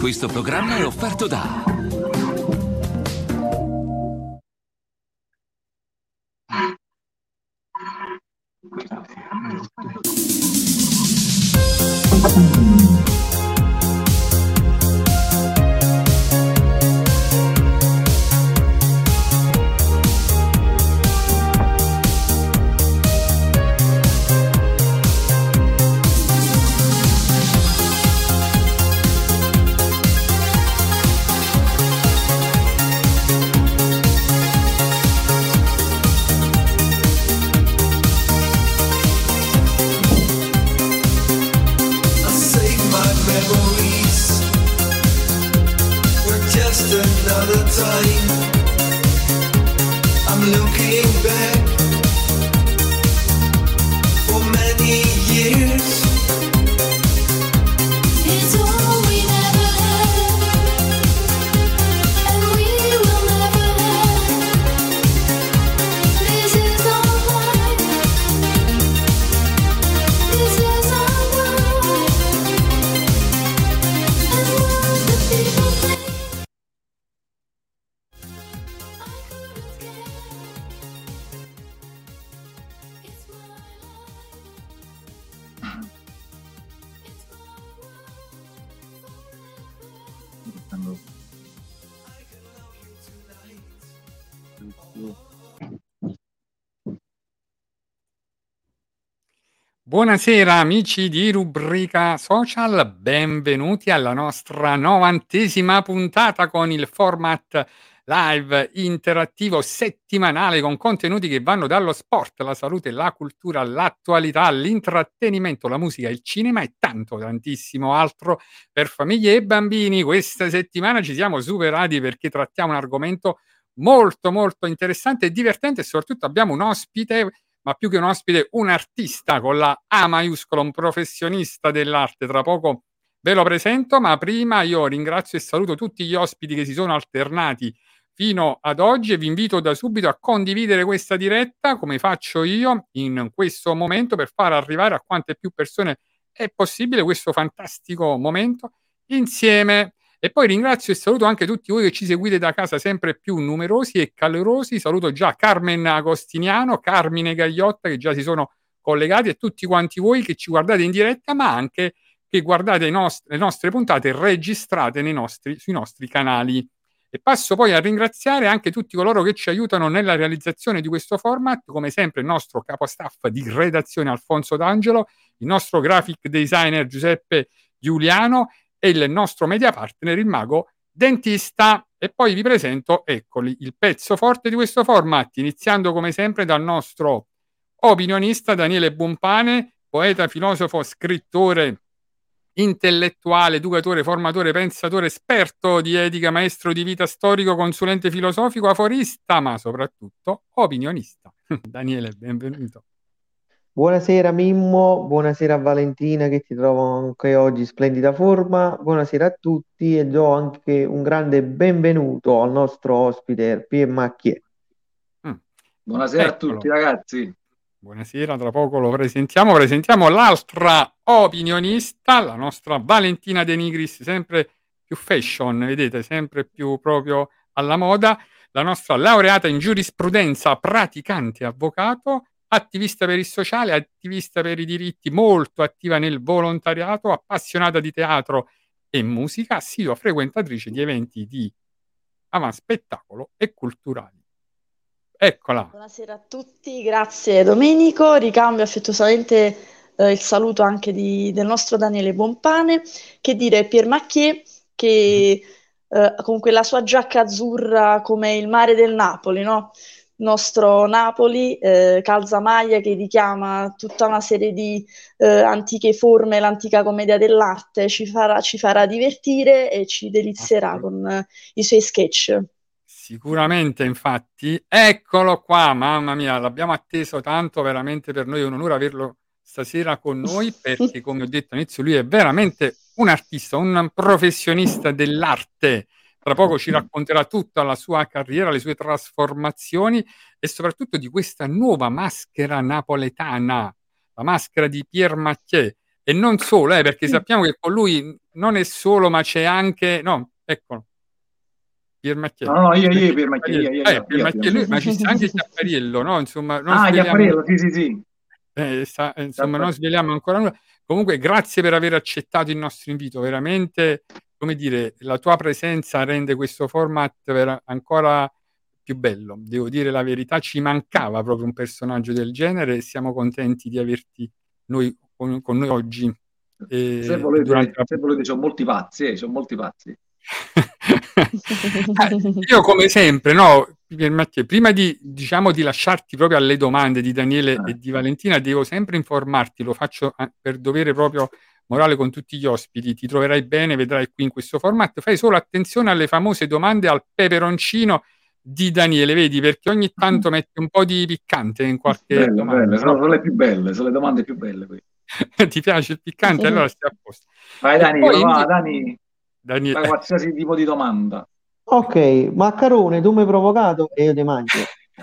Questo programma è offerto da Buonasera amici di Rubrica Social, benvenuti alla nostra 90ª puntata con il format live interattivo settimanale con contenuti che vanno dallo sport, la salute, la cultura, l'attualità, l'intrattenimento, la musica, il cinema e tanto tantissimo altro per famiglie e bambini. Questa settimana ci siamo superati perché trattiamo un argomento molto molto interessante e divertente e soprattutto abbiamo un ospite, ma più che un ospite, un artista con la A maiuscola, un professionista dell'arte. Tra poco ve lo presento, ma prima io ringrazio e saluto tutti gli ospiti che si sono alternati fino ad oggi e vi invito da subito a condividere questa diretta, come faccio io in questo momento, per far arrivare a quante più persone è possibile questo fantastico momento insieme. E poi ringrazio e saluto anche tutti voi che ci seguite da casa, sempre più numerosi e calorosi. Saluto già Carmen Agostiniano, Carmine Gagliotta, che già si sono collegati, e tutti quanti voi che ci guardate in diretta, ma anche che guardate le nostre puntate registrate sui nostri canali. E passo poi a ringraziare anche tutti coloro che ci aiutano nella realizzazione di questo format, come sempre il nostro capostaff di redazione Alfonso D'Angelo, il nostro graphic designer Giuseppe Giuliano e il nostro media partner, il mago dentista. E poi vi presento, eccoli, il pezzo forte di questo format, iniziando come sempre dal nostro opinionista Daniele Buonpane, poeta, filosofo, scrittore, intellettuale, educatore, formatore, pensatore, esperto di etica, maestro di vita, storico, consulente filosofico, aforista, ma soprattutto opinionista. Daniele, benvenuto. Buonasera Mimmo, buonasera a Valentina che ti trovo anche oggi in splendida forma, buonasera a tutti e do anche un grande benvenuto al nostro ospite Pier Macchiè. Buonasera a tutti ragazzi. Buonasera, tra poco lo presentiamo l'altra opinionista, la nostra Valentina De Nigris, sempre più fashion, vedete, sempre più proprio alla moda, la nostra laureata in giurisprudenza, praticante avvocato, attivista per il sociale, attivista per i diritti, molto attiva nel volontariato, appassionata di teatro e musica, assidua frequentatrice di eventi di avanspettacolo e culturali. Eccola. Buonasera a tutti, grazie Domenico, ricambio affettuosamente il saluto anche del nostro Daniele Buonpane, che dire Pier Macchiè, che con quella sua giacca azzurra come il mare del Napoli, no? Nostro Napoli, calzamaglia che richiama tutta una serie di antiche forme, l'antica commedia dell'arte, ci farà divertire e ci delizierà con i suoi sketch. Sicuramente, infatti, eccolo qua, mamma mia, l'abbiamo atteso tanto, veramente per noi è un onore averlo stasera con noi, perché come ho detto all'inizio lui è veramente un artista, un professionista dell'arte. Tra poco ci racconterà tutta la sua carriera, le sue trasformazioni e soprattutto di questa nuova maschera napoletana, la maschera di Pier Macchiè. E non solo, perché sappiamo che con lui non è solo, ma c'è anche... No, eccolo. Pier Macchiello. No, io Pier Macchiello. Pier Macchiello, ma ci sta anche Chiappariello, no? Insomma, non Chiappariello, sì. insomma, non sveliamo ancora nulla. Comunque, grazie per aver accettato il nostro invito. Veramente, come dire, la tua presenza rende questo format ancora più bello. Devo dire la verità, ci mancava proprio un personaggio del genere e siamo contenti di averti con noi oggi. Se volete, c'ho molti pazzi. Io come sempre, no, prima di lasciarti proprio alle domande di Daniele e di Valentina, devo sempre informarti, lo faccio per dovere proprio morale con tutti gli ospiti, ti troverai bene, vedrai qui in questo format, fai solo attenzione alle famose domande al peperoncino di Daniele, vedi, perché ogni tanto mette un po' di piccante in qualche domanda. Belle. Sono le più belle, sono le domande più belle qui. Ti piace il piccante? Allora stai a posto. Vai Dani, Daniele. Fai qualsiasi tipo di domanda. Ok, Maccarone, tu mi hai provocato e io ti mangio.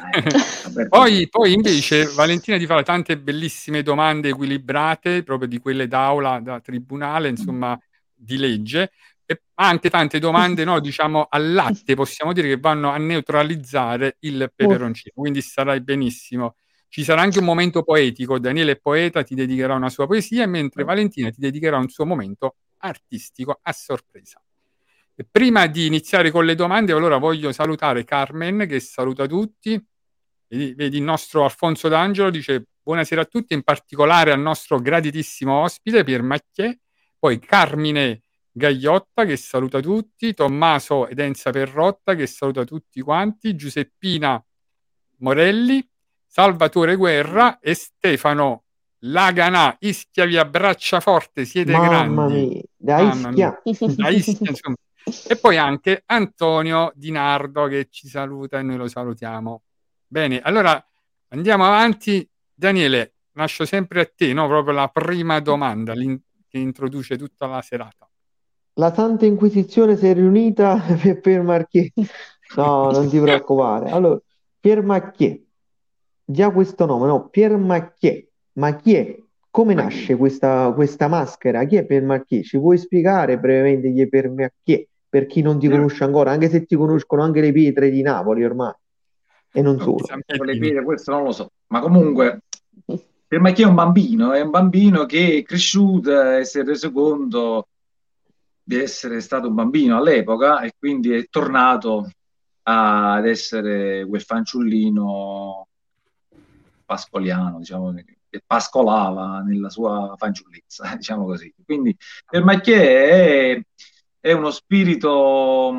Poi invece Valentina ti fa tante bellissime domande equilibrate, proprio di quelle d'aula, da tribunale, insomma, di legge, e anche tante domande, no, diciamo, al latte, possiamo dire, che vanno a neutralizzare il peperoncino, quindi starai benissimo. Ci sarà anche un momento poetico, Daniele è poeta, ti dedicherà una sua poesia, mentre Valentina ti dedicherà un suo momento artistico a sorpresa. E prima di iniziare con le domande, allora voglio salutare Carmen, che saluta tutti. Vedi, il nostro Alfonso D'Angelo dice buonasera a tutti, in particolare al nostro graditissimo ospite Pier Macchiè, poi Carmine Gagliotta che saluta tutti, Tommaso ed Enza Perrotta che saluta tutti quanti, Giuseppina Morelli, Salvatore Guerra e Stefano Laganà. Ischia vi abbraccia forte, siete grandi. Da Ischia, insomma. E poi anche Antonio Di Nardo che ci saluta e noi lo salutiamo. Bene, allora andiamo avanti. Daniele, lascio sempre a te, no? Proprio la prima domanda che introduce tutta la serata. La Santa Inquisizione si è riunita per Pier Macchiè. No, non ti preoccupare. Allora, Pier Macchiè, già questo nome, no? Pier Macchiè. Ma chi è? Come nasce questa maschera? Chi è Pier Macchiè? Ci puoi spiegare brevemente chi è Pier Macchiè? Per chi non ti conosce ancora, anche se ti conoscono anche le pietre di Napoli ormai. E non solo. Le pietre, questo non lo so. Ma comunque, Pier Macchiè è un bambino che è cresciuto e si è reso conto di essere stato un bambino all'epoca e quindi è tornato ad essere quel fanciullino pascoliano, diciamo, che pascolava nella sua fanciullezza, diciamo così. Quindi Pier Macchiè è uno spirito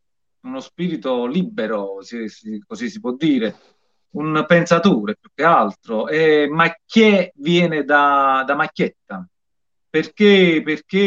libero, così si può dire, un pensatore più che altro. E Macchiè viene da macchietta, perché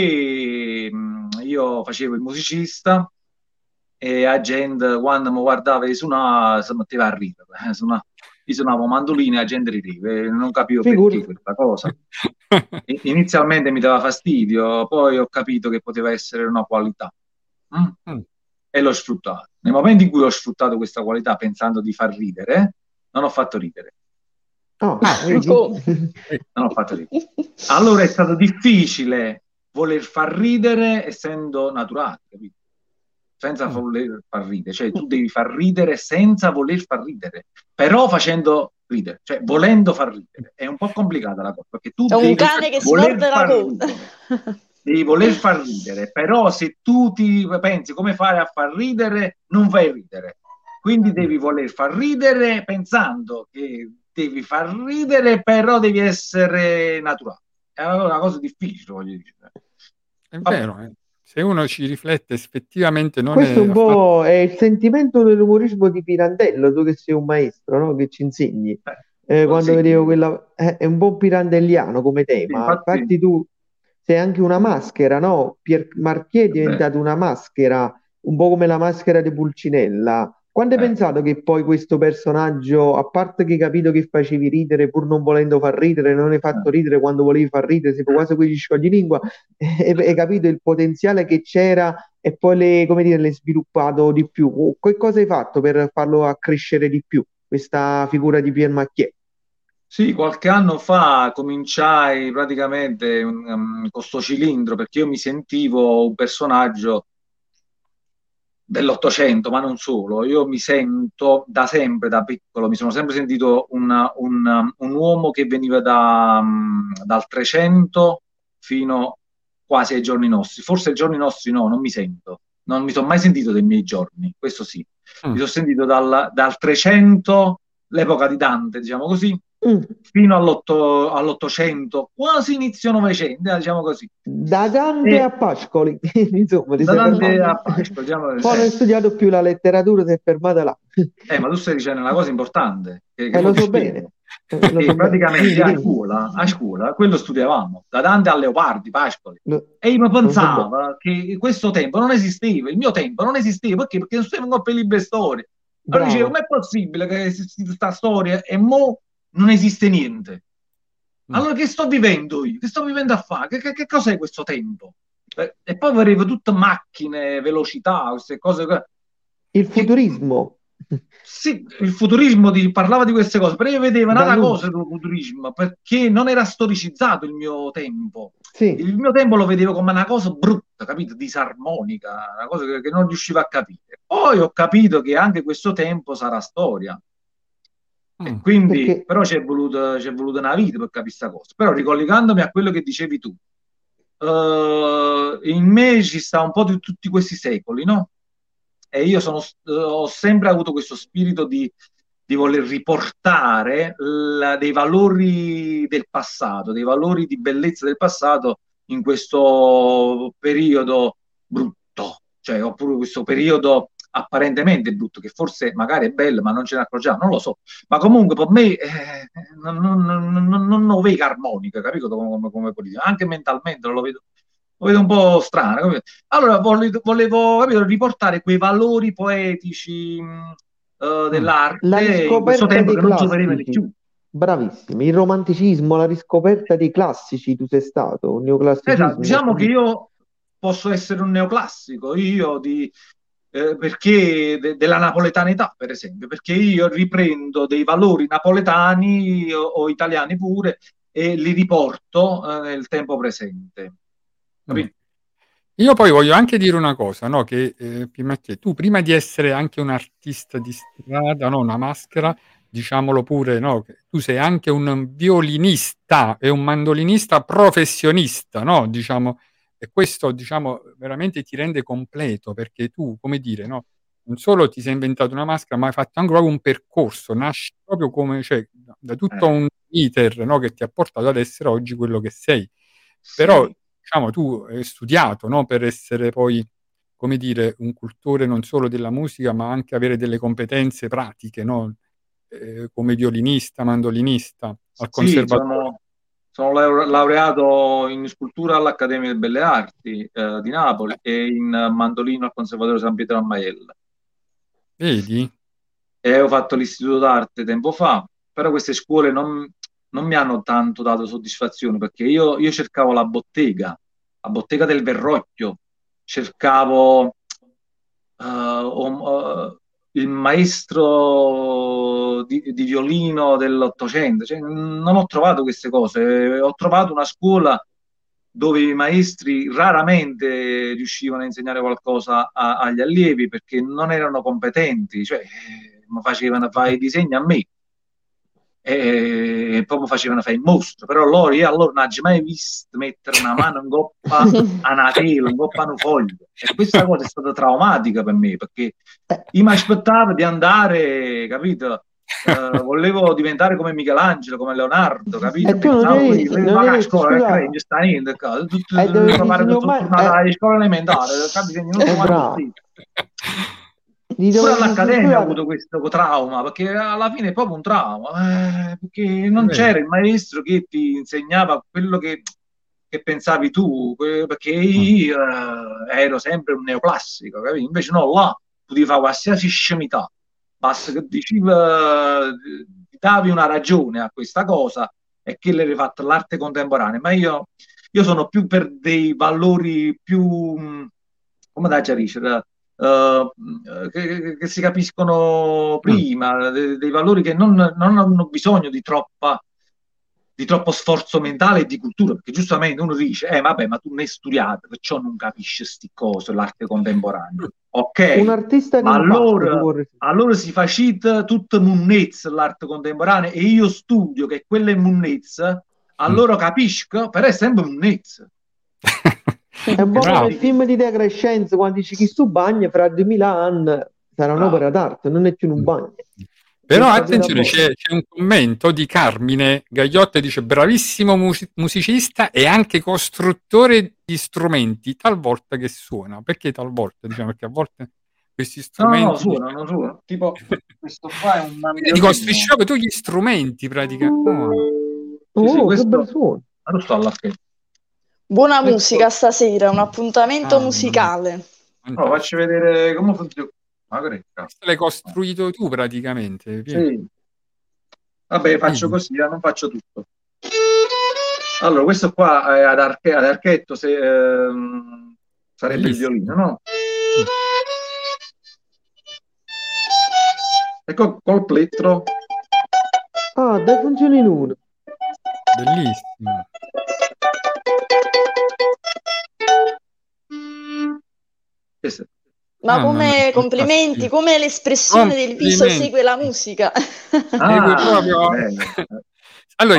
io facevo il musicista e la gente quando mi guardava e suonava si metteva a ridere. Io suonavo mandolino e la gente rideva, non capivo perché questa cosa. Inizialmente mi dava fastidio, poi ho capito che poteva essere una qualità e l'ho sfruttato. Nel momento in cui ho sfruttato questa qualità pensando di far ridere, non ho fatto ridere. Non ho fatto ridere. Allora è stato difficile voler far ridere essendo naturale, capito? Senza voler far ridere, cioè tu devi far ridere senza voler far ridere, però facendo ridere, cioè volendo far ridere. È un po' complicata la cosa, perché tu è un cane che si morde la coda. Devi voler far ridere, però se tu ti pensi come fare a far ridere, non fai ridere. Quindi devi voler far ridere pensando che devi far ridere, però devi essere naturale. È una cosa difficile, voglio dire. È vero, se uno ci riflette effettivamente non questo è un po' è il sentimento dell'umorismo di Pirandello, tu che sei un maestro, no? Che ci insegni. Quando vedevo quella è un po' pirandelliano come tema. Infatti tu sei anche una maschera, no? Pier Macchiè è diventato una maschera, un po' come la maschera di Pulcinella. Quando hai pensato che poi questo personaggio, a parte che hai capito che facevi ridere pur non volendo far ridere, non hai fatto ridere quando volevi far ridere, sei quasi quegli scioglilingua, hai capito il potenziale che c'era e poi l'hai sviluppato di più. Che cosa hai fatto per farlo accrescere di più, questa figura di Pier Macchiè? Sì, qualche anno fa cominciai praticamente con sto cilindro perché io mi sentivo un personaggio dell'Ottocento, ma non solo. Io mi sento da sempre, da piccolo, mi sono sempre sentito un uomo che veniva dal 300 fino quasi ai giorni nostri. Forse ai giorni nostri no, non mi sento. Non mi sono mai sentito dei miei giorni, questo sì. Mi sono sentito dal 300, l'epoca di Dante, diciamo così, fino all'Ottocento, quasi inizio Novecento, diciamo così. Da Dante a Pascoli, insomma, Da Dante a Pascoli, diciamo, poi non hai studiato più la letteratura, ti è fermata là. Ma tu stai dicendo una cosa importante, che lo so bene. Che praticamente a scuola quello studiavamo, da Dante a Leopardi, Pascoli. E io mi pensavo che questo tempo non esisteva, il mio tempo non esisteva, perché non stiamo per libere storie. Allora dicevo, com'è possibile che esiste questa storia e mo non esiste niente? Allora che sto vivendo io? Che sto vivendo a fare? Che cos'è questo tempo? E poi vedevo tutte macchine, velocità, queste cose. Il futurismo. Sì, il futurismo parlava di queste cose, però io vedevo una cosa del futurismo, perché non era storicizzato il mio tempo. Sì. Il mio tempo lo vedevo come una cosa brutta, capito? Disarmonica, una cosa che non riuscivo a capire. Poi ho capito che anche questo tempo sarà storia. E quindi, però c'è voluta una vita per capire questa cosa. Però ricollegandomi a quello che dicevi tu, in me ci sta un po' di tutti questi secoli, no? E io ho sempre avuto questo spirito di voler riportare dei valori del passato, dei valori di bellezza del passato in questo periodo brutto, cioè oppure questo periodo apparentemente brutto, che forse magari è bello, ma non ce ne accorgiamo, non lo so. Ma comunque per me non lo vedo armonica, capito? Come politica. Anche mentalmente lo vedo un po' strano. Capito? Allora volevo capito, riportare quei valori poetici dell'arte in questo tempo che non troveremo più. Bravissimi, il romanticismo, la riscoperta dei classici, tu sei stato, un neoclassicismo. Esatto, diciamo che io posso essere un neoclassico, perché della napoletanità, per esempio, perché io riprendo dei valori napoletani o italiani pure e li riporto nel tempo presente. Capito? Io poi voglio anche dire una cosa, no? Che tu prima di essere anche un artista di strada, no? Una maschera, diciamolo pure, no? Che tu sei anche un violinista e un mandolinista professionista, no? Diciamo, e questo, diciamo, veramente ti rende completo, perché tu, come dire, no? Non solo ti sei inventato una maschera, ma hai fatto anche proprio un percorso, nasci proprio come, cioè, da tutto un iter, no? Che ti ha portato ad essere oggi quello che sei. Però, diciamo, tu hai studiato, no? Per essere poi, come dire, un cultore non solo della musica, ma anche avere delle competenze pratiche, no? Come violinista, mandolinista, al conservatorio. Sono laureato in scultura all'Accademia delle Belle Arti di Napoli e in mandolino al Conservatorio San Pietro a Maiella. Vedi? E ho fatto l'istituto d'arte tempo fa, però queste scuole non mi hanno tanto dato soddisfazione, perché io cercavo la bottega del Verrocchio, cercavo il maestro di violino dell'Ottocento, cioè, non ho trovato queste cose, ho trovato una scuola dove i maestri raramente riuscivano a insegnare qualcosa agli allievi perché non erano competenti, cioè facevano fare i disegni a me e proprio facevano fare il mostro, però io allora non ho mai visto mettere una mano in coppa a una tela, in coppa a un foglio, e questa cosa è stata traumatica per me, perché io mi aspettavo di andare, capito? Volevo diventare come Michelangelo, come Leonardo, capito? E tu pensavo non eri a scuola, che sta niente, alla scuola elementare, pure all'Accademia ho avuto questo trauma, perché alla fine è proprio un trauma, perché non c'era il maestro che ti insegnava quello che pensavi tu, perché io ero sempre un neoclassico, capito? Invece no, là potevi fare qualsiasi scemità, basta che davi una ragione a questa cosa e che l'hai fatto l'arte contemporanea. Ma io sono più per dei valori più, come da Giarisce, che si capiscono prima, dei valori che non hanno bisogno di troppa di troppo sforzo mentale e di cultura, perché giustamente uno dice, vabbè, ma tu non hai studiato, perciò non capisci sti cose, l'arte contemporanea. Ok, Un artista ma d'impatto, allora si fa cheat tutta munnezza l'arte contemporanea e io studio che quella è munnezza, allora capisco, però è sempre munnezza. È un po' come il film di De Crescenzo, quando dici chi su bagna fra 2000 anni sarà un'opera d'arte, non è più un bagno. Però attenzione, c'è un commento di Carmine Gagliotta, dice bravissimo musicista e anche costruttore di strumenti, talvolta che suona. Perché talvolta? Diciamo, perché a volte questi strumenti... No, suonano. Tipo, questo qua è un Quindi costruisci proprio tu gli strumenti, praticamente. Questo... che bel suono. Buona musica stasera, un appuntamento musicale. Faccio vedere come funziona. Questo l'hai costruito tu praticamente. Sì. Vabbè, faccio così, non faccio tutto. Allora, questo qua è ad archetto, sarebbe il violino, no? E col plettro. Dai, funziona in uno. Bellissimo. Ma come complimenti, come l'espressione del viso segue la musica. Allora,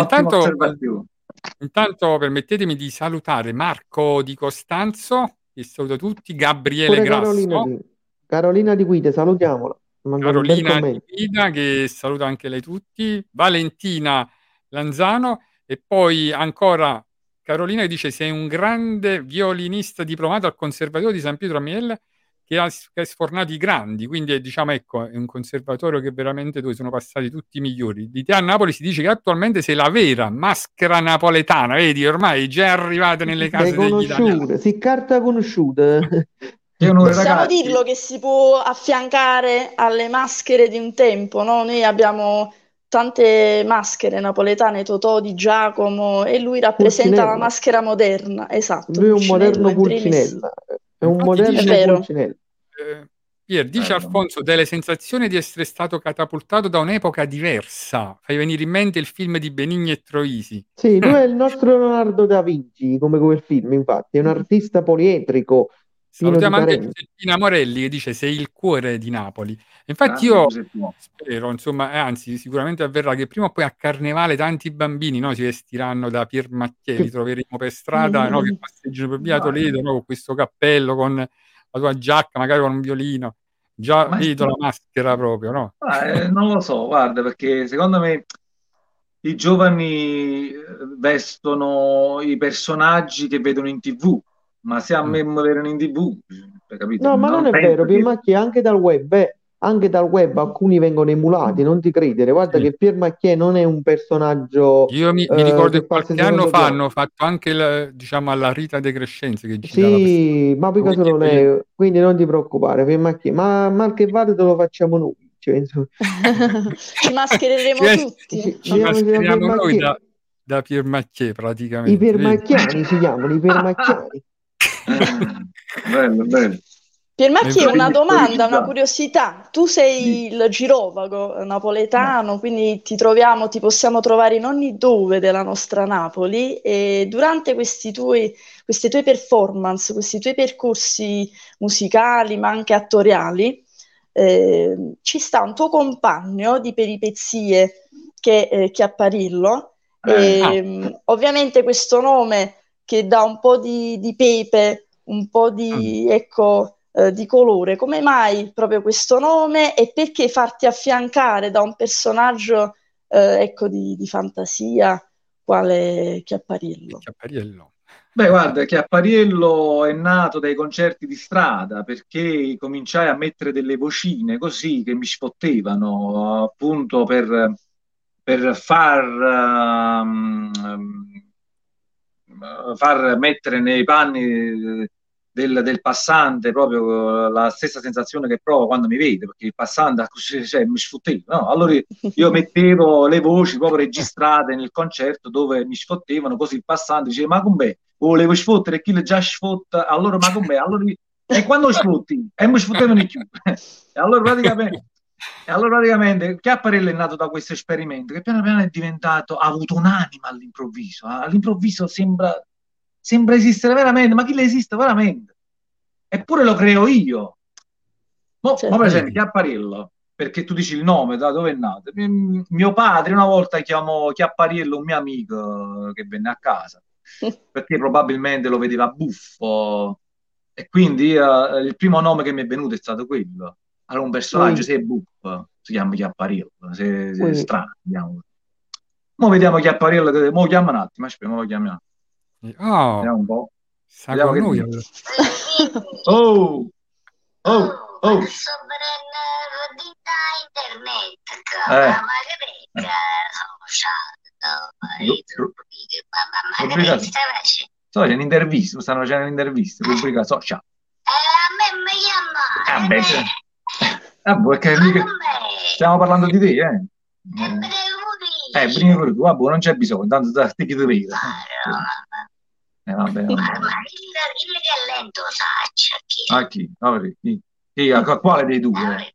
intanto permettetemi di salutare Marco Di Costanzo, che saluto tutti, Gabriele Grasso. Carolina Di Guida, salutiamola. Carolina Di Guida, che saluto anche lei tutti, Valentina Lanzano e poi ancora Carolina che dice sei un grande violinista diplomato al Conservatorio di San Pietro a Miele che ha sfornato i grandi, quindi diciamo ecco è un conservatorio che veramente dove sono passati tutti i migliori. Di te a Napoli si dice che attualmente sei la vera maschera napoletana, vedi ormai già arrivate nelle case degli italiani. Si carta conosciuta. Possiamo dirlo che si può affiancare alle maschere di un tempo, no? Noi abbiamo tante maschere napoletane, Totò, Di Giacomo, e lui rappresenta la maschera moderna, esatto. Lui è un moderno Pulcinella. È un moderno Pulcinella. Pier, dice Alfonso, delle sensazioni di essere stato catapultato da un'epoca diversa. Fai venire in mente il film di Benigni e Troisi. Sì, lui è il nostro Leonardo da Vinci, come quel film, infatti. È un artista poliedrico. Salutiamo anche Giuseppina Morelli che dice sei il cuore di Napoli. Infatti io spero, insomma, anzi sicuramente avverrà che prima o poi a Carnevale tanti bambini si vestiranno da Pier Macchiè, li troveremo per strada, che passeggiano per via Toledo, con questo cappello, con la tua giacca, magari con un violino. Già vedo la maschera proprio, no? Non lo so, guarda, perché secondo me i giovani vestono i personaggi che vedono in TV. Ma se a me muoverono in TV, capito? No, ma non è vero, Pier Macchiè anche dal web alcuni vengono emulati, non ti credere. Guarda che Pier Macchiè non è un personaggio. Io mi ricordo che qualche anno fa hanno fatto anche diciamo alla Rita De Crescenzi che sì, ma mica solo lei, quindi non ti preoccupare, Pier Macchiè, ma mal che vada te lo facciamo noi. Ci maschereremo tutti. Ci mascheriamo noi da Pier Macchiè praticamente. I Piermacchiani si chiamano, i Piermacchiani. Bello. Pier Macchiè, una domanda, una curiosità. Tu sei il girovago napoletano, quindi ti possiamo trovare in ogni dove della nostra Napoli e durante queste tue performance, questi tuoi percorsi musicali ma anche attoriali, ci sta un tuo compagno di peripezie che è Chiapparillo. Ovviamente questo nome che dà un po' di pepe, un po' di di colore. Come mai proprio questo nome e perché farti affiancare da un personaggio di fantasia quale Chiapparillo? Beh, guarda, Chiappariello è nato dai concerti di strada perché cominciai a mettere delle vocine così che mi sfottevano appunto per far mettere nei panni del passante proprio la stessa sensazione che provo quando mi vede, perché il passante mi sfotteva, no? Allora io mettevo le voci proprio registrate nel concerto dove mi sfottevano, così il passante diceva ma com'è? Volevo sfottere chi le già sfotta, allora ma com'è? Allora, e quando sfotti? E mi sfottevano di più. E allora praticamente E allora praticamente Chiapparello è nato da questo esperimento che piano piano è diventato, ha avuto un'anima all'improvviso. All'improvviso sembra esistere veramente, ma chi le esiste veramente? Eppure lo creo io. Ma per esempio Chiapparello, perché tu dici il nome, da dove è nato? Mio padre una volta chiamò Chiapparello un mio amico che venne a casa, perché probabilmente lo vedeva buffo, e quindi il primo nome che mi è venuto è stato quello. Allora un personaggio, se è buffo, si chiama Chiapparello, se è strano, diciamo. Mo vediamo Chiapparello, mo chiama un attimo, aspetta, mo lo chiamiamo. Vediamo un po'. Sa con noi. Oh! Rubrica social, un'intervista, stanno facendo un'intervista, rubrica social. A me mi chiama. Perché stiamo parlando di te, prima pure tu, vabbè, non c'è bisogno, tanto ti chiedo prima. Vabbè. Ma il che lento sa a chi? A quale dei due?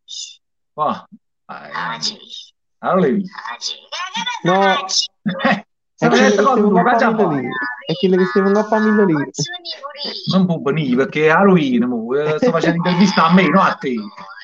Allora l'hai visto? No, è quello che stiamo a famiglia lì. Non può venire perché è Halloween, sto facendo intervista a me, no a te.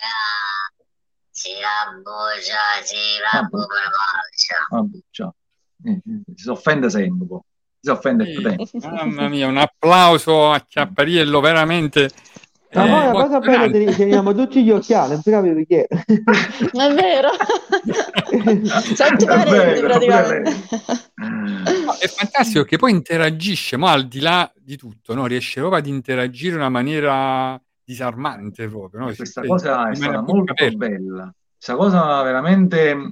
Si offende sempre, po'. Si offende il Mamma mia, un applauso a Chiappariello, veramente. Ma poi la cosa bella è teniamo tutti gli occhiali, non si capisce chi è. È vero. Sotto parenti praticamente. È fantastico che poi interagisce, ma al di là di tutto, no? Riesce proprio ad interagire in una maniera disarmante proprio. No? Questa cosa è stata molto bella. Questa cosa veramente...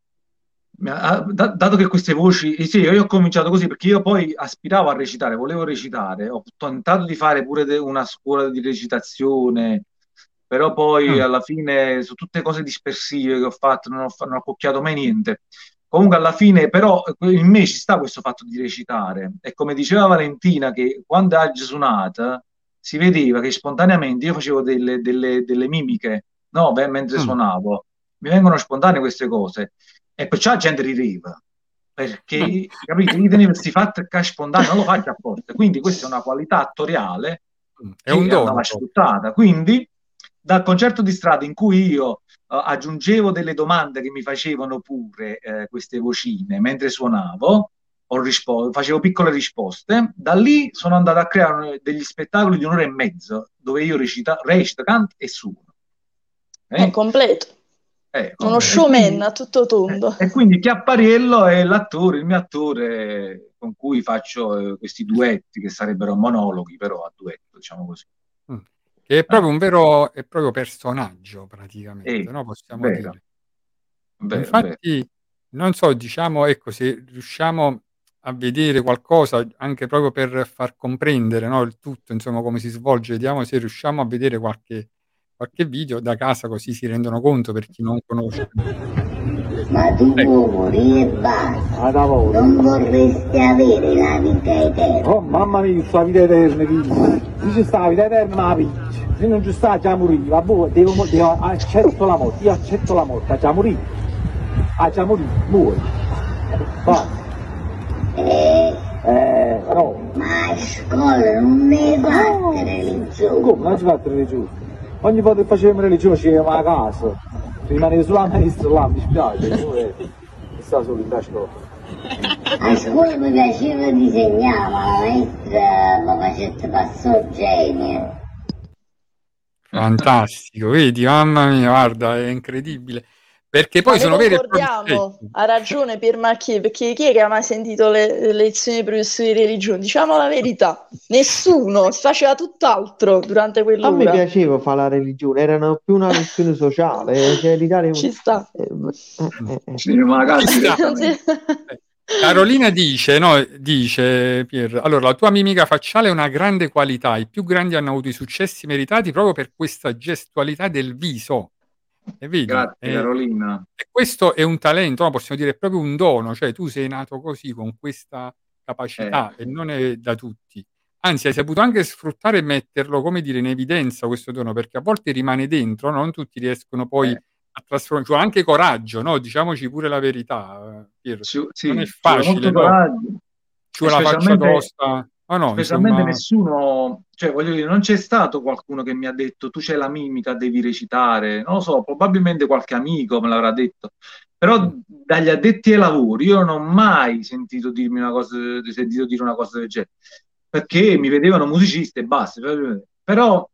Dato che queste voci, sì, io ho cominciato così perché io poi aspiravo a recitare, volevo recitare, ho tentato di fare pure una scuola di recitazione, però poi alla fine su tutte cose dispersive che ho fatto non ho cocchiato mai niente. Comunque alla fine però in me ci sta questo fatto di recitare, e come diceva Valentina, che quando ha suonato si vedeva che spontaneamente io facevo delle mimiche, no? Mentre suonavo, mi vengono spontanee queste cose. E perciò la gente rideva, perché, capito, io tenevo questi fatti spontanei, non lo faccio apposta. Quindi questa è una qualità attoriale è un dono, andava sfruttata. Quindi dal concerto di strada in cui io aggiungevo delle domande che mi facevano pure queste vocine mentre suonavo, facevo piccole risposte, da lì sono andato a creare degli spettacoli di 1 ora e mezzo dove io recito, canto e suono. È completo. Uno showman a tutto tondo. E quindi Chiappariello è l'attore, il mio attore con cui faccio questi duetti che sarebbero monologhi, però a duetto, diciamo così. Che è proprio un vero e proprio personaggio, praticamente, no? Possiamo dire. Infatti, non so, diciamo, ecco, se riusciamo a vedere qualcosa anche proprio per far comprendere, no, il tutto, insomma, come si svolge, vediamo se riusciamo a vedere qualche video da casa, così si rendono conto per chi non conosce. Ma tu muori e basta, non vorresti avere la vita eterna. Oh mamma mia, questa vita eterna, dice sta la vita eterna, ma la piccia. Se non ci sta già morire, vabbè, devo accetto la morte, io accetto la morte, già morire, muori. Basta. No. Ma a scuola non ne fate religione. Come non ci fate religione? Ogni volta che facevamo religione ci andavamo a casa, rimanere solo a maestra là, mi spiace, sta solo in scuola. A scuola mi piaceva disegnare, ma la maestra mi faceva passare genio. Fantastico, vedi, mamma mia, guarda, è incredibile. Perché poi sono veri e propri. Ha ragione Piermacchi, perché chi è che ha mai sentito le lezioni dei professori di religione? Diciamo la verità, nessuno, si faceva tutt'altro durante quell'ora. A me piaceva fare la religione, erano più una questione sociale, cioè di dare Ci sta. Carolina dice Pier, allora la tua mimica facciale è una grande qualità, i più grandi hanno avuto i successi meritati proprio per questa gestualità del viso. E vedi, grazie Carolina. E questo è un talento, no? Possiamo dire è proprio un dono, cioè tu sei nato così con questa capacità e non è da tutti. Anzi, hai saputo anche sfruttare e metterlo, come dire, in evidenza questo dono, perché a volte rimane dentro, non tutti riescono poi Ci vuole anche coraggio, no? Diciamoci pure la verità, Pier. Sì, Non è ci vuole facile, molto no? coraggio. Ci vuole la faccia tosta. No, Specialmente insomma. nessuno, cioè voglio dire, non c'è stato qualcuno che mi ha detto tu c'hai la mimica, devi recitare. Non lo so, probabilmente qualche amico me l'avrà detto. Però dagli addetti ai lavori io non ho mai sentito dirmi sentito dire una cosa del genere, perché mi vedevano musicista e basta. Però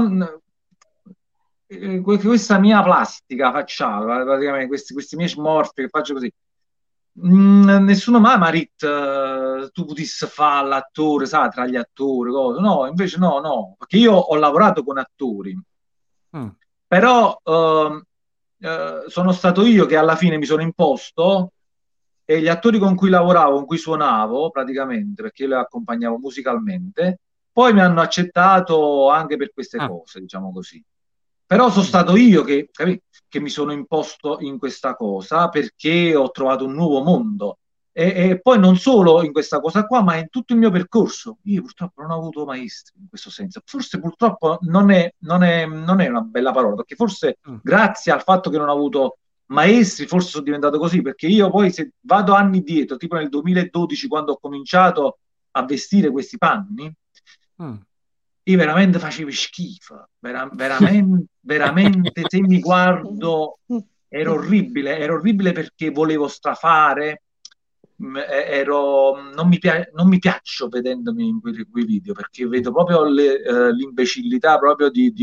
questa mia plastica facciale, praticamente questi miei smorfi che faccio così, nessuno mai mi ha detto tu potessi fare l'attore, sai, tra gli attori, cose. No, invece no, perché io ho lavorato con attori, però sono stato io che alla fine mi sono imposto, e gli attori con cui lavoravo, con cui suonavo praticamente, perché io li accompagnavo musicalmente, poi mi hanno accettato anche per queste cose, diciamo così. Però sono stato io che mi sono imposto in questa cosa, perché ho trovato un nuovo mondo. E poi non solo in questa cosa qua, ma in tutto il mio percorso. Io purtroppo non ho avuto maestri in questo senso. Forse purtroppo non è una bella parola, perché forse grazie al fatto che non ho avuto maestri, forse sono diventato così, perché io poi se vado anni dietro, tipo nel 2012, quando ho cominciato a vestire questi panni, io veramente facevo schifo, veramente, se mi guardo ero orribile perché volevo strafare, non mi piaccio vedendomi in quei video, perché vedo proprio l'imbecillità proprio di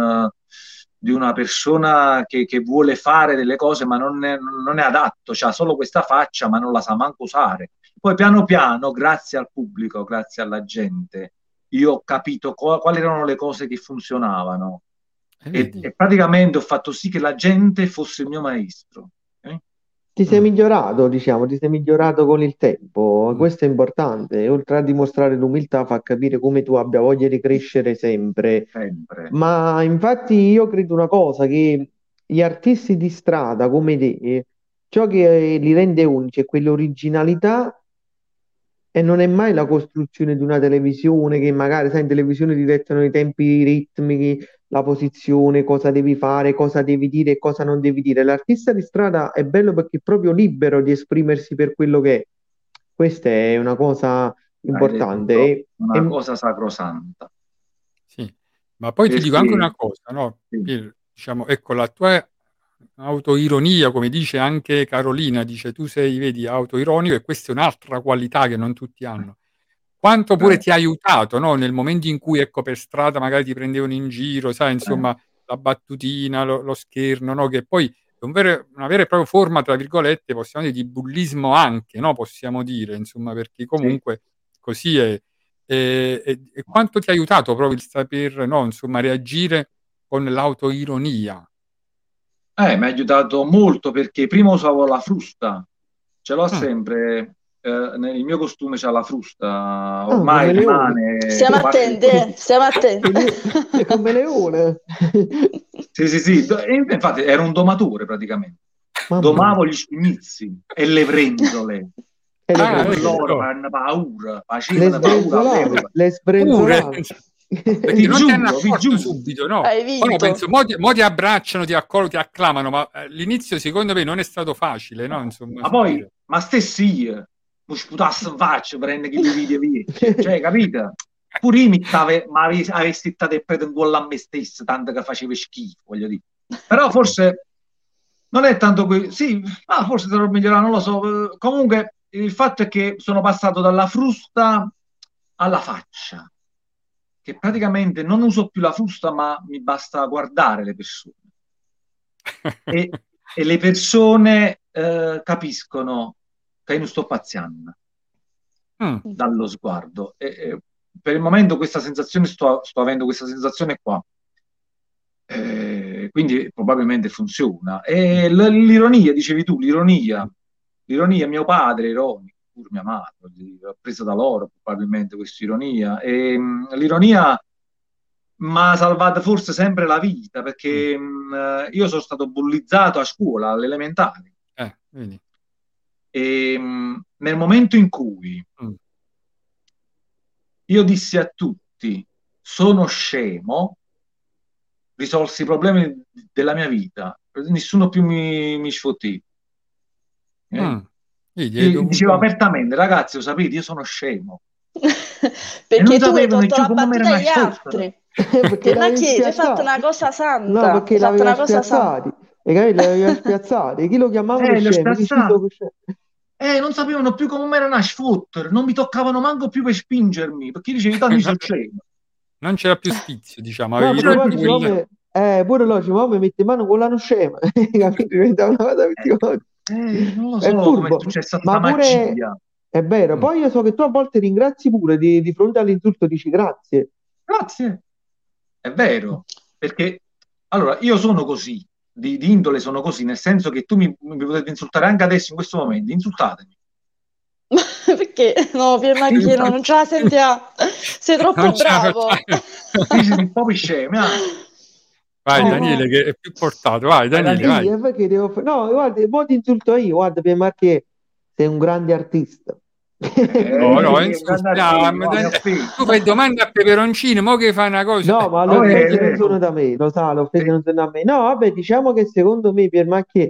una persona che vuole fare delle cose ma non è adatto, c'ha solo questa faccia ma non la sa manco usare. Poi piano piano, grazie al pubblico, grazie alla gente, io ho capito quali erano le cose che funzionavano e praticamente ho fatto sì che la gente fosse il mio maestro. Ti sei migliorato, diciamo, ti sei migliorato con il tempo, questo è importante, oltre a dimostrare l'umiltà fa capire come tu abbia voglia di crescere sempre. Ma infatti io credo una cosa, che gli artisti di strada come te, ciò che li rende unici è quell'originalità, e non è mai la costruzione di una televisione che magari, sai, in televisione ti dettano i tempi ritmici, la posizione, cosa devi fare, cosa devi dire e cosa non devi dire. L'artista di strada è bello perché è proprio libero di esprimersi per quello che è. Questa è una cosa importante. Una cosa sacrosanta. Sì, ma poi ti dico anche una cosa, no? Diciamo, ecco, la tua autoironia, come dice anche Carolina, dice tu sei, vedi, autoironico, e questa è un'altra qualità che non tutti hanno. Quanto pure ti ha aiutato, no? Nel momento in cui, ecco, per strada magari ti prendevano in giro, sai, insomma, la battutina, lo scherno, no? Che poi è una vera e propria forma, tra virgolette, possiamo dire, di bullismo anche, no? Possiamo dire, insomma, perché comunque così è. E quanto ti ha aiutato proprio il saper, no, insomma, reagire con l'autoironia? Mi ha aiutato molto, perché prima usavo la frusta, ce l'ho sempre, nel mio costume c'è la frusta, ormai rimane... Stiamo attenti. È come leone. Sì, infatti era un domatore praticamente. Domavo gli scimmizi e le brenzole. Loro fanno paura, facevano paura. Le sbrenzolate. Perché non ti hanno accorto subito, no? Ora penso, mo ti abbracciano, ti accolgono, ti acclamano, ma l'inizio secondo me non è stato facile, no? Insomma, ma poi, ma stessi io, mi sputasse in faccia, prende che mi video via. Cioè, capite? Pure io mi avessi stato e preso un gol a me stesso, tanto che facevo schifo, voglio dire. Però forse non è tanto qui, sì, ma forse sarò migliorato, non lo so. Comunque, il fatto è che sono passato dalla frusta alla faccia, che praticamente non uso più la frusta, ma mi basta guardare le persone. E le persone capiscono che io non sto pazziando dallo sguardo. E per il momento questa sensazione, sto avendo questa sensazione qua. Quindi probabilmente funziona. E l'ironia, dicevi tu, l'ironia, mio padre ironico, pure mia madre, l'ho presa da loro probabilmente questa ironia, e l'ironia mi ha salvato forse sempre la vita, perché io sono stato bullizzato a scuola, alle elementari, vedi. E nel momento in cui io dissi a tutti sono scemo, risolsi i problemi della mia vita, nessuno più mi sfottì. Dicevo apertamente, ragazzi, lo sapete, io sono scemo. Perché tu hai tolto la battuta agli altri. Perché ma chi hai fatto una cosa santa? No, perché l'aveva spiazzati. E capito, l'aveva spiazzati. Chi lo chiamavano scemo? Non sapevano più come era una sfottere, non mi toccavano manco più per spingermi, perché dicevi tanto sono scemo. Non c'era più spizio, diciamo. No, pure lo mi mette in mano con l'ano scema. Capito? Diventa una cosa pericolosa. Non lo so come è successa questa magia. È vero, poi io so che tu a volte ringrazi pure di fronte all'insulto, dici grazie. Grazie, è vero, perché allora io sono così, di indole sono così, nel senso che tu mi potete insultare anche adesso in questo momento, insultatemi. Perché? No, Pier Macchino, non ce la sentiamo, sei troppo bravo. Dici un po' scemi, Vai Daniele, che è più portato, vai Daniele, vai. No, guarda, poi ti insulto io, guarda Pier Macchino, sei un grande artista. No, insultiamo. Tu fai domande a peperoncino, mo che fai una cosa. No, ma le offese non sono da me, lo sa, le offese non sono da me. No, vabbè, diciamo che secondo me, Pier Macchino,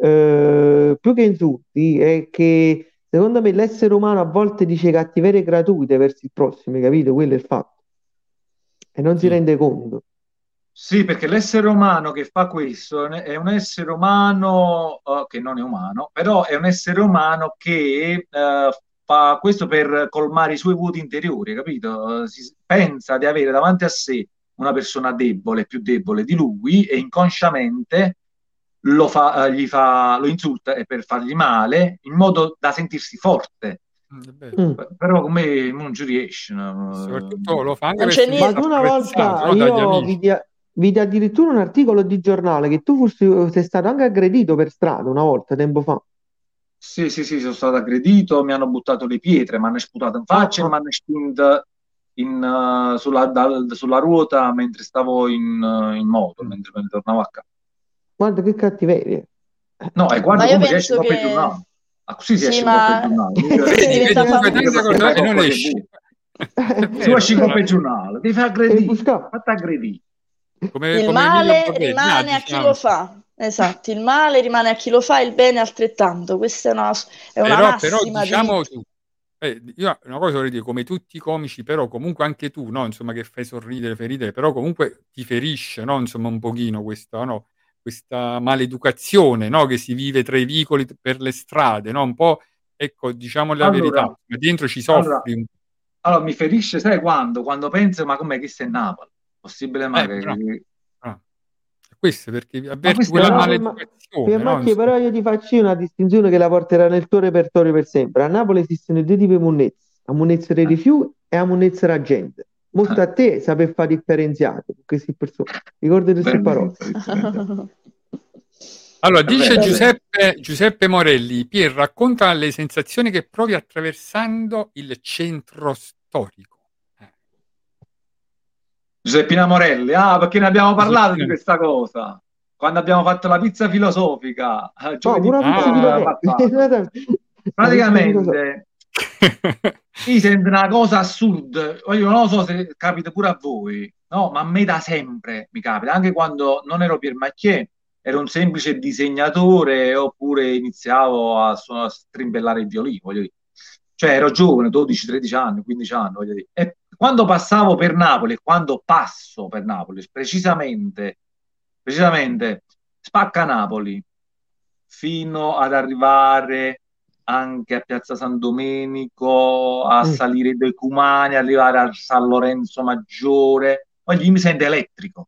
più che insulti, è che secondo me l'essere umano a volte dice cattiverie gratuite verso il prossimo, capito? Quello è il fatto. E non si rende conto. Sì, perché l'essere umano che fa questo è un essere umano che non è umano, però è un essere umano che fa questo per colmare i suoi vuoti interiori, capito? Si pensa di avere davanti a sé una persona debole, più debole di lui, e inconsciamente lo insulta per fargli male, in modo da sentirsi forte. Però con me non ci riesce. Soprattutto lo fa anche ma tu una volta io vidi addirittura un articolo di giornale che tu sei stato anche aggredito per strada una volta, tempo fa. Sì, sono stato aggredito, mi hanno buttato le pietre, mi hanno sputato in faccia e mi hanno spinto sulla ruota mentre stavo in moto, mentre tornavo a casa. Guarda che cattiveria. No, e guarda come riesci a giornale. Così si esce un giornale. Tu esci un giornale, ti fai aggredire, fatti aggredire. Il male rimane a chi lo fa. Esatto, il male rimane a chi lo fa, il bene altrettanto. Questa è una massima. Però diciamo tu, io una cosa vorrei dire, come tutti i comici, però comunque anche tu, no? Insomma, che fai sorridere, ferire, però comunque ti ferisce, no? Insomma, un pochino questa maleducazione, no? Che si vive tra i vicoli per le strade, no? Un po', ecco, diciamo la verità, ma dentro ci soffri. Allora, mi ferisce, sai quando? Quando penso, ma com'è che sei a Napoli? Possibile mai questo perché avverti quella maleducazione. Però io ti faccio una distinzione che la porterà nel tuo repertorio per sempre. A Napoli esistono due tipi di monnezza: ammonezzare rifiuti e ammonezzare la gente. Molto a te saper fare differenziato con queste persone. Ricordati queste parole. Allora, dice Giuseppe Morelli: Pier, racconta le sensazioni che provi attraversando il centro storico. Giuseppina Morelli, perché ne abbiamo parlato di questa cosa quando abbiamo fatto la pizza filosofica. Praticamente mi sembra una cosa assurda. Io non lo so se capita pure a voi, no? Ma a me da sempre mi capita, anche quando non ero Pier Macchien, ero un semplice disegnatore oppure iniziavo a strimbellare il violino, voglio dire. Cioè ero giovane, 12, 13 anni, 15 anni, voglio dire. E quando passavo per Napoli, quando passo per Napoli, precisamente Spacca Napoli, fino ad arrivare anche a Piazza San Domenico, a salire dai Cumani, arrivare a San Lorenzo Maggiore, poi mi sento elettrico.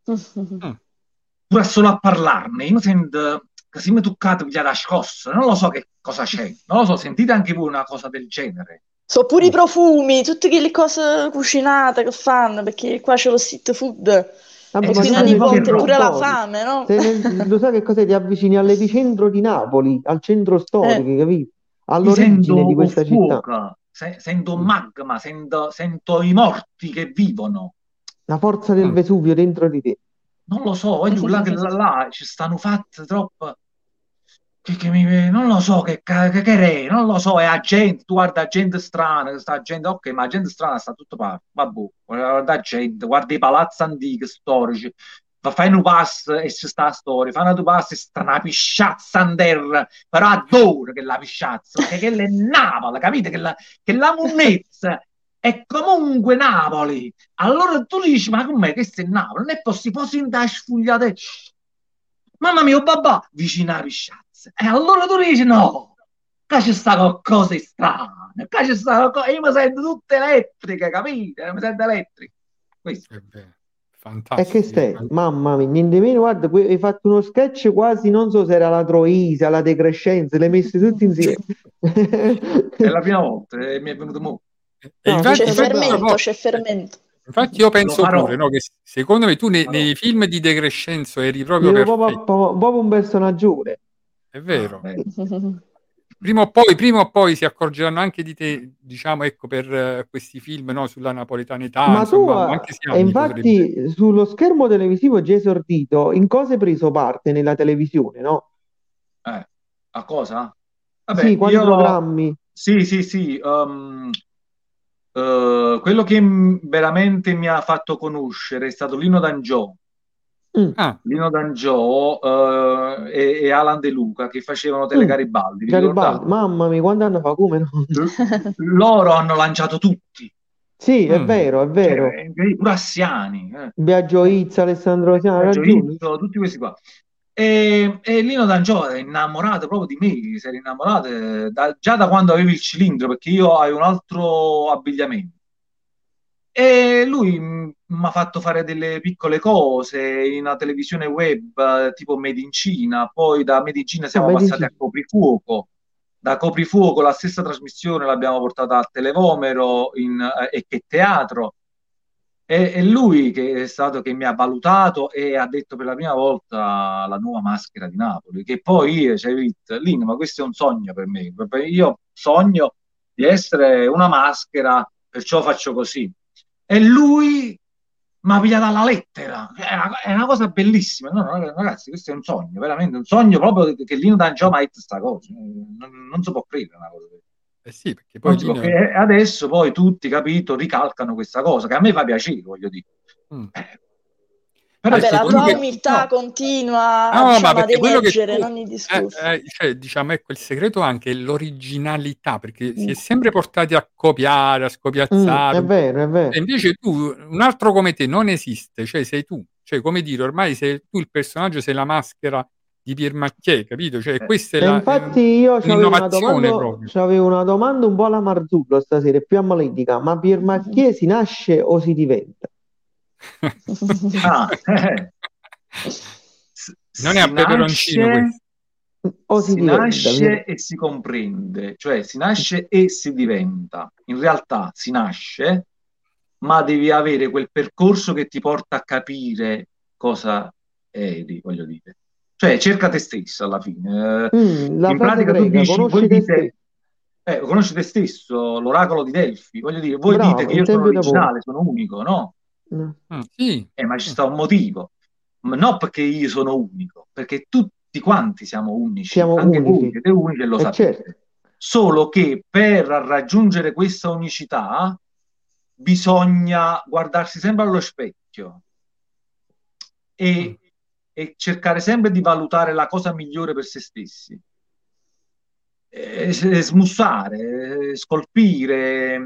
Pure solo a parlarne, io mi sento così mi toccato via da scossa, non lo so che cosa c'è, non lo so, sentite anche voi una cosa del genere? So pure i profumi, tutte quelle cose cucinate che fanno, perché qua c'è lo street food. E quindi ogni volta pure la fame, no? Lo sai che cosa ti avvicini all'epicentro di Napoli, al centro storico, capito? All'origine di questa città. Sento magma, sento i morti che vivono. La forza del Vesuvio dentro di te. Non lo so, là ci stanno fatte troppo. Non lo so che è, non lo so, è gente, tu guarda gente strana, sta gente, ok, ma gente strana sta tutto parte, vabbè, guarda gente, guarda i palazzi antichi, storici, fai un pass e c'è sta la storia, fai una pass e sta una pisciazza in terra, però adoro che la pisciazza, perché quella è Napoli, capite? Che la monnezza è comunque Napoli. Allora tu dici, ma com'è che sei Napoli? Non è possibile, posso andare sfogliate. Mamma mia, babà, vicino alla pisciazza. E allora tu dici, no, qua c'è sta qualcosa di strano, qua c'è sta qualcosa, io mi sento tutta elettrica, capite? Mi sento elettrica. Questo. E che stai? Mamma mia, niente meno, guarda, hai fatto uno sketch quasi, non so se era la Troisia, la Decrescenza, le hai messe tutte insieme. È la prima volta, mi è venuto molto. No, c'è fermento. Infatti io penso pure, no, che secondo me tu nei film di De Crescenzo eri proprio perfetto. Proprio un personaggio. È vero. Prima o poi si accorgeranno anche di te, diciamo, ecco, per questi film, no, sulla napoletanità. Ma insomma, tu, anche e infatti, sullo schermo televisivo già esordito, in cosa hai preso parte nella televisione, no? A cosa? Vabbè, sì, quali programmi? Sì. Quello che veramente mi ha fatto conoscere è stato Lino D'Angiò. Lino D'Angiò e Alan De Luca che facevano Telegaribaldi. Garibaldi, mamma mia, quanti anni fa? Come no? Loro hanno lanciato tutti. Sì, è vero. Cioè, pure Assiani. Biagio Izza, Alessandro Izzo, tutti questi qua. E Lino D'Angiò è innamorato proprio di me, si era innamorato già da quando avevi il cilindro, perché io avevo un altro abbigliamento. E lui mi ha fatto fare delle piccole cose in una televisione web tipo Made in Cina, poi da Made in Cina siamo passati a Coprifuoco. Da Coprifuoco la stessa trasmissione l'abbiamo portata al Televomero e che teatro. E lui che è stato che mi ha valutato e ha detto per la prima volta la nuova maschera di Napoli, che poi Lino, ma questo è un sogno per me, io sogno di essere una maschera, perciò faccio così. E lui mi ha pigliato alla lettera, è una cosa bellissima, no, ragazzi, questo è un sogno, veramente un sogno proprio che Lino D'Angiò mi ha detto questa cosa, non si può credere una cosa. Sì, perché poi e adesso poi tutti, capito, ricalcano questa cosa, che a me fa piacere, voglio dire. Però la tua umiltà continua ad emergere in ogni discorso. Cioè, diciamo, ecco, il segreto anche è l'originalità, perché si è sempre portati a copiare, a scopiazzare. È vero. E invece tu, un altro come te non esiste, cioè sei tu. Cioè, come dire, ormai sei tu il personaggio, sei la maschera di Pier Macchiè, capito? Cioè, questa è infatti io un'innovazione una domanda un po' alla Marzullo stasera, più amaletica, ma Pier Macchiè si nasce o si diventa? Non è a peperoncino questo. Si nasce e si comprende, cioè si nasce e si diventa. In realtà si nasce, ma devi avere quel percorso che ti porta a capire cosa eri, voglio dire. Cioè cerca te stesso alla fine. In pratica tu dici, conosci te stesso, l'oracolo di Delfi, voglio dire, voi dite che io sono originale, sono unico, no? Sì. Ma ci sta un motivo, non perché io sono unico, perché tutti quanti siamo unici, anche voi siete unici e lo sapete. Certo. Solo che per raggiungere questa unicità bisogna guardarsi sempre allo specchio e cercare sempre di valutare la cosa migliore per se stessi. Smussare, scolpire,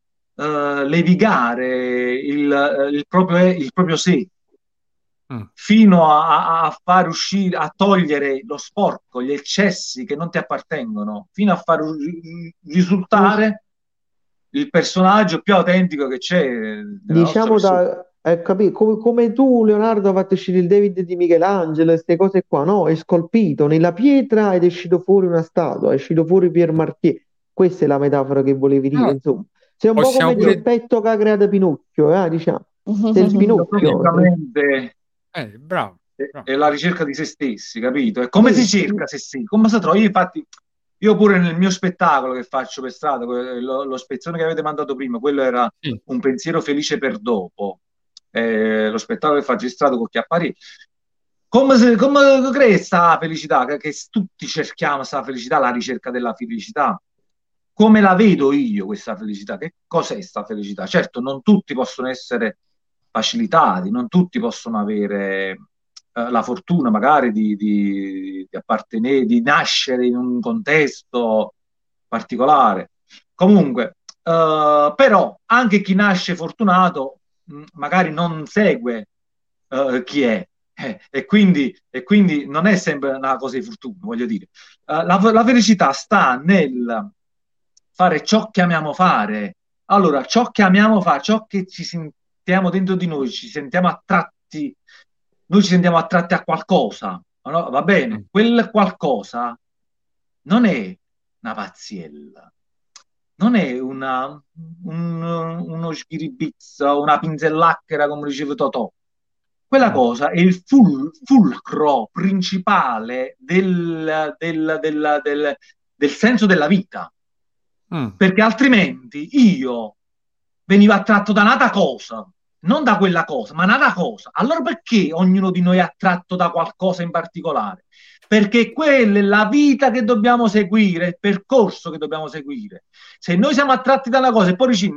levigare il proprio sé fino a far uscire, a togliere lo sporco, gli eccessi che non ti appartengono, fino a far risultare il personaggio più autentico che c'è. Diciamo come tu, Leonardo, hai fatto uscire il David di Michelangelo, queste cose qua, no? È scolpito nella pietra ed è uscito fuori una statua, è uscito fuori Pier Macchiè. Questa è la metafora che volevi dire, insomma. Sei un po' come Geppetto che ha creato Pinocchio, diciamo. Del Pinocchio. Bravo. È la ricerca di se stessi, capito? E come si cerca se stessi? Come si trova? Io pure nel mio spettacolo che faccio per strada, lo spezzone che avete mandato prima, quello era un pensiero felice per dopo. Lo spettacolo che faccio in strada con Chiappari. Come crei questa felicità? Che tutti cerchiamo questa felicità, la ricerca della felicità. Come la vedo io questa felicità? Che cos'è questa felicità? Certo, non tutti possono essere facilitati, non tutti possono avere la fortuna magari di appartenere, di nascere in un contesto particolare. Comunque, però anche chi nasce fortunato magari non segue chi è. E quindi non è sempre una cosa di fortuna, voglio dire. La felicità sta nel fare ciò che amiamo fare. Allora, ciò che amiamo fare, ciò che ci sentiamo dentro di noi, ci sentiamo attratti, noi ci sentiamo attratti a qualcosa, no? Va bene, quel qualcosa non è una pazziella, non è uno schiribizza, una pinzellacchera come diceva Totò. Quella cosa è il fulcro principale del senso della vita. Perché altrimenti io venivo attratto da un'altra cosa, non da quella cosa, ma un'altra cosa. Allora perché ognuno di noi è attratto da qualcosa in particolare? Perché quella è la vita che dobbiamo seguire, il percorso che dobbiamo seguire. Se noi siamo attratti da una cosa e poi diciamo,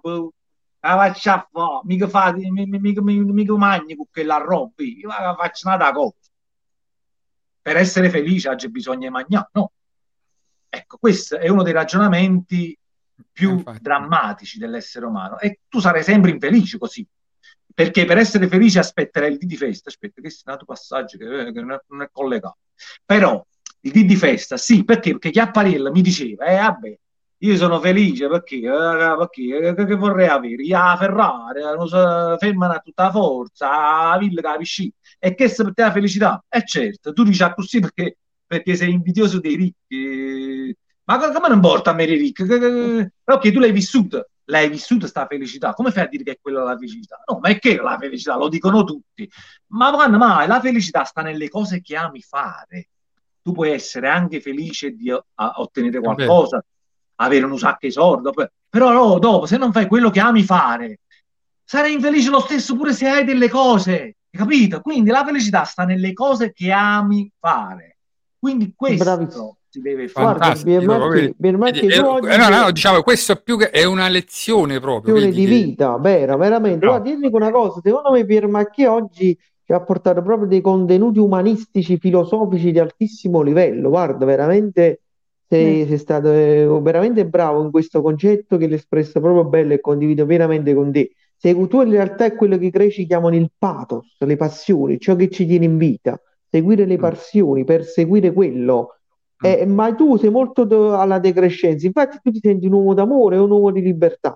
mica mangi con quella roba, io faccio un'altra cosa. Per essere felice oggi bisogna mangiare, no? Ecco, questo è uno dei ragionamenti più drammatici dell'essere umano, e tu sarai sempre infelice così, perché per essere felice aspetterai il dì di festa. Aspetta, che è un altro passaggio che non è collegato, però il dì di festa sì, perché Chiapparella mi diceva vabbè, io sono felice perché che vorrei avere la Ferrari, non so, fermano a tutta forza, la villa, la piscina, e che se per te la felicità? Certo, tu dici così perché sei invidioso dei ricchi. Ma come non importa a me i ricchi? Ok, tu l'hai vissuta sta felicità, come fai a dire che è quella la felicità? No, ma è che la felicità, lo dicono tutti. Ma quando mai? La felicità sta nelle cose che ami fare. Tu puoi essere anche felice di ottenere qualcosa, avere un sacco di soldi, però no, dopo, se non fai quello che ami fare, sarai infelice lo stesso pure se hai delle cose, capito? Quindi la felicità sta nelle cose che ami fare. Quindi questo si deve fare. Guarda, Piermarchi, no, diciamo, questo più che è una lezione proprio. Di vita, vera, veramente. No. Guarda, io dico una cosa, secondo me Piermarchi oggi ci ha portato proprio dei contenuti umanistici, filosofici di altissimo livello. Guarda, veramente sei stato veramente bravo in questo concetto, che l'hai espresso proprio bello e condivido pienamente con te. Tu in realtà è quello che i greci chiamano il pathos, le passioni, ciò che ci tiene in vita. Seguire le passioni, perseguire quello. Ma tu sei molto alla decrescenza, infatti tu ti senti un uomo d'amore o un uomo di libertà?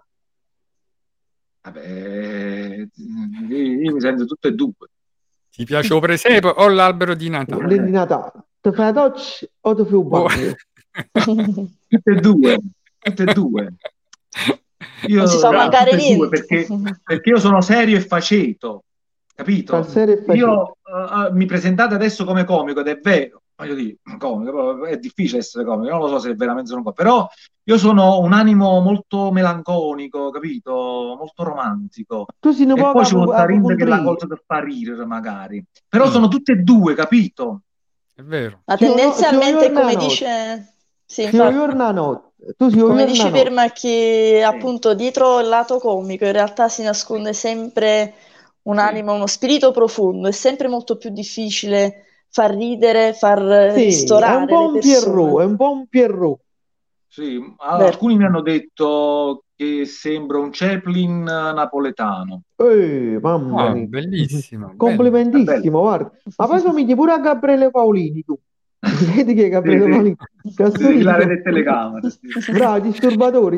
Vabbè, io mi sento tutte e due. Ti piace il presepe o l'albero di Natale? Di Natale. Ti fai la doccia o ti fai un bagno? Tutte e due. Io non si fa mancare niente. Perché io sono serio e faceto, capito? Io mi presentate adesso come comico, ed è vero, voglio dire, comico, è difficile essere comico, non lo so se veramente sono comico, però io sono un animo molto melanconico, capito? Molto romantico. E poi ci vuole ridere che la cosa per far ridere magari. Però sono tutte e due, capito? È vero. Ma tendenzialmente, come dice... Sì, come dice Piermarchi, appunto, dietro il lato comico in realtà si nasconde sempre un'anima, uno spirito profondo. È sempre molto più difficile far ridere, far ristorare le persone. È un po' un Pierrot. Sì, alcuni mi hanno detto che sembra un Chaplin napoletano. Mamma mia, bellissimo. Complimentissimo, guarda. Ma poi somigli pure a Gabriele Paolini, tu. Vedi che Gabriele Paolini? La rete telecamera. Bravo, disturbatori.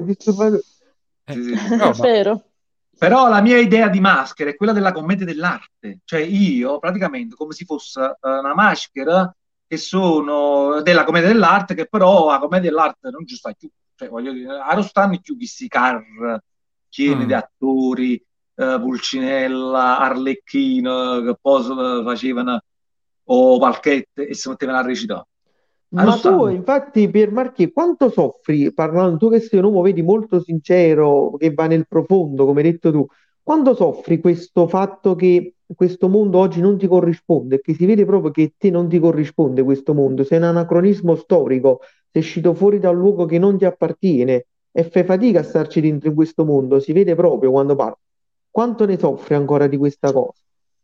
È vero. Però la mia idea di maschera è quella della commedia dell'arte, cioè io praticamente come se fosse una maschera che sono della commedia dell'arte, che però la commedia dell'arte non ci sta più, cioè voglio dire, a non stanno più chi si chiede di attori, Pulcinella, Arlecchino, che poi facevano o Palchette e si mettevano a recitare. Ma tu, infatti, Piermarchi, quanto soffri, parlando, tu che sei un uomo, vedi, molto sincero, che va nel profondo, come hai detto tu, quanto soffri questo fatto che questo mondo oggi non ti corrisponde, che si vede proprio che te non ti corrisponde questo mondo, sei un anacronismo storico, sei uscito fuori da un luogo che non ti appartiene e fai fatica a starci dentro in questo mondo, si vede proprio quando parli. quanto ne soffri ancora di questa cosa?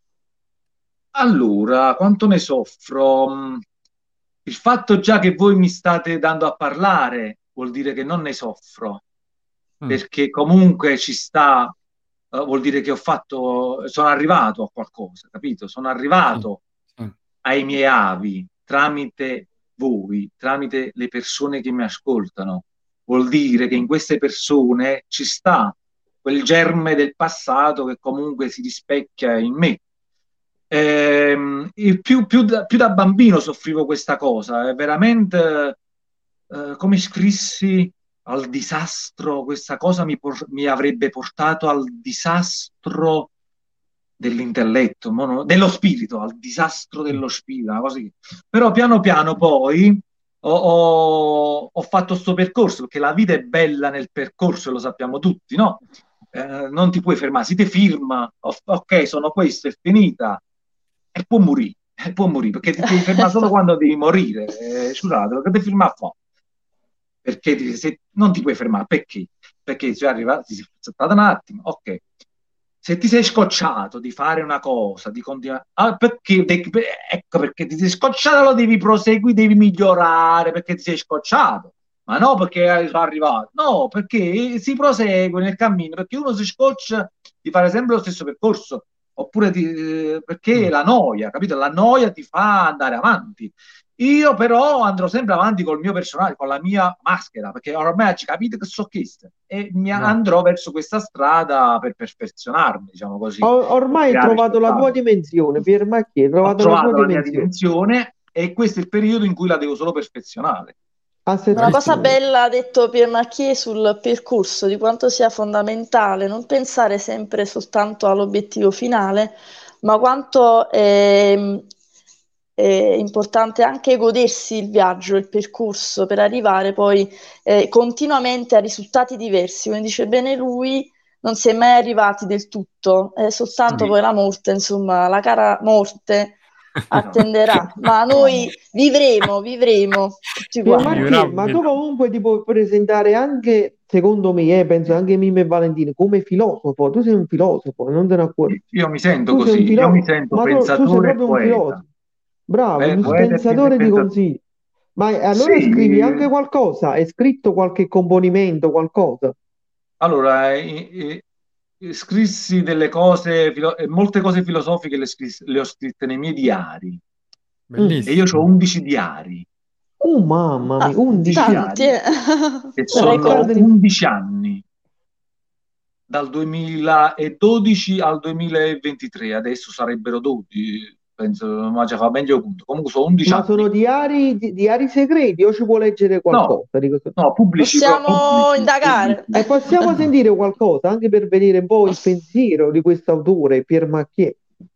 Allora, quanto ne soffro? Il fatto già che voi mi state dando a parlare vuol dire che non ne soffro, perché comunque ci sta, vuol dire che sono arrivato a qualcosa, capito? Sono arrivato ai miei avi tramite voi, tramite le persone che mi ascoltano. Vuol dire che in queste persone ci sta quel germe del passato che comunque si rispecchia in me. Più da bambino soffrivo questa cosa, è veramente come scrissi al disastro, questa cosa mi avrebbe portato al disastro dell'intelletto, dello spirito, al disastro dello spirito, una cosa che... Però piano piano poi ho fatto sto percorso, perché la vita è bella nel percorso, lo sappiamo tutti, no? Non ti puoi fermare, si ti firma, ok, sono questo, è finita, e può morire, perché ti devi fermare solo quando devi morire, scusate, perché devi firmare a fa? Perché se non ti puoi fermare, perché? Perché sei arrivato, ti sei stato un attimo, ok. Se ti sei scocciato di fare una cosa, di continuare, ecco perché ti sei scocciato, lo devi proseguire, devi migliorare perché ti sei scocciato, ma no perché sono arrivato, no, perché si prosegue nel cammino, perché uno si scoccia di fare sempre lo stesso percorso, oppure perché la noia, capito? La noia ti fa andare avanti. Io però andrò sempre avanti col mio personaggio, con la mia maschera, perché ormai ci capite che so questo e andrò verso questa strada per perfezionarmi, diciamo così. Ormai hai trovato la tua dimensione, Pier Macchie, hai trovato la tua mia dimensione e questo è il periodo in cui la devo solo perfezionare. Una cosa bella ha detto Pier Macchie sul percorso, di quanto sia fondamentale non pensare sempre soltanto all'obiettivo finale, ma quanto è importante anche godersi il viaggio, il percorso per arrivare poi continuamente a risultati diversi. Come dice bene lui, non si è mai arrivati del tutto, è soltanto poi la morte, insomma, la cara morte attenderà, ma noi vivremo tutti quanti. Ma tu comunque ti puoi presentare anche, secondo me, penso anche Mimmo e Valentino, come filosofo. Tu sei un filosofo, non te ne accorgi. Io mi sento così, io mi sento pensatore, tu sei proprio un filosofo. Bravo, un pensatore di consigli. Ma allora sì, scrivi anche qualcosa? Hai scritto qualche componimento, qualcosa? Allora, scrissi delle cose, molte cose filosofiche le ho scritte nei miei diari. Bellissimo. E io ho 11 diari. Mamma mia, 11 tanti, diari. Che sono 11 anni. Dal 2012 al 2023, adesso sarebbero 12, penso, ma già fa meglio conto. Comunque sono 11 anni. Ma sono diari segreti o ci può leggere qualcosa? No, pubblici. Possiamo indagare. E possiamo sentire qualcosa, anche per vedere un po' il pensiero di questo autore, Pier Macchie.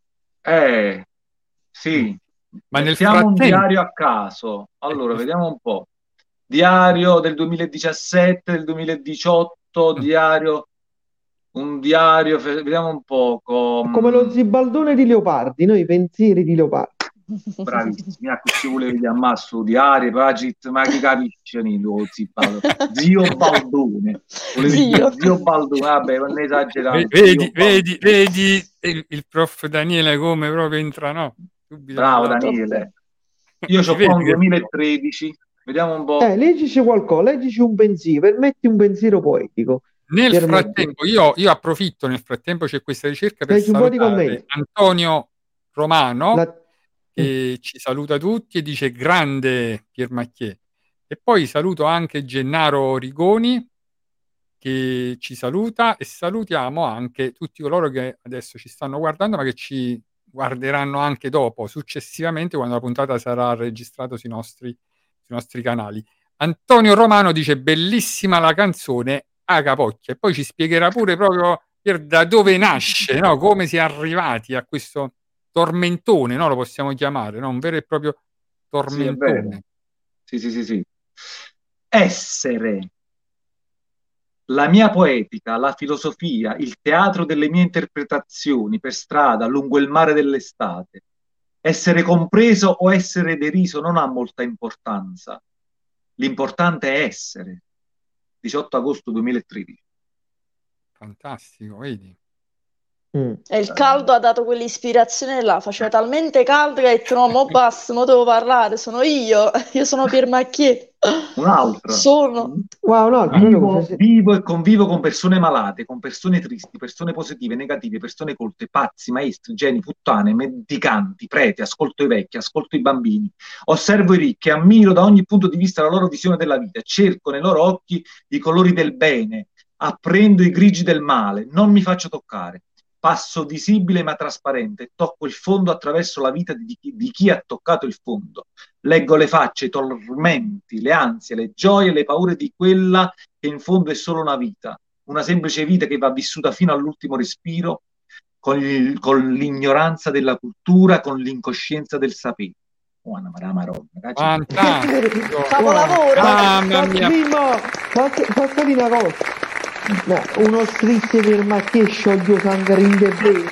Sì. Ma mettiamo un diario a caso. Allora, vediamo un po'. Diario del 2017, del 2018, un diario, vediamo un po'. Come lo zibaldone di Leopardi, noi i pensieri di Leopardi. Bravissimi, ci volevi ammasso diario, ma chi capisce lo zio Baldone. Zio Baldone, vabbè, non esagerare. Vedi il prof Daniele come proprio entra, no? Bravo Daniele. Io ho qua un 2013, vediamo un po'. Leggici qualcosa, leggici un pensiero, permetti un pensiero poetico. Nel frattempo, io approfitto, nel frattempo c'è questa ricerca per salutare Antonio Romano, che ci saluta tutti e dice grande Pier Macchie. E poi saluto anche Gennaro Rigoni, che ci saluta, e salutiamo anche tutti coloro che adesso ci stanno guardando, ma che ci guarderanno anche dopo, successivamente, quando la puntata sarà registrata sui nostri canali. Antonio Romano dice bellissima la canzone a capocchia, e poi ci spiegherà pure proprio da dove nasce, no? Come si è arrivati a questo tormentone, no? Lo possiamo chiamare, no? Un vero e proprio tormentone. Sì. Essere. La mia poetica, la filosofia, il teatro delle mie interpretazioni per strada lungo il mare dell'estate. Essere compreso o essere deriso non ha molta importanza. L'importante è essere. 18 agosto 2013. Fantastico, vedi? E il caldo ha dato quell'ispirazione là, faceva talmente caldo che ha detto no, mo basta, mo devo parlare, sono io sono Pier Macchiè. Un altro. Wow, no, vivo e convivo con persone malate, con persone tristi, persone positive, negative, persone colte, pazzi, maestri, geni, puttane, mendicanti, preti, ascolto i vecchi, ascolto i bambini, osservo i ricchi, ammiro da ogni punto di vista la loro visione della vita, cerco nei loro occhi i colori del bene, apprendo i grigi del male, non mi faccio toccare. Passo visibile ma trasparente, tocco il fondo attraverso la vita di chi ha toccato il fondo. Leggo le facce, i tormenti, le ansie, le gioie, le paure di quella che in fondo è solo una vita, una semplice vita che va vissuta fino all'ultimo respiro, con l'ignoranza della cultura, con l'incoscienza del sapere. Fantastico! Capolavoro! Mamma mia! Posso dire una cosa? No, uno strizio per Macchiè scioglie sangue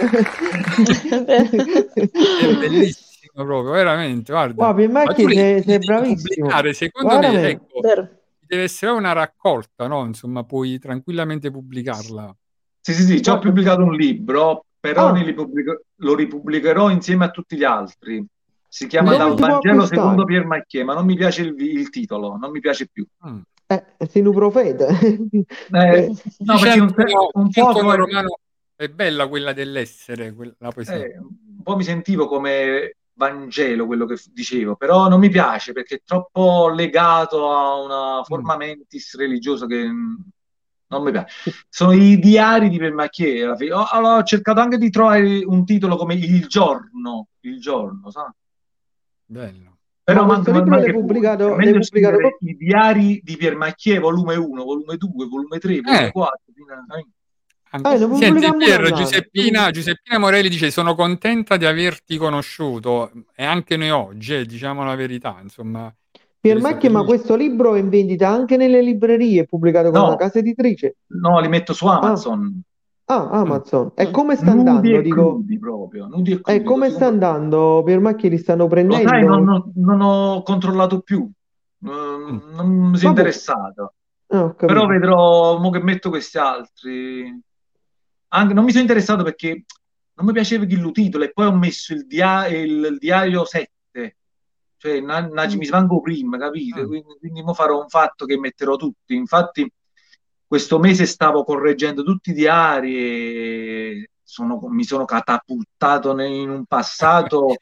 È bellissimo proprio, veramente, guarda. Per Macchiè sei bravissimo. Secondo me, ecco, deve essere una raccolta, no? Insomma, puoi tranquillamente pubblicarla. Sì, già ho pubblicato un libro, però lo ripubblicherò insieme a tutti gli altri. Si chiama Dal Vangelo secondo Pier Macchiè, ma non mi piace il titolo, non mi piace più. Sei un profeta. No, perché un po' romano è bella quella dell'essere, la poesia. Un po' mi sentivo come Vangelo quello che dicevo, però non mi piace perché è troppo legato a una forma mentis religiosa che non mi piace. Sono i diari di Pier Macchiè. Allora, ho cercato anche di trovare un titolo come Il giorno, sa? Bello. Però questo libro l'hai pubblicato i diari di Pier Macchiè, volume 1, volume 2, volume 3, volume 4. Senti Pier, Giuseppina Morelli dice: sono contenta di averti conosciuto, e anche noi oggi, diciamo la verità, insomma. Pier Macchiè, ma questo libro è in vendita anche nelle librerie, è pubblicato con una casa editrice? No, li metto su Amazon. Amazon. E come sta andando? Crudi proprio. Nudi e crudi, come sta andando? Pier Macchiè li stanno prendendo? Lo sai, non ho controllato più. Non mi sono interessato. Però vedrò mo che metto questi altri. Anche, non mi sono interessato perché non mi piaceva il titolo, e poi ho messo il diario 7. Cioè, mi svango prima, capite? Quindi mo farò un fatto che metterò tutti. Infatti, questo mese stavo correggendo tutti i diari e mi sono catapultato in un passato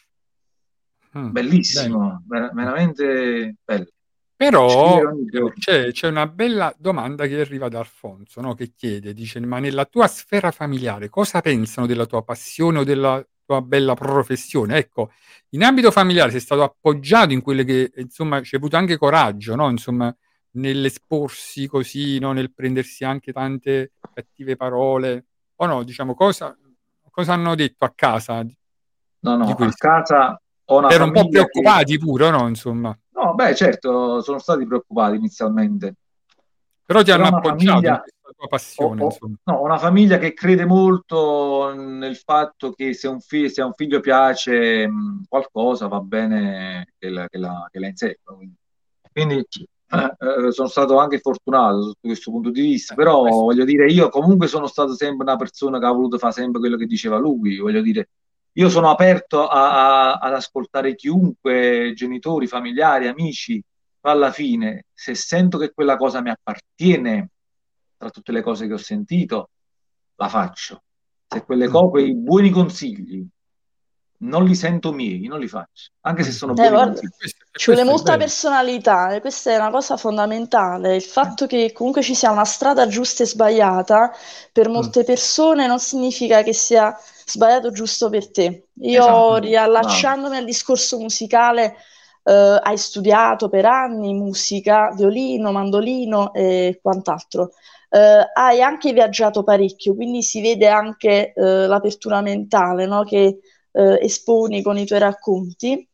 bellissimo, veramente bello. Però c'è una bella domanda che arriva da Alfonso, no? Che chiede, dice: ma nella tua sfera familiare cosa pensano della tua passione o della tua bella professione? Ecco, in ambito familiare sei stato appoggiato in quelle che, insomma, c'è avuto anche coraggio, no? Insomma, nell'esporsi così, no? Nel prendersi anche tante cattive parole, o no? Diciamo, cosa hanno detto a casa? No, a casa ho una erano un po' preoccupati pure, no? Insomma. No, beh, certo, sono stati preoccupati inizialmente. Però ti hanno appoggiato in questa tua passione, insomma. No, una famiglia che crede molto nel fatto che se a un figlio piace qualcosa, va bene che la insegua. Quindi sono stato anche fortunato sotto questo punto di vista, però voglio dire, io comunque sono stato sempre una persona che ha voluto fare sempre quello che diceva lui, voglio dire, io sono aperto ad ascoltare chiunque, genitori, familiari, amici, alla fine, se sento che quella cosa mi appartiene, tra tutte le cose che ho sentito, la faccio. Se quei buoni consigli non li sento miei, non li faccio, anche se sono buoni consigli. Ci vuole molta personalità, e questa è una cosa fondamentale. Il fatto che comunque ci sia una strada giusta e sbagliata per molte persone non significa che sia sbagliato giusto per te. Io, riallacciandomi al discorso musicale, hai studiato per anni musica, violino, mandolino e quant'altro. Hai anche viaggiato parecchio, quindi si vede anche l'apertura mentale, no? Che esponi con i tuoi racconti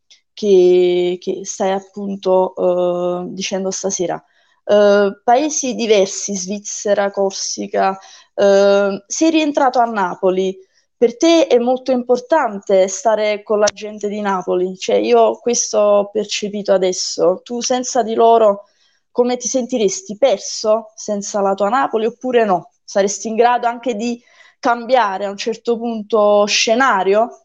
che stai appunto dicendo stasera. Paesi diversi, Svizzera, Corsica, sei rientrato a Napoli. Per te è molto importante stare con la gente di Napoli, cioè io questo ho percepito adesso. Tu senza di loro come ti sentiresti? Perso senza la tua Napoli oppure no? Saresti in grado anche di cambiare a un certo punto scenario?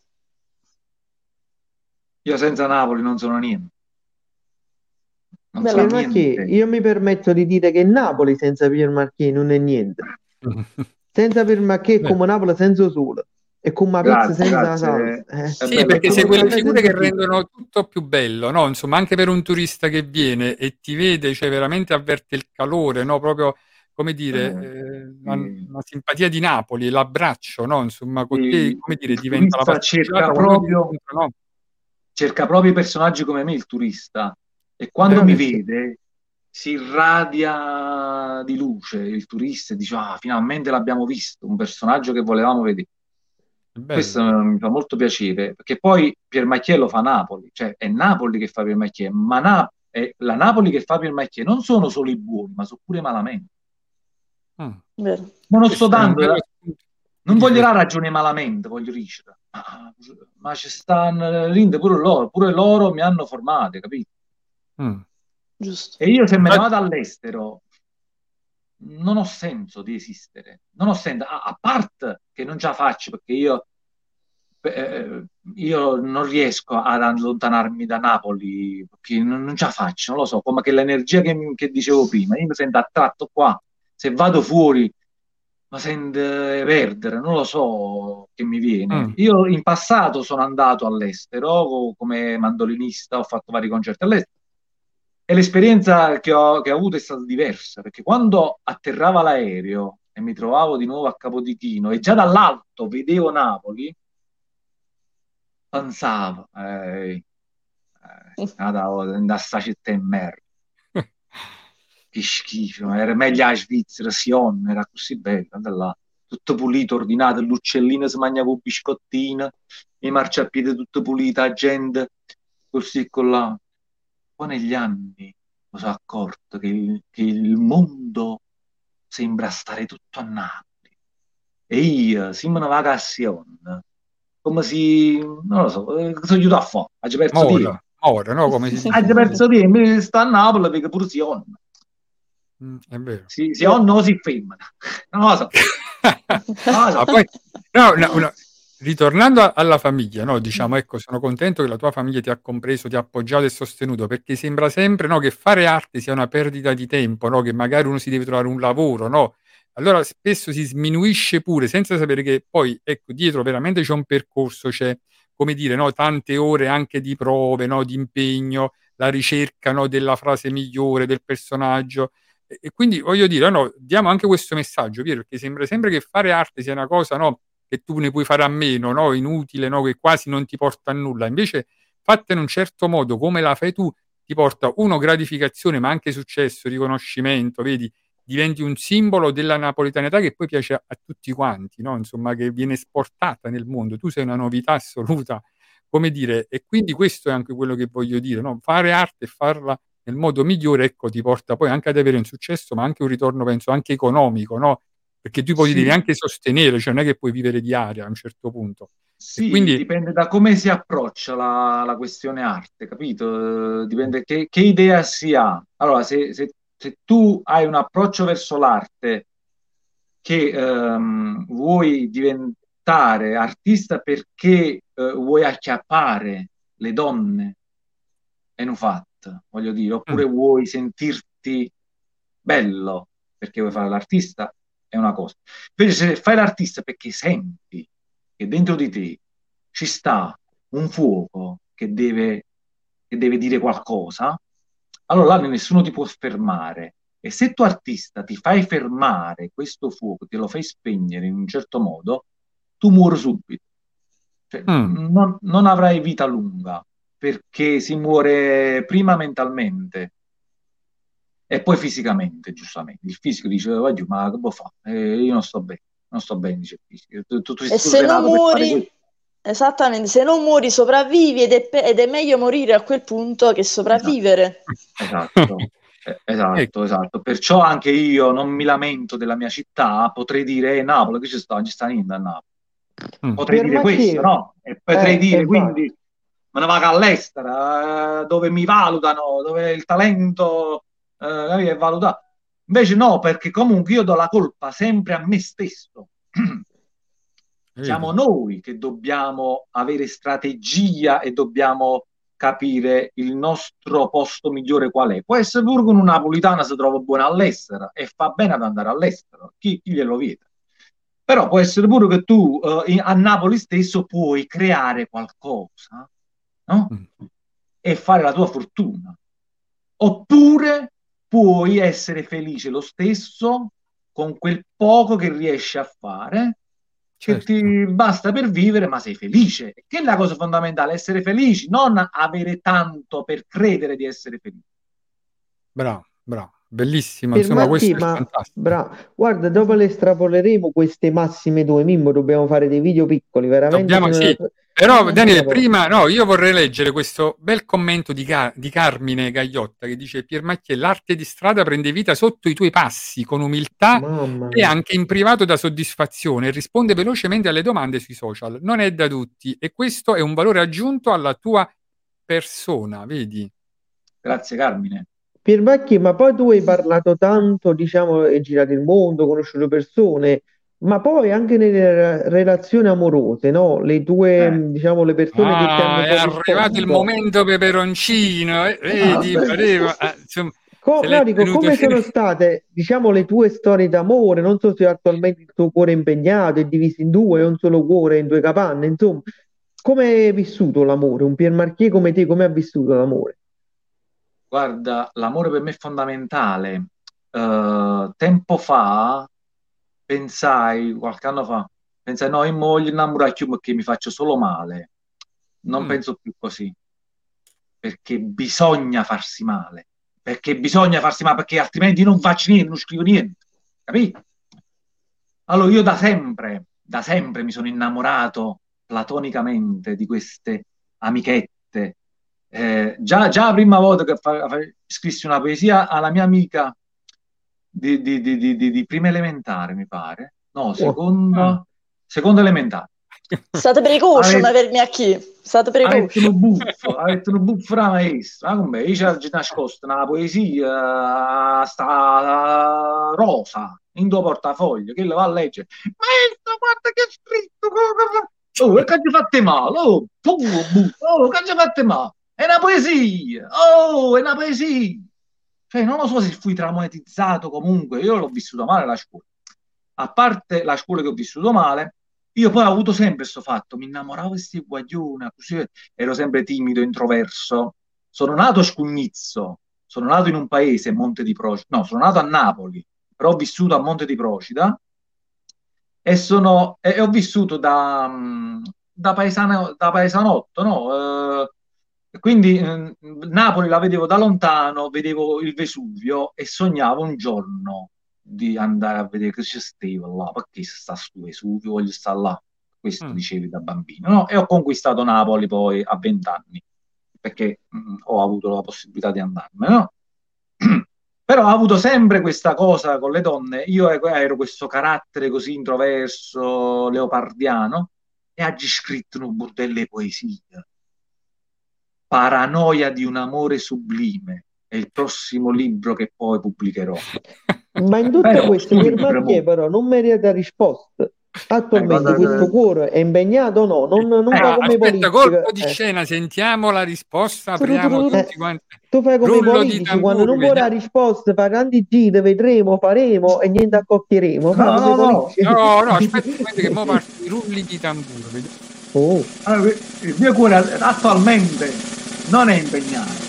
Io senza Napoli non sono niente. Non so Pier Marchè, niente. io mi permetto di dire che Napoli senza Pier Marchè non è niente. Senza Pier Marchè è come Napoli senza sole. È come una pizza Grazie, senza grazie. salsa. Sì, perché sei come quelle caffè figure senza che zucchero. rendono tutto più bello, no? Insomma, anche per un turista che viene e ti vede, cioè veramente avverte il calore, no? Proprio, come dire, una simpatia di Napoli, l'abbraccio, no? Insomma, con te, come dire, Il diventa la turista cerca passeggiata quando ti incontra, no? cerca proprio i personaggi come me, il turista, e quando mi Bravissimo. vede si irradia di luce il turista e dice: ah, finalmente l'abbiamo visto, un personaggio che volevamo vedere. È Questo bello. mi fa molto piacere, perché poi Pier Macchiè lo fa Napoli, cioè è Napoli che fa Pier Macchiè, ma è la Napoli che fa Pier Macchiè non sono solo i buoni, ma sono pure i malamente. Vero. Ma non sto Questo è un dando, bello spunto di non voglio la riflessione. ragione malamente, voglio dicere, ma ci stanno rinde pure loro mi hanno formato, capito? Giusto. E io se me ne Infatti, vado all'estero non ho senso di esistere, non ho senso, a parte che non ce la faccio perché io non riesco ad allontanarmi da Napoli perché non ce la faccio, non lo so, come che l'energia che dicevo prima, io mi sento attratto qua, se vado fuori ma sento perdere, non lo so che mi viene. Io in passato sono andato all'estero come mandolinista, ho fatto vari concerti all'estero e l'esperienza che ho avuto è stata diversa, perché quando atterrava l'aereo e mi trovavo di nuovo a Capodichino e già dall'alto vedevo Napoli, pensavo, da sta città in merda, che schifo, era meglio la Svizzera, Sion, era così bello, là, tutto pulito, ordinato, l'uccellino si mangiava un biscottino, i marciapiedi tutto pulito, la gente così e colà. Poi negli anni mi sono accorto che il mondo sembra stare tutto a Napoli. E io, se me ne vado a Sion, come si, non lo so, sono aiutato a fare, ho perso tempo. Ora, no? Come si dice? Ho perso tempo, mi sta a Napoli perché pure Sion. È vero. Sion non si femmina, non lo so. Ah, poi, no, ritornando alla famiglia, no, diciamo, ecco, sono contento che la tua famiglia ti ha compreso, ti ha appoggiato e sostenuto, perché sembra sempre, no, che fare arte sia una perdita di tempo, no, che magari uno si deve trovare un lavoro, no? Allora spesso si sminuisce pure senza sapere che poi, ecco, dietro veramente c'è un percorso, c'è, come dire, no, tante ore anche di prove, no, di impegno, la ricerca, no, della frase migliore, del personaggio. E quindi voglio dire, no, diamo anche questo messaggio, Piero, perché sembra sempre che fare arte sia una cosa, no, che tu ne puoi fare a meno, no, inutile, no, che quasi non ti porta a nulla. Invece, fatta in un certo modo, come la fai tu, ti porta, uno, gratificazione, ma anche successo, riconoscimento, vedi, diventi un simbolo della napoletanità che poi piace a tutti quanti, no? Insomma, che viene esportata nel mondo. Tu sei una novità assoluta, come dire, e quindi questo è anche quello che voglio dire, no? Fare arte e farla nel modo migliore, ecco, ti porta poi anche ad avere un successo, ma anche un ritorno, penso, anche economico, no? Perché tu poi ti devi anche sostenere, cioè non è che puoi vivere di aria a un certo punto. E Sì, quindi, dipende da come si approccia la questione arte, capito? Dipende che idea si ha. Allora, se tu hai un approccio verso l'arte che vuoi diventare artista perché vuoi acchiappare le donne, è un fatto, voglio dire, oppure vuoi sentirti bello perché vuoi fare l'artista, è una cosa. Invece se fai l'artista perché senti che dentro di te ci sta un fuoco che deve dire qualcosa, allora là nessuno ti può fermare. E se tu artista ti fai fermare questo fuoco, te lo fai spegnere in un certo modo, tu muori subito. Cioè, non avrai vita lunga, perché si muore prima mentalmente e poi fisicamente, giustamente. Il fisico dice, "Voglio, ma che può fare? Io non sto bene, dice il fisico. Tu E sei se non nato per fare questo." muori, esattamente, se non muori sopravvivi ed è meglio morire a quel punto che sopravvivere. Esatto. Esatto. Perciò anche io non mi lamento della mia città, potrei dire, Napoli, che ci sta niente a Napoli. Potrei Per dire questo, Macchia, no? E potrei dire, quindi, infatti, me ne vado all'estero, dove mi valutano, dove il talento è valutato. Invece no, perché comunque io do la colpa sempre a me stesso. Siamo noi che dobbiamo avere strategia e dobbiamo capire il nostro posto migliore qual è. Può essere pure che un napolitano si trova buona all'estero e fa bene ad andare all'estero, chi glielo vieta. Però può essere pure che tu a Napoli stesso puoi creare qualcosa, no? E fare la tua fortuna. Oppure puoi essere felice lo stesso con quel poco che riesci a fare, che ti basta per vivere, ma sei felice. Che è la cosa fondamentale, essere felici, non avere tanto per credere di essere felici. Bravo. Bellissimo, insomma, questo è fantastico. Bravo. Guarda, dopo le estrapoleremo queste massime tue, Mimmo, dobbiamo fare dei video piccoli, veramente. Sì. Però Daniele, prima io vorrei leggere questo bel commento di Carmine Gagliotta che dice: Piermacchiè, l'arte di strada prende vita sotto i tuoi passi con umiltà e anche in privato da soddisfazione, risponde velocemente alle domande sui social, non è da tutti e questo è un valore aggiunto alla tua persona, vedi? Grazie Carmine. Piermacchi, ma poi tu hai parlato tanto, diciamo, hai girato il mondo, conosciuto persone, ma poi anche nelle relazioni amorose, no? Le tue, diciamo, le persone che ti hanno è arrivato il momento peperoncino, vedi, pareva, insomma, come sono state, diciamo, le tue storie d'amore? Non so se attualmente il tuo cuore è impegnato, è diviso in due, è un solo cuore in due capanne, insomma, come hai vissuto l'amore? Un Piermarché come te, come ha vissuto l'amore? Guarda, l'amore per me è fondamentale. Tempo fa qualche anno fa, no, io voglio innamorare perché mi faccio solo male. Non penso più così. Perché bisogna farsi male. Perché altrimenti non faccio niente, non scrivo niente. Capito? Allora io da sempre mi sono innamorato platonicamente di queste amichette. Già la prima volta che scrissi una poesia alla mia amica di prima elementare, mi pare. No, seconda elementare. State precoci, ma per me a chi? State precoci. Avete un buffo la maestra, come io c'era nascosto una poesia sta rosa in tuo portafoglio, che le va a leggere. Maestra, guarda che ha scritto! Oh, che ci fate male! Oh, che ci fate male! È una poesia! Oh, è una poesia! Cioè, non lo so se fui traumatizzato comunque, io l'ho vissuto male la scuola. A parte la scuola che ho vissuto male, io poi ho avuto sempre questo fatto, mi innamoravo di questi guaglioni, così ero sempre timido, introverso. Sono nato a Scugnizzo, sono nato in un paese, Monte di Procida, no, sono nato a Napoli, però ho vissuto a Monte di Procida e ho vissuto da paesanotto, no? Quindi Napoli la vedevo da lontano, vedevo il Vesuvio e sognavo un giorno di andare a vedere che c'è stava là, perché sta sto Vesuvio, voglio stare là. Questo dicevi da bambino, no? E ho conquistato Napoli poi a 20 anni, perché ho avuto la possibilità di andarmene, no? Però ho avuto sempre questa cosa con le donne, io ero questo carattere così introverso, leopardiano, e oggi scritto un bordello di poesie. Paranoia di un amore sublime è il prossimo libro che poi pubblicherò. Ma in tutto questo Piermarché però non merita risposta. Attualmente questo cuore è impegnato o no? Non fa come aspetta, colpo di scena, sentiamo la risposta, apriamo tutti quanti. Tu fai come i politici, quando non vuoi la risposta, fai tanti giri, vedremo, faremo e niente accoppieremo. No, aspetta che mo partono i rulli di tamburo. Allora, il mio cuore attualmente non è impegnato.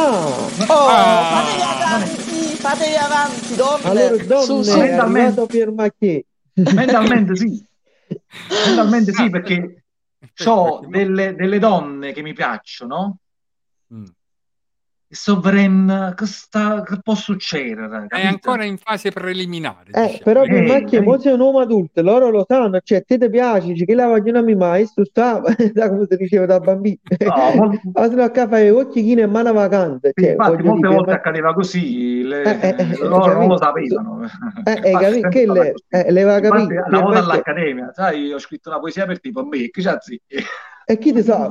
Fatevi avanti, donne. Allora, donne, è arrivato Piermarché. Mentalmente sì, perché ho delle donne che mi piacciono. Sovren, che può succedere? Capito? È ancora in fase preliminare. Diciamo. Però Piermarché mo sei un uomo adulto, loro lo sanno, cioè te ti piace, che la vogliono a mia maestro stava, come si diceva da bambino. Ma se no qua fai occhichine e mano vacante. Cioè, infatti molte volte accadeva così, loro non lo sapevano. Che le va a capire. Una volta all'accademia, sai, ho scritto una poesia per tipo me, che c'ha zì. E chi ti sa?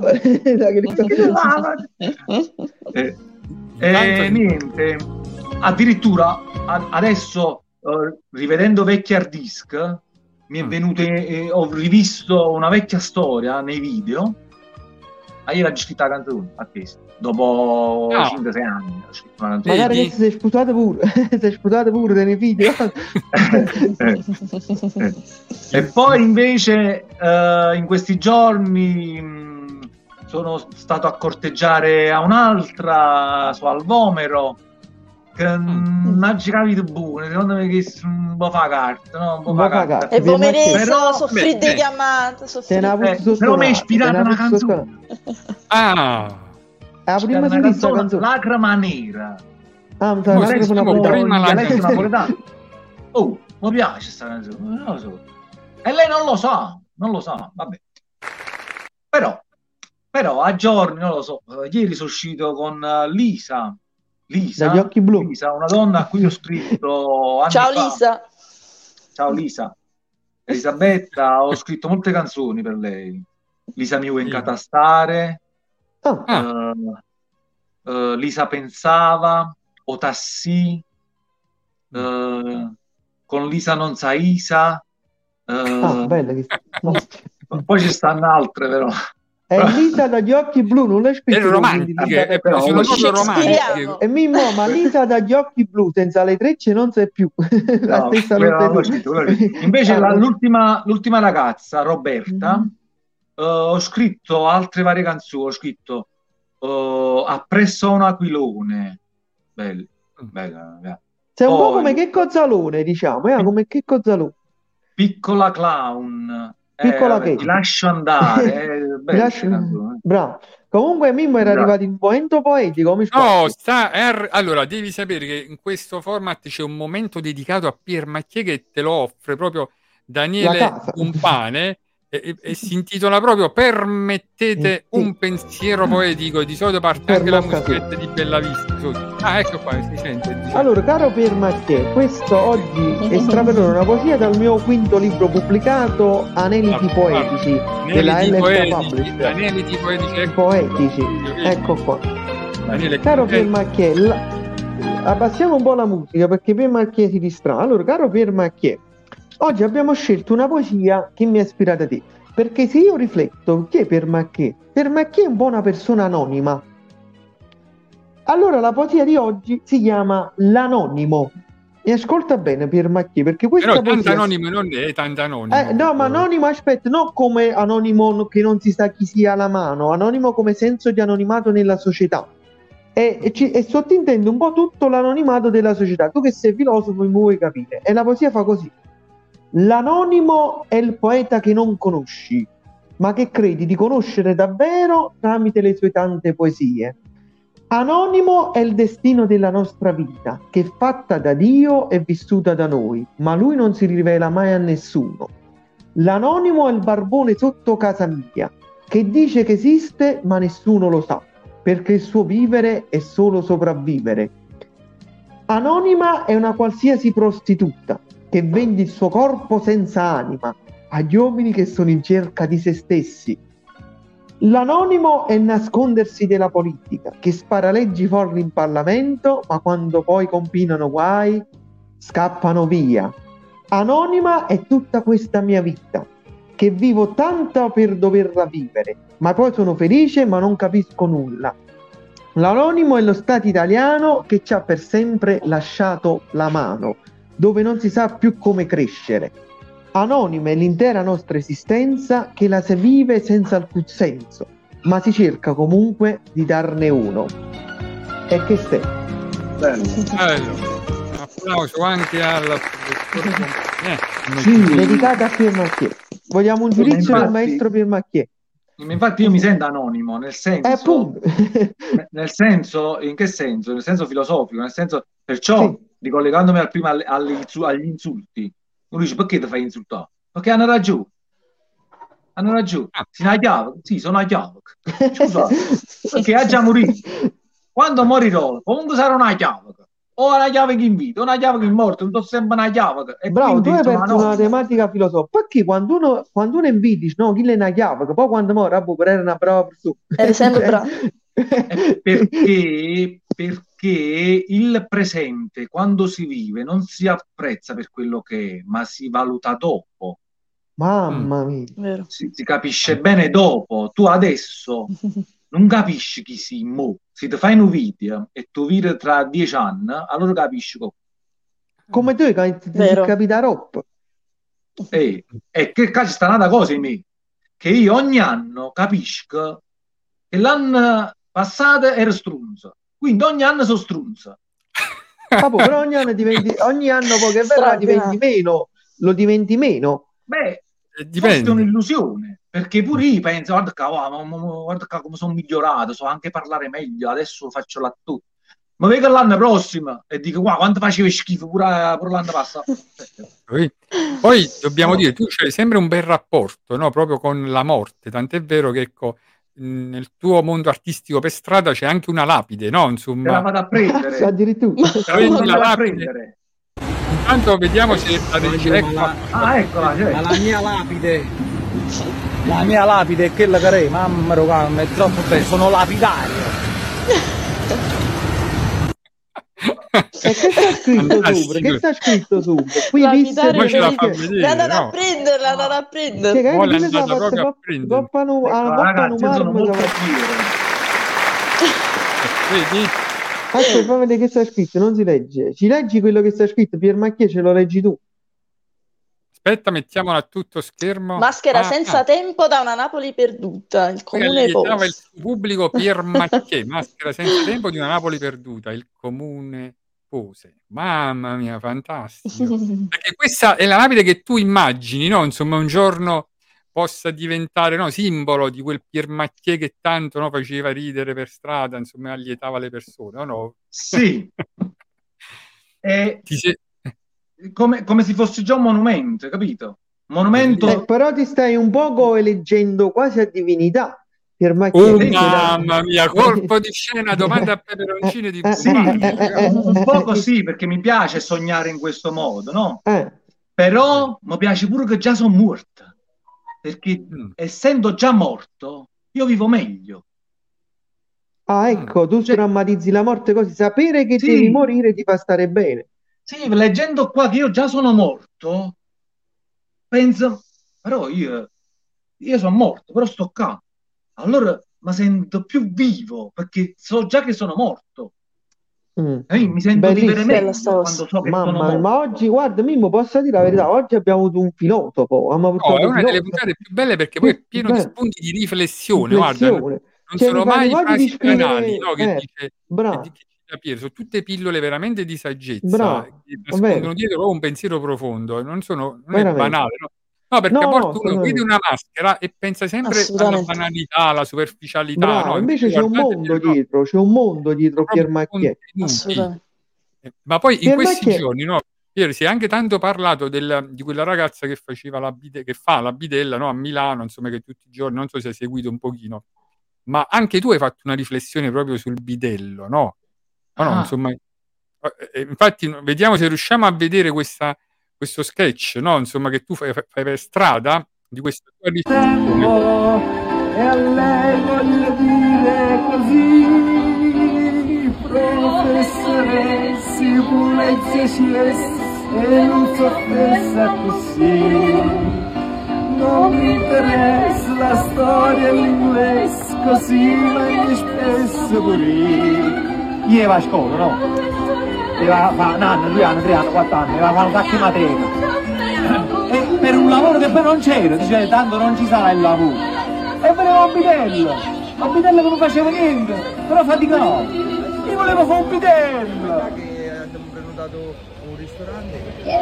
Niente, addirittura adesso rivedendo vecchi hard disk mi è venuto, ho rivisto una vecchia storia nei video, io l'ho scritta la canzone a testa, dopo 5-6 anni ho scritto una canzone. Magari che sei sputato pure nei video. E poi invece in questi giorni sono stato a corteggiare a un'altra su Alvomero, che non ci capito bene, secondo me che un po' fa carta, no? Un po' fa carta. E Vomerese Però soffrì di diamanti, però mi è ispirata una canzone. Prima si dice la canzone Lacrima nera. Prima napoletano. Oh, mi piace questa canzone, non lo so. E lei non lo sa, vabbè. Però a giorni, non lo so, ieri sono uscito con Lisa, dagli occhi blu. Lisa, una donna a cui ho scritto anni Ciao fa. Lisa. Ciao Lisa. Elisabetta, ho scritto molte canzoni per lei. Lisa mi vuoi incatastare, Lisa pensava, o Tassì, con Lisa non sa Isa, bella che... poi ci stanno altre però. È Lisa dagli occhi blu, non l'hai scritto? È romantiche, sono proprio romantiche. E Mimmo, ma Lisa dagli occhi blu senza le trecce non sei più. La stessa non scritto. Invece l'ultima ragazza, Roberta, ho scritto altre varie canzoni, ho scritto Appresso a un aquilone, bella. Sei un po' come che Cozzalone, diciamo, come che Cozzalone. Piccola clown. Che ti lascio andare, bravo. Comunque Mimmo era arrivato in momento poetico. Allora devi sapere che in questo format c'è un momento dedicato a Pier Macchie che te lo offre proprio Daniele Compane e si intitola proprio Permettete un pensiero poetico, e di solito parte anche la musichetta di Bellavista. Ecco qua, si sente. Allora, caro Pier Macchie, questo oggi estraverò una poesia dal mio quinto libro pubblicato, Aneliti Poetici, della LFA Publishing. Aneliti Poetici, ecco qua. Caro Pier Macchie, abbassiamo un po' la musica perché Pier Macchie si distrae. Allora, caro Pier Macchie, oggi abbiamo scelto una poesia che mi ha ispirato a te, perché se io rifletto, chi è Pier Macchie? Pier Macchie è un po' una persona anonima. Allora la poesia di oggi si chiama L'Anonimo. E ascolta bene Pier Macchie, perché questa però poesia... tanto anonimo non è tanto anonimo. No, ma anonimo, aspetta, non come anonimo che non si sa chi sia alla mano, anonimo come senso di anonimato nella società. E sottintende un po' tutto l'anonimato della società. Tu che sei filosofo mi vuoi capire. E la poesia fa così. L'anonimo è il poeta che non conosci, ma che credi di conoscere davvero tramite le sue tante poesie. Anonimo è il destino della nostra vita, che è fatta da Dio e vissuta da noi, ma lui non si rivela mai a nessuno. L'anonimo è il barbone sotto casa mia, che dice che esiste ma nessuno lo sa, perché il suo vivere è solo sopravvivere. Anonima è una qualsiasi prostituta, che vende il suo corpo senza anima agli uomini che sono in cerca di se stessi. L'anonimo è nascondersi della politica, che spara leggi forti in Parlamento, ma quando poi compinano guai, scappano via. Anonima è tutta questa mia vita, che vivo tanto per doverla vivere, ma poi sono felice ma non capisco nulla. L'anonimo è lo Stato italiano che ci ha per sempre lasciato la mano, dove non si sa più come crescere. Anonima è l'intera nostra esistenza che la si vive senza alcun senso, ma si cerca comunque di darne uno. E che stai? Bello. Applauso anche alla dedicata a Pier Macchie. Vogliamo un giudizio del maestro Pier Macchie. Infatti io mi sento anonimo, nel senso in che senso? Nel senso filosofico, nel senso, perciò ricollegandomi al prima agli insulti. Uno dice perché ti fai insultare? Perché hanno ragione. Sono una chiave. Sì, sono una chiave. Scusa, perché ha già morito. Quando morirò, comunque sarà una chiave. O una chiave che invito, una chiave che è morto, non so sempre una chiave. E bravo, tu hai aperto una tematica filosofica. Perché quando uno inviti, no, chi è una chiave, che poi quando muore, per era una brava persona. Eri sempre bravo. Perché il presente, quando si vive, non si apprezza per quello che è, ma si valuta dopo. Mamma mia. Vero. Si capisce bene dopo. Tu adesso non capisci chi si mo. Se ti fai un video e tu vedi tra 10 anni, allora capisci come tu ti capita roba. E che cazzo sta una cosa in me, che io ogni anno capisco che l'anno passato ero strunzo, quindi ogni anno sono strunzo. Però ogni anno poi che verrà diventi meno, lo diventi meno. Beh, forse è un'illusione, perché pure io penso, guarda come sono migliorato, so anche parlare meglio, adesso faccio l'attore. Ma vengo l'anno prossimo e dico, wow, quanto facevi schifo pure l'anno passato. Poi dobbiamo dire, tu c'hai sempre un bel rapporto, no? Proprio con la morte, tant'è vero che ecco, nel tuo mondo artistico per strada c'è anche una lapide, no? Insomma, te la vado a prendere. Addirittura. Prendi la lapide. Intanto vediamo se eccola, ma la mia lapide è quella che è, mamma mia, è troppo bella, sono lapidario. E che sta scritto sopra? Che sta scritto sopra? Qui visse andate a prenderla, Vedi? Fai vedere che sta scritto, non si legge. Ci leggi quello che sta scritto, Pier Macchia, ce lo leggi tu. Aspetta, mettiamola a tutto schermo. Maschera senza tempo da una Napoli perduta, il comune Pose. Il pubblico Pier Macchia, maschera senza tempo di una Napoli perduta, il comune Pose. Mamma mia, fantastico. Perché questa è la lapide che tu immagini, no? Insomma, un giorno possa diventare, no, simbolo di quel Pier Macchia che tanto, no, faceva ridere per strada, insomma, allietava le persone, no? Sì. Come se fosse già un monumento, capito? Monumento. Però ti stai un poco eleggendo quasi a divinità. Mamma mia, colpo di scena, domanda a peperoncini di un po' sì, perché mi piace sognare in questo modo, no? Però mi piace pure che già sono morta, perché essendo già morto io vivo meglio. Ecco, tu drammatizzi la morte così, sapere che devi morire ti fa stare bene. Sì, leggendo qua che io già sono morto, penso, però io sono morto, però sto qua. Allora mi sento più vivo, perché so già che sono morto. Mi sento vivere meglio quando so che sono morto. Ma oggi, guarda, Mimmo, posso dire la verità, oggi abbiamo avuto un filosofo. È una delle puntate più belle perché poi è pieno di spunti di riflessione. Guarda, non sono mai frasi banali, no, che dice Piero, sono tutte pillole veramente di saggezza che nascondono dietro un pensiero profondo, non è banale, no? No, perché a volte uno vede una maschera e pensa sempre alla banalità, alla superficialità, no? Invece c'è un mondo dietro, Pier Macchia. Ma poi in questi giorni, no, Piero, si è anche tanto parlato di quella ragazza che faceva che fa la bidella, no, a Milano, insomma, che tutti i giorni, non so se hai seguito un pochino, ma anche tu hai fatto una riflessione proprio sul bidello, no? No, insomma, infatti vediamo se riusciamo a vedere questo sketch, no? Insomma, che tu fai per strada di questa tua riflessione. E a lei voglio dire così, professoressa, pulizia e non sorpresa così. Non mi interessa la storia, l'inglese, così ma spesso pure. Io va a scuola, no? Io va a fare un anno, 2 anni, 3 anni, 4 anni, io va a fare un sacco di materia. E per un lavoro che poi non c'era, dice tanto non ci sarà il lavoro. E volevo un bidello che non faceva niente, però faticavo. Io volevo fare un bidello. Che abbiamo prenotato un ristorante.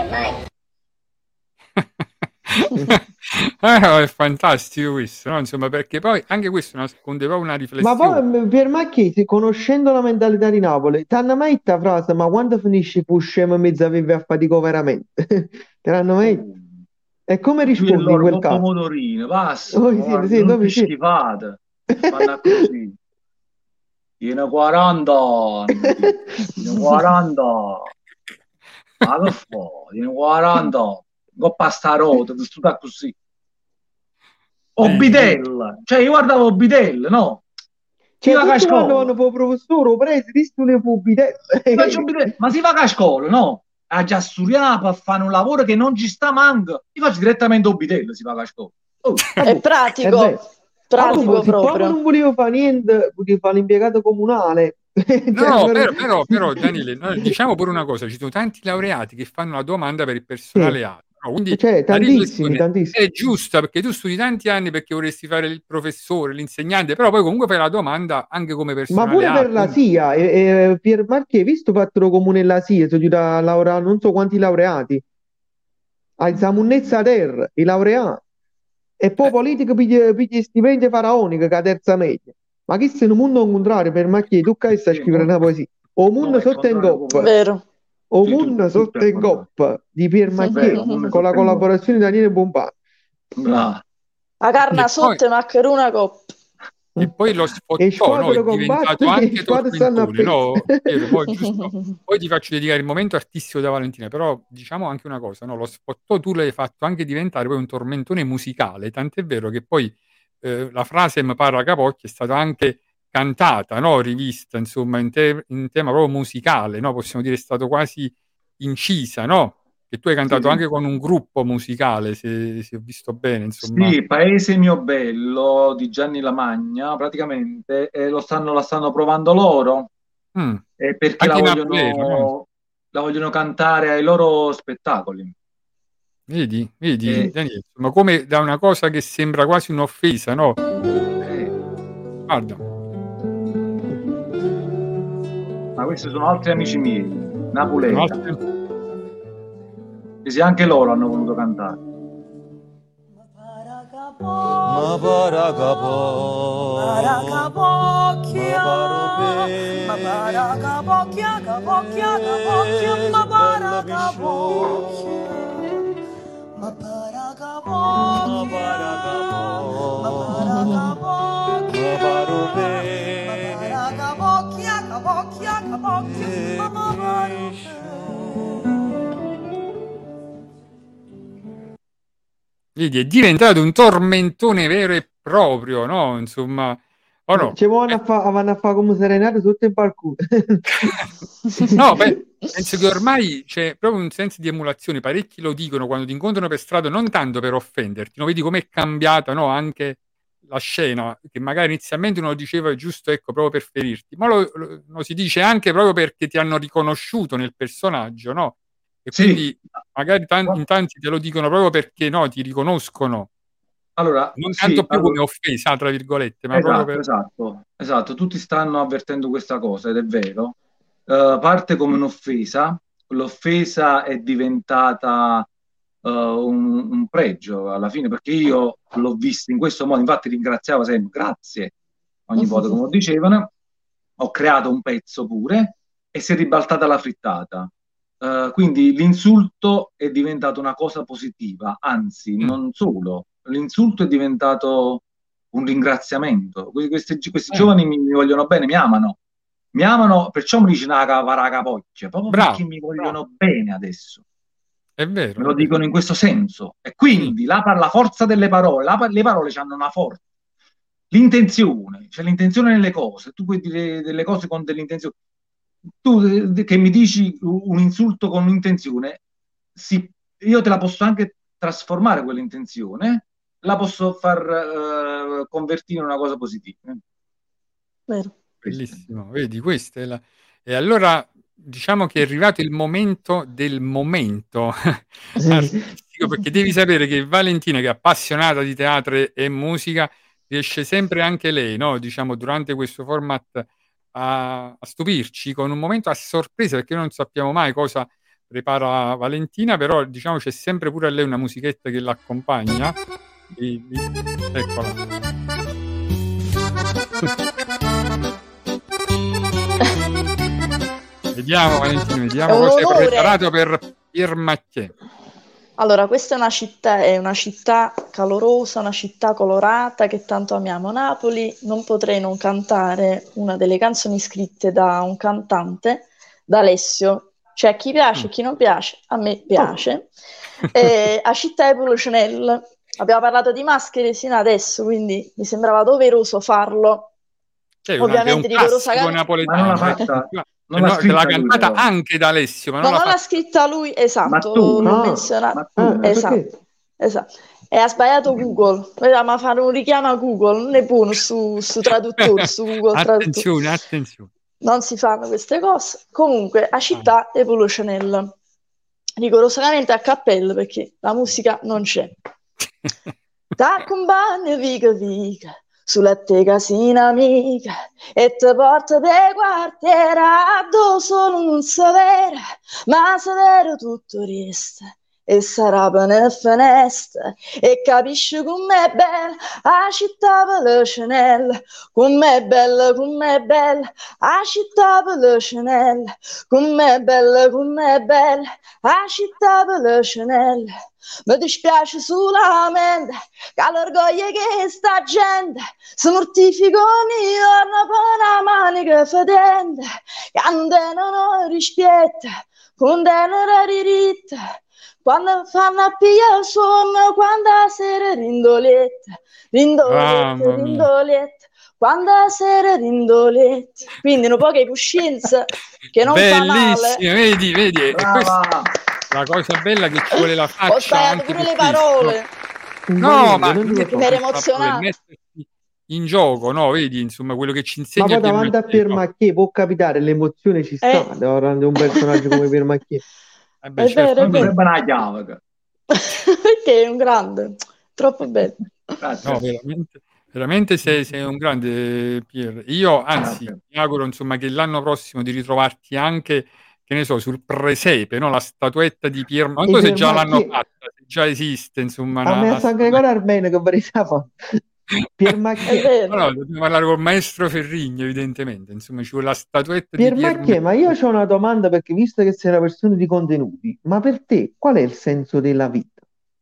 È fantastico questo, no? Insomma, perché poi anche questo nasconde proprio una riflessione. Ma poi Pier Macchia, conoscendo la mentalità di Napoli, ti hanno mai detta frase, ma quando finisci pusciamo mezzo vive a fatico veramente? Te l'hanno mai? E come rispondi in quel caso? Pomodorino, basta, non schifate, fanno così. Tiene 40 anni, tiene 40 ma che fa? Tiene 40 coppa sta rota, tutto così. Bidella, cioè io guardavo Bidella, no? Cioè, quando vanno per il professore, presi, visto le bidella. Ma si va a scuola, no? a Giassuriapa a fare un lavoro che non ci sta manco. Io faccio direttamente un bitello, si paga a scuola. È pratico, pratico se proprio. non volevo fare niente, volevo fare l'impiegato comunale. No, però Daniele, diciamo pure una cosa, ci sono tanti laureati che fanno la domanda per il personale A. No, quindi tantissimi. È giusta, perché tu studi tanti anni perché vorresti fare il professore, l'insegnante, però poi comunque fai la domanda anche come personale. Ma pure A, per la SIA, Pier Marchè, visto fatto comune la SIA, sono già laureato, non so quanti laureati, a Samunnezza Ter, i laureati, e poi politica piglia stipendio faraonico che è la terza media. Ma chi se in un mondo contrario, per Marchè, tu che stai a scrivere una poesia? O mondo sotto in coppa. Vero. O mondo sotto in coppa di Pier Marchè con la collaborazione di Daniele Bompani. La carna sotto e maccheruna coppa. E poi lo sfottò, no? È diventato anche tormentone, no? Poi ti faccio dedicare il momento artistico da Valentina, però diciamo anche una cosa, no? Lo sfottò tu l'hai fatto anche diventare poi un tormentone musicale, tant'è vero che poi la frase "M para capocchia" è stata anche cantata, no? Rivista, insomma, in tema proprio musicale, no? Possiamo dire è stato quasi incisa, no? Che tu hai cantato anche con un gruppo musicale, se ho visto bene, insomma. Sì, Paese mio bello di Gianni Lamagna, praticamente la stanno provando loro, perché la vogliono cantare ai loro spettacoli. Vedi, Daniele, ma come da una cosa che sembra quasi un'offesa, no? Guarda. Ma questi sono altri amici miei, Napoleta. Sì, anche loro hanno voluto cantare. Ma para capocchia, ma para capocchia, ma para capocchia, ma para Vedi, è diventato un tormentone vero e proprio, no? Insomma, no? Ci vanno a fare come serenate sotto il parkour. No, penso che ormai c'è proprio un senso di emulazione. Parecchi lo dicono quando ti incontrano per strada, non tanto per offenderti, no? Vedi com'è cambiata, no? Anche la scena, che magari inizialmente uno lo diceva giusto, ecco, proprio per ferirti, ma lo si dice anche proprio perché ti hanno riconosciuto nel personaggio, no? E quindi magari in tanti te lo dicono proprio perché no, ti riconoscono. Allora, non tanto più come offesa, tra virgolette, ma proprio esatto, tutti stanno avvertendo questa cosa ed è vero. Parte come un'offesa, l'offesa è diventata un pregio alla fine, perché io l'ho visto in questo modo, infatti ringraziavo sempre, grazie ogni volta, come dicevano, ho creato un pezzo pure e si è ribaltata la frittata. Quindi l'insulto è diventato una cosa positiva, anzi, non solo, l'insulto è diventato un ringraziamento. Questi giovani mi vogliono bene, mi amano, perciò mi dicono la capocchia, proprio perché mi vogliono bene adesso. È vero. Me lo dicono in questo senso. E quindi la forza delle parole, le parole hanno una forza. L'intenzione, c'è l'intenzione nelle cose, tu puoi dire delle cose con dell'intenzione. Tu che mi dici un insulto con un'intenzione, io te la posso anche trasformare quell'intenzione, la posso far convertire in una cosa positiva. Vero. Bellissimo, vedi, questa è e allora diciamo che è arrivato il momento del momento artistico, perché devi sapere che Valentina, che è appassionata di teatro e musica, riesce sempre anche lei, no? Diciamo, durante questo format a stupirci con un momento a sorpresa, perché non sappiamo mai cosa prepara Valentina, però diciamo c'è sempre pure a lei una musichetta che l'accompagna. Eccola. Vediamo Valentina, cosa hai preparato per Pier Marchè. Allora, questa è una città calorosa, una città colorata che tanto amiamo, Napoli. Non potrei non cantare una delle canzoni scritte da un cantante, da Alessio. Cioè, a chi piace, a chi non piace, a me piace. A Città di Pulcinella. Abbiamo parlato di maschere sino adesso, quindi mi sembrava doveroso farlo. Ovviamente rigorosa napoletana. Non l'ha No, che l'ha scritta lui, cantata però. anche da Alessio, ma No, non non l'ha l'ha scritta lui, esatto, Ma tu, l'ho Ah, menzionato. perché? Esatto. E ha sbagliato Google. Voleva fare un richiamo a Google, non è buono su traduttore, su Google Traduttore. Attenzione. Non si fanno queste cose. Comunque, a città è Polo Chanel. Rigorosamente a cappello perché la musica non c'è. T'accompagno vica vica sulla te casina amica e te porta dei quartiera dove solo non sapere, ma sapere tutto resta e sarà per le finestre e capisci com'è bella la città per le Chanel, com'è bella, la città per le Chanel, com'è bella la città per le Chanel. Mi dispiace solamente che l'orgoglio che sta gente si mortifica ogni giorno per una manica fedente che non tengono rispetto, condenano diritti quando fanno a pigliare il sonno, quando la sera rindolette, quando la sera rindolette. Quindi un po' che coscienza che non fa male. Bellissima, vedi, e questa la cosa bella che ci vuole la faccia. Ho sbagliato anche pure le questo. parole. No, ma mi ero emozionato. mettersi in gioco, no? Vedi, insomma, quello che ci Ma insegna poi davanti a Piermacchier può capitare, l'emozione ci sta, davanti a un personaggio come Piermacchier. È vero, è vero. Perché è un grande, troppo bello. No, veramente sei un grande, Pier. Io, anzi, mi auguro, insomma, che l'anno prossimo di ritrovarti anche, che ne so, sul presepe, no? La statuetta di Pier. Non so se già l'hanno fatta, se già esiste, insomma. A me a San Gregorio Armeno che vorrei sapere. Piermacchier. No, dobbiamo parlare col maestro Ferrigno, evidentemente. Insomma, ci vuole la statuetta di Piermacchier, ma io ho una domanda, perché visto che sei una persona di contenuti, ma per te qual è il senso della vita?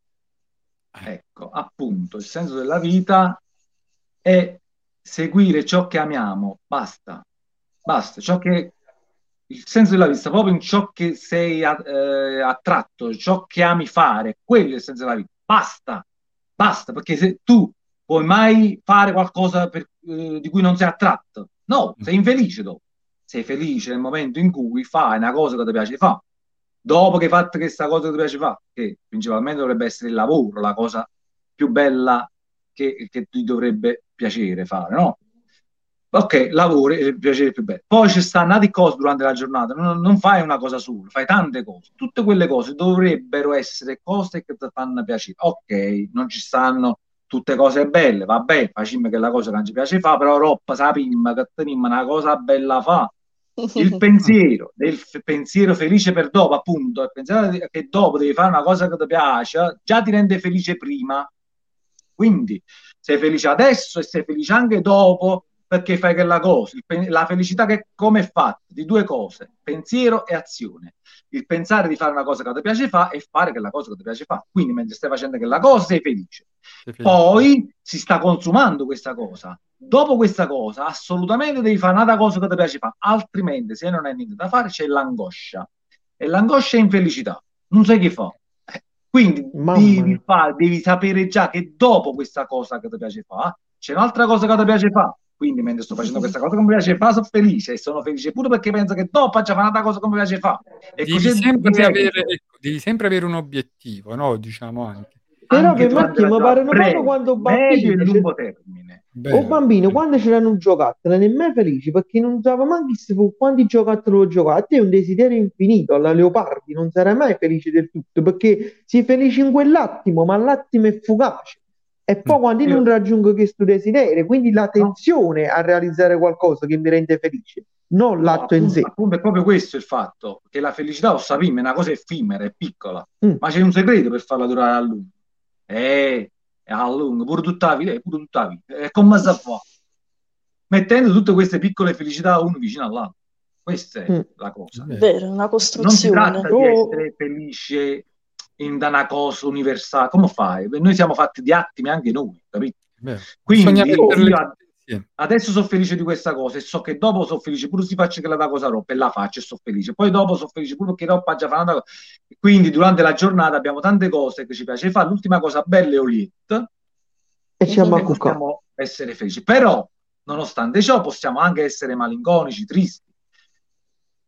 Ecco, appunto, il senso della vita è seguire ciò che amiamo, basta, ciò che il senso della vita, proprio in ciò che sei attratto, ciò che ami fare, quello è il senso della vita, basta, perché se tu puoi mai fare qualcosa di cui non sei attratto, no, sei infelice dopo, sei felice nel momento in cui fai una cosa che ti piace fare. Dopo che hai fatto questa cosa che ti piace fare, che principalmente dovrebbe essere il lavoro, la cosa più bella che ti dovrebbe piacere fare, no? Ok, lavori e il piacere più bello. Poi ci stanno altre cose durante la giornata, non fai una cosa sola, fai tante cose. Tutte quelle cose dovrebbero essere cose che ti fanno piacere. Ok, non ci stanno tutte cose belle, vabbè, facciamo che la cosa che non ci piace fa, però roppa sappiamo che teniamo una cosa bella fa. Il pensiero, del pensiero felice per dopo, appunto, il pensiero che dopo devi fare una cosa che ti piace, già ti rende felice prima. Quindi sei felice adesso e sei felice anche dopo, perché fai quella cosa. La felicità che come è fatta? Di due cose, pensiero e azione. Il pensare di fare una cosa che ti piace fare e fare quella cosa che ti piace fare. Quindi mentre stai facendo quella cosa sei felice. Poi si sta consumando questa cosa. Dopo questa cosa assolutamente devi fare un'altra cosa che ti piace fare, altrimenti se non hai niente da fare c'è l'angoscia. E l'angoscia è infelicità. Non sai che fa. Quindi devi sapere già che dopo questa cosa che ti piace fare c'è un'altra cosa che ti piace fare. Quindi mentre sto facendo questa cosa che mi piace fare sono felice, e sono felice pure perché penso che dopo faccia un'altra cosa che mi piace fare. E devi sempre avere un obiettivo, no? Diciamo anche. Però per Macchia mi pare proprio quando medio e lungo termine. O bambino, quando c'erano un giocattolo, nemmeno felici, perché non sapeva manco quanti giocattoli ho giocato. È un desiderio infinito alla Leopardi, non sarai mai felice del tutto, perché sei felice in quell'attimo, ma l'attimo è fugace. E poi quando io non raggiungo questo desiderio, quindi la tensione a realizzare qualcosa che mi rende felice, non l'atto in sé. Appunto è proprio questo il fatto, che la felicità, lo sappiamo, è una cosa effimera, è piccola, ma c'è un segreto per farla durare a lungo. A lungo, pure tutta la vita, E come si fa? Mettendo tutte queste piccole felicità uno vicino all'altro. Questa è la cosa. Vero, una costruzione. Non si tratta di essere felice in una cosa universale. Come fai? Noi siamo fatti di attimi anche noi, capito? Quindi io adesso sono felice di questa cosa e so che dopo sono felice pure se faccio quella cosa roba e la faccio e sono felice. Poi dopo sono felice pure perché dopo già fa una cosa. Quindi durante la giornata abbiamo tante cose che ci piace fare. L'ultima cosa bella è Oliette e possiamo essere felici. Però nonostante ciò possiamo anche essere malinconici, tristi.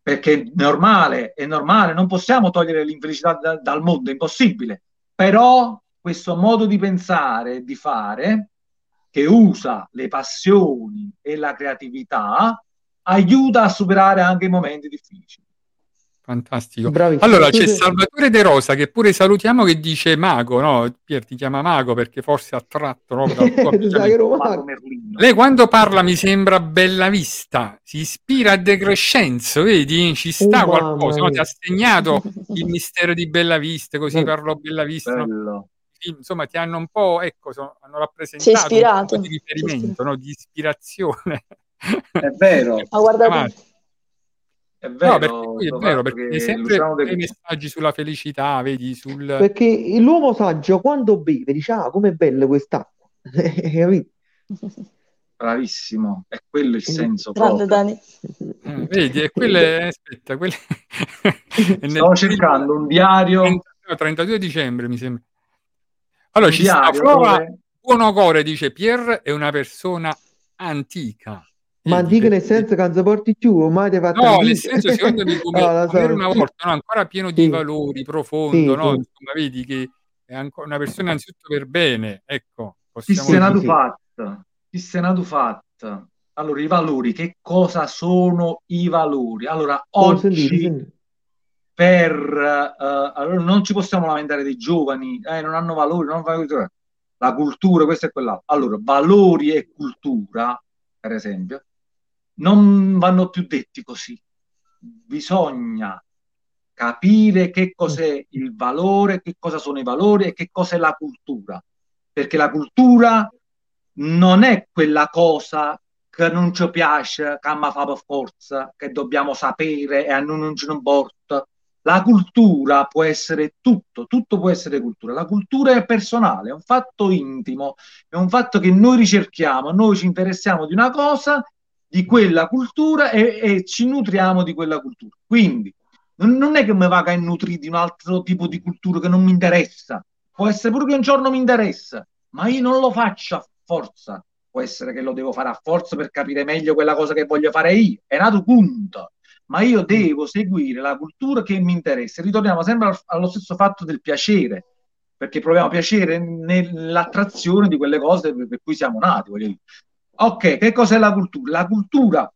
perché è normale, non possiamo togliere l'infelicità dal mondo, è impossibile, però questo modo di pensare e di fare, che usa le passioni e la creatività, aiuta a superare anche i momenti difficili. Fantastico. Bravissimo. Allora c'è Salvatore De Rosa che pure salutiamo, che dice mago, no? Pier ti chiama mago perché forse attratto, no, dal tuo atteggiamento. Lei quando parla mi sembra Bellavista, si ispira a De Crescenzo, vedi? Ci sta qualcosa, no? Ti ha segnato il mistero di Bellavista, così parlò Bellavista, no? Insomma ti hanno un po', ecco, hanno rappresentato un po' di riferimento, no? Di ispirazione. È vero. Ma guardate, è vero, no, perché poi è vero, perché hai sempre dei messaggi sulla felicità, vedi, perché l'uomo saggio quando beve dice com'è bella quest'acqua. Capito? Bravissimo, è quello il senso. Grande Dani. Vedi, e quelle aspetta, quelle stavo cercando un diario 32 dicembre mi sembra. Allora ci sta Flora Buono Core, dice Pier è una persona antica. Ma antica nel senso che non si porti più, ormai ti fatto no, nel senso secondo me come una volta, no, ancora pieno di valori, profondo, no? Insomma, vedi che è ancora una persona innanzitutto per bene, ecco. Chi se n'ha fatta. Allora, i valori, che cosa sono i valori? Allora, oggi allora, non ci possiamo lamentare dei giovani, non hanno valori, non fanno la cultura, questo e quell'altro. Allora, valori e cultura, per esempio, non vanno più detti così. Bisogna capire che cos'è il valore, che cosa sono i valori e che cos'è la cultura. Perché la cultura non è quella cosa che non ci piace, che mi fa per forza, che dobbiamo sapere e a noi non ce ne importa. La cultura può essere tutto può essere cultura. La cultura è personale, è un fatto intimo, è un fatto che noi ricerchiamo, noi ci interessiamo di una cosa, di quella cultura e ci nutriamo di quella cultura. Quindi non è che mi vada a nutrire di un altro tipo di cultura che non mi interessa. Può essere pure che un giorno mi interessa, ma io non lo faccio a forza. Può essere che lo devo fare a forza per capire meglio quella cosa che voglio fare io. È nato punto. Ma io devo seguire la cultura che mi interessa. Ritorniamo sempre allo stesso fatto del piacere, perché proviamo piacere nell'attrazione di quelle cose per cui siamo nati. Voglio dire. Ok, che cos'è la cultura? La cultura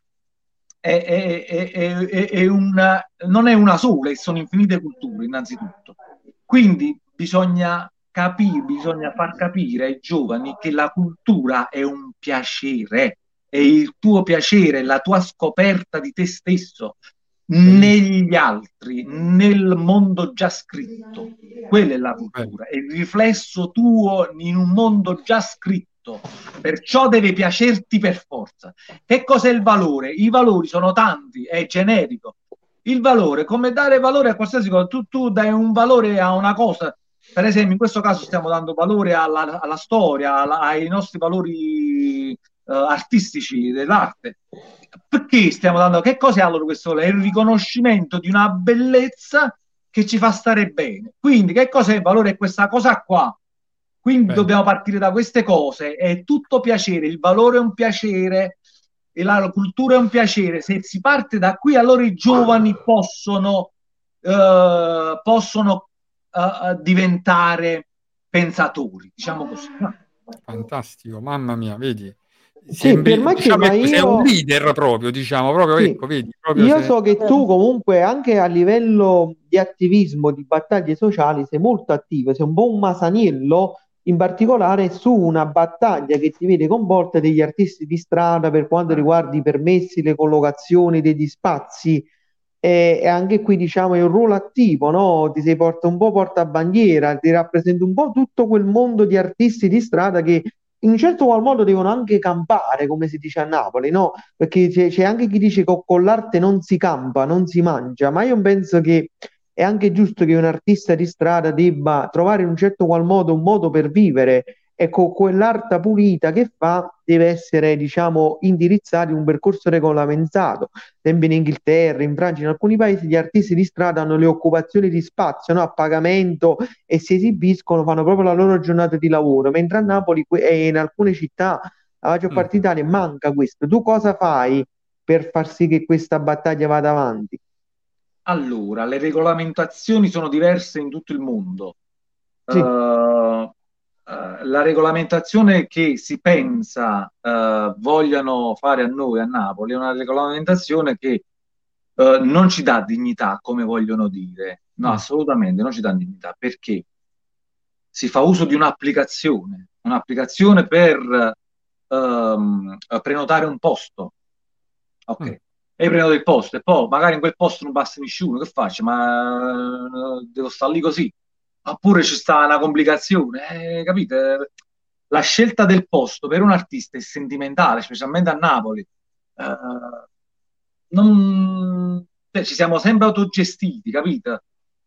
non è una sola, e sono infinite culture, innanzitutto. Quindi bisogna far capire ai giovani che la cultura è un piacere, è il tuo piacere, la tua scoperta di te stesso negli altri, nel mondo già scritto. Quella è la cultura, è il riflesso tuo in un mondo già scritto. Perciò deve piacerti per forza. Che cos'è il valore? I valori sono tanti, è generico. Il valore, come dare valore a qualsiasi cosa, tu dai un valore a una cosa. Per esempio, in questo caso stiamo dando valore alla storia, ai nostri valori artistici dell'arte. Perché stiamo dando? Che cos'è allora questo? È il riconoscimento di una bellezza che ci fa stare bene. Quindi, che cos'è il valore? È questa cosa qua. Quindi dobbiamo partire da queste cose. È tutto piacere. Il valore è un piacere e la cultura è un piacere. Se si parte da qui, allora i giovani possono diventare pensatori, diciamo così. Fantastico, mamma mia, vedi? Diciamo, sei un leader proprio, diciamo, proprio, sì. Ecco, vedi. Proprio io so che tu comunque anche a livello di attivismo, di battaglie sociali, sei molto attivo, sei un po' un Masaniello, in particolare su una battaglia che ti vede coinvolta degli artisti di strada per quanto riguarda i permessi, le collocazioni degli spazi. E anche qui diciamo è un ruolo attivo, no? Ti sei un po' portabandiera, ti rappresenta un po' tutto quel mondo di artisti di strada che in un certo qual modo devono anche campare, come si dice a Napoli, no? Perché c'è anche chi dice che con l'arte non si campa, non si mangia, ma io penso che è anche giusto che un artista di strada debba trovare in un certo qual modo un modo per vivere e con quell'arte pulita che fa deve essere, diciamo, indirizzato in un percorso regolamentato. Sempre in Inghilterra, in Francia, in alcuni paesi gli artisti di strada hanno le occupazioni di spazio, no? A pagamento e si esibiscono, fanno proprio la loro giornata di lavoro, mentre a Napoli e in alcune città, la maggior parte d'Italia, manca questo. Tu cosa fai per far sì che questa battaglia vada avanti? Allora, le regolamentazioni sono diverse in tutto il mondo. Sì. La regolamentazione che si pensa vogliano fare a noi a Napoli è una regolamentazione che non ci dà dignità, come vogliono dire. No, assolutamente non ci dà dignità, perché si fa uso di un'applicazione per prenotare un posto. Ok. E prenoto il posto e poi magari in quel posto non passa nessuno, che faccio? Ma devo stare lì così. Oppure ci sta una complicazione, capite? La scelta del posto per un artista è sentimentale, specialmente a Napoli. Cioè, ci siamo sempre autogestiti, capite?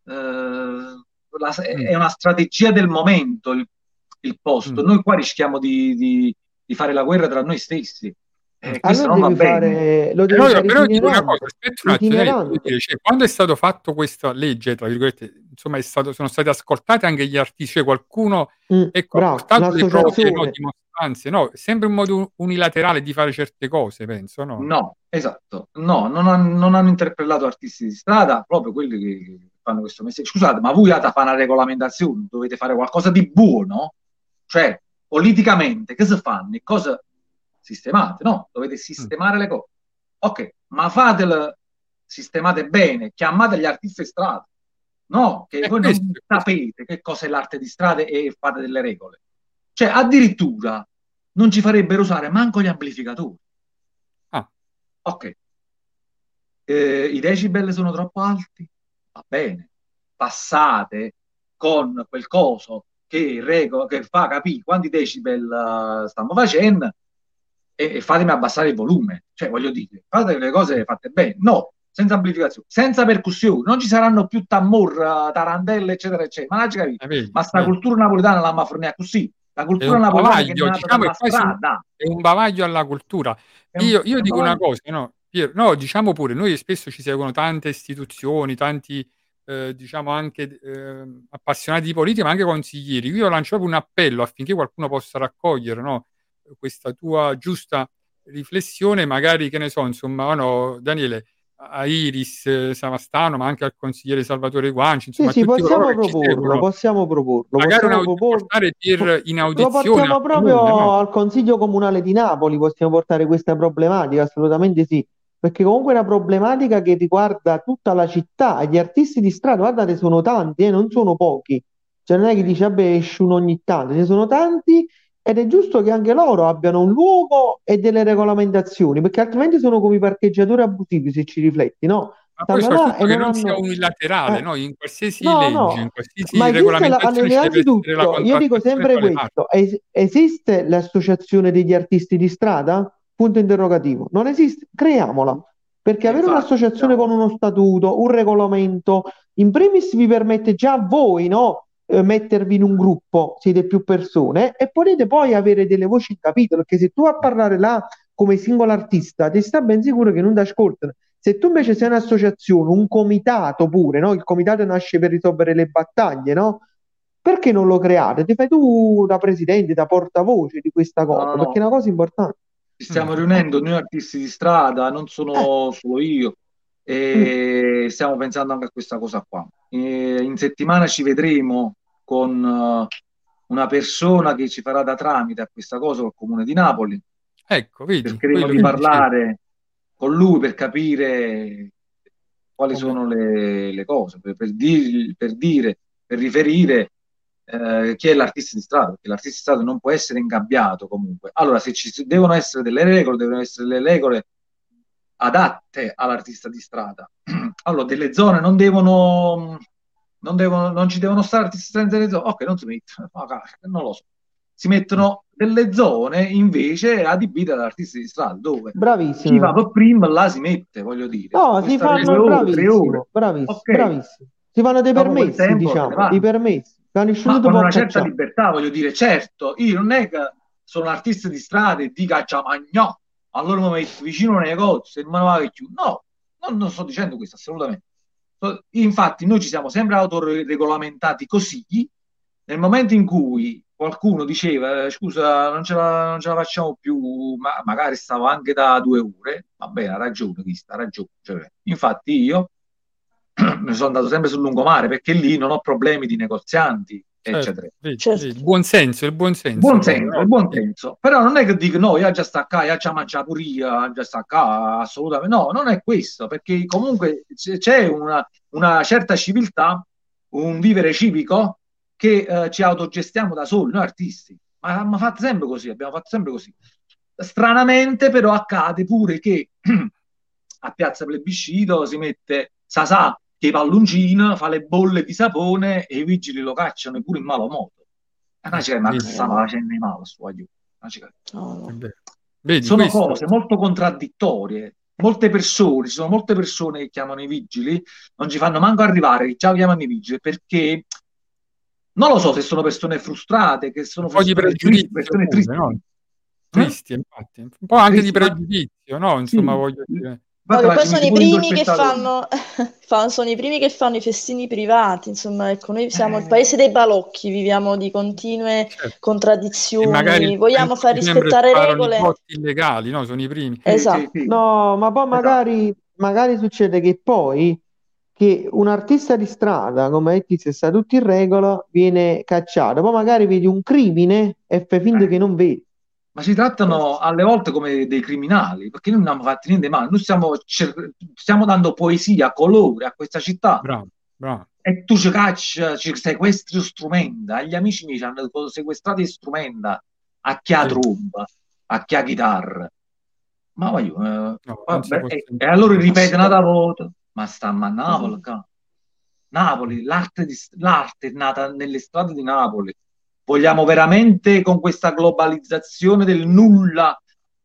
È una strategia del momento il posto. Noi qua rischiamo di fare la guerra tra noi stessi. Questo Allora non va devi bene. lo devi fare Però dico una itinerante. cosa, aspetta un attimo, Itinerante. cioè, quando è stato fatto questa legge, tra virgolette, insomma, sono stati ascoltati anche gli artisti, cioè qualcuno ecco, ha bravo, portato le proprie l'associazione. dimostranze, no? È sempre un modo unilaterale di fare certe cose, penso, no? No, esatto. No, non hanno interpellato artisti di strada, proprio quelli che fanno questo mestiere. Scusate, ma voi fare una regolamentazione, dovete fare qualcosa di buono? Cioè, politicamente, che si fanno? Cosa sistemate? No, dovete sistemare le cose. Ok, ma fatele sistemate bene, chiamate gli artisti di strada. No, che voi non sapete che cosa è l'arte di strada e fate delle regole. Cioè, addirittura non ci farebbero usare manco gli amplificatori. Ok, i decibel sono troppo alti? Va bene, passate con quel coso che fa capire quanti decibel stiamo facendo e fatemi abbassare il volume. Cioè, voglio dire, fate le cose fatte bene. No, senza amplificazione, senza percussioni, non ci saranno più tammur, tarantelle, eccetera, eccetera. Ma sta cultura napoletana l'hanno fornita così. La cultura napoletana che è nata dalla strada. È un bavaglio alla cultura. Io dico una cosa, no? No, diciamo pure, noi spesso ci seguono tante istituzioni, tanti diciamo anche appassionati di politica, ma anche consiglieri. Io lancio proprio un appello affinché qualcuno possa raccogliere, no, questa tua giusta riflessione, magari, che ne so, insomma, no, Daniele, a Iris Savastano, ma anche al consigliere Salvatore Guanci, insomma, Sì, tutti possiamo coloro che ci seguono. possiamo proporlo. Magari portare in lo audizione portiamo al proprio comune, no? al Consiglio Comunale di Napoli, possiamo portare questa problematica, assolutamente sì, perché comunque è una problematica che riguarda tutta la città e gli artisti di strada, guardate, sono tanti, non sono pochi, cioè non è che dice, vabbè, esce uno ogni tanto, ce ne sono tanti ed è giusto che anche loro abbiano un luogo e delle regolamentazioni, perché altrimenti sono come i parcheggiatori abusivi, se ci rifletti, no? Ma poi Stanno là soprattutto e che non non sia hanno... unilaterale, no? In qualsiasi No, legge, in no, qualsiasi ma regolamentazione ci deve essere la innanzitutto, io dico contrattazione sempre tra le parti. questo, esiste l'associazione degli artisti di strada? Punto interrogativo. Non esiste? Creiamola, perché avere un'associazione con uno statuto, un regolamento, in primis vi permette già a voi, no? Mettervi in un gruppo, siete più persone, e potete poi avere delle voci in capitolo, perché se tu a parlare là come singolo artista, ti sta ben sicuro che non ti ascoltano. Se tu invece sei un'associazione, un comitato pure, no? Il comitato nasce per risolvere le battaglie, no? Perché non lo create? Ti fai tu da presidente, da portavoce di questa cosa, perché è una cosa importante. Ci stiamo riunendo noi artisti di strada, non sono solo io, e stiamo pensando anche a questa cosa qua. In settimana ci vedremo con una persona che ci farà da tramite a questa cosa col Comune di Napoli. Ecco, vedi, cercheremo di parlare con lui per capire quali sono le cose, per riferire chi è l'artista di strada, perché l'artista di strada non può essere ingabbiato comunque. Allora, se ci devono essere delle regole, devono essere le regole adatte all'artista di strada. Allora, delle zone non ci devono stare artisti di strada delle zone. Ok, non si mettono, non lo so. Si mettono delle zone invece adibite ad artisti di strada, dove chi va per prima là si mette, voglio dire. No, si fanno, bravissimo, bravissimo. Si fanno dei permessi, diciamo, i permessi. Ma con una certa libertà, voglio dire, certo, io non è che sono un artista di strada e dico no, allora mi metto vicino a un negozio e non me ne vado più. No, non sto dicendo questo assolutamente. Infatti noi ci siamo sempre autoregolamentati così. Nel momento in cui qualcuno diceva scusa, non ce la facciamo più, ma magari stavo anche da 2 ore, va bene, ha ragione, ha ragione. Cioè, infatti io sono andato sempre sul lungomare perché lì non ho problemi di negozianti, eccetera. Certo. Il buon senso, il buon senso. Buon senso. Però non è che dico no, io già sta qua, io già mangiato pure io, già sta qua, assolutamente no, non è questo, perché comunque c'è una certa civiltà, un vivere civico che ci autogestiamo da soli, noi artisti. Ma abbiamo fatto sempre così, Stranamente però accade pure che a Piazza Plebiscito si mette Sasà che i palloncini, fa le bolle di sapone e i vigili lo cacciano pure in malo modo. Ma stava facendo male su aiuto. Sono cose molto contraddittorie. Ci sono molte persone che chiamano i vigili, non ci fanno manco arrivare, già chiamano i vigili perché non lo so se sono persone frustrate, che sono persone tristi. No? Tristi, infatti. Un po' anche tristi, di pregiudizio, no? Insomma, voglio dire. Poi sono i primi che sono i primi che fanno i festini privati, insomma, ecco, noi siamo il paese dei balocchi, viviamo di continue contraddizioni, vogliamo far rispettare regole. I botti illegali, no? Sono i primi. Esatto. No, ma poi magari succede che poi che un artista di strada come Tizio sta tutto in regola, viene cacciato, poi magari vedi un crimine e fai finta che non vedi. Ma si trattano alle volte come dei criminali, perché noi non abbiamo fatto niente male, noi stiamo dando poesia, colore a questa città. Bravo. E tu ci sequestri strumenti, agli amici miei ci hanno sequestrato strumenti, a chi ha tromba, a chi ha chitarra. Ma voglio, e allora ripete una volta, ma sta a Napoli, Napoli, l'arte è nata nelle strade di Napoli. Vogliamo veramente con questa globalizzazione del nulla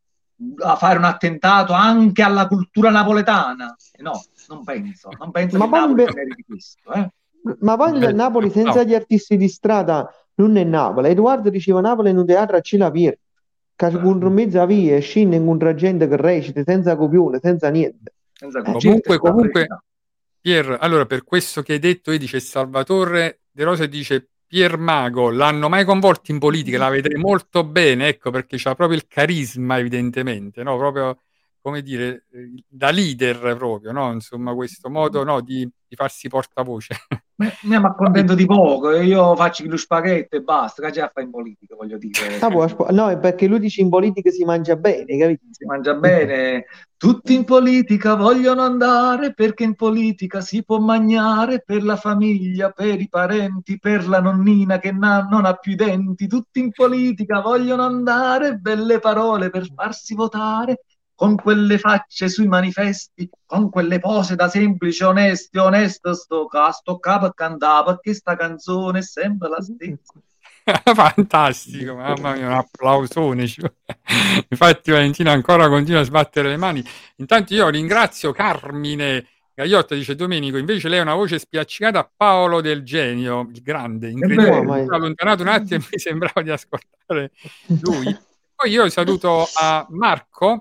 a fare un attentato anche alla cultura napoletana? No, non penso che Napoli meriti questo. Ma poi Napoli senza gli artisti di strada non è Napoli. Edoardo diceva Napoli in un teatro a Cila Pier, che con mezza via scende in una gente che recita senza copione, senza niente. Comunque Pier, allora per questo che hai detto, dice Salvatore De Rosa dice Pier Mago, l'hanno mai coinvolto in politica? La vedrei molto bene, ecco, perché c'ha proprio il carisma, evidentemente, no? Proprio, come dire, da leader proprio, no? Insomma, questo modo, no, di farsi portavoce. Mi accontento di poco, io faccio lo spaghetto e basta, che già fa in politica, voglio dire. No, perché lui dice in politica si mangia bene, capito? Si mangia bene, tutti in politica vogliono andare perché in politica si può mangiare per la famiglia, per i parenti, per la nonnina che non ha più i denti, tutti in politica vogliono andare, belle parole per farsi votare, con quelle facce sui manifesti, con quelle pose da semplici onesto sto capo a cantare perché sta canzone è sempre la stessa. Fantastico, mamma mia, un applausone. Infatti Valentina ancora continua a sbattere le mani. Intanto io ringrazio Carmine Gagliotta, dice Domenico, invece lei ha una voce spiaccicata, Paolo Del Genio, il grande, incredibile. Mi sono allontanato un attimo e mi sembrava di ascoltare lui. Poi io saluto a Marco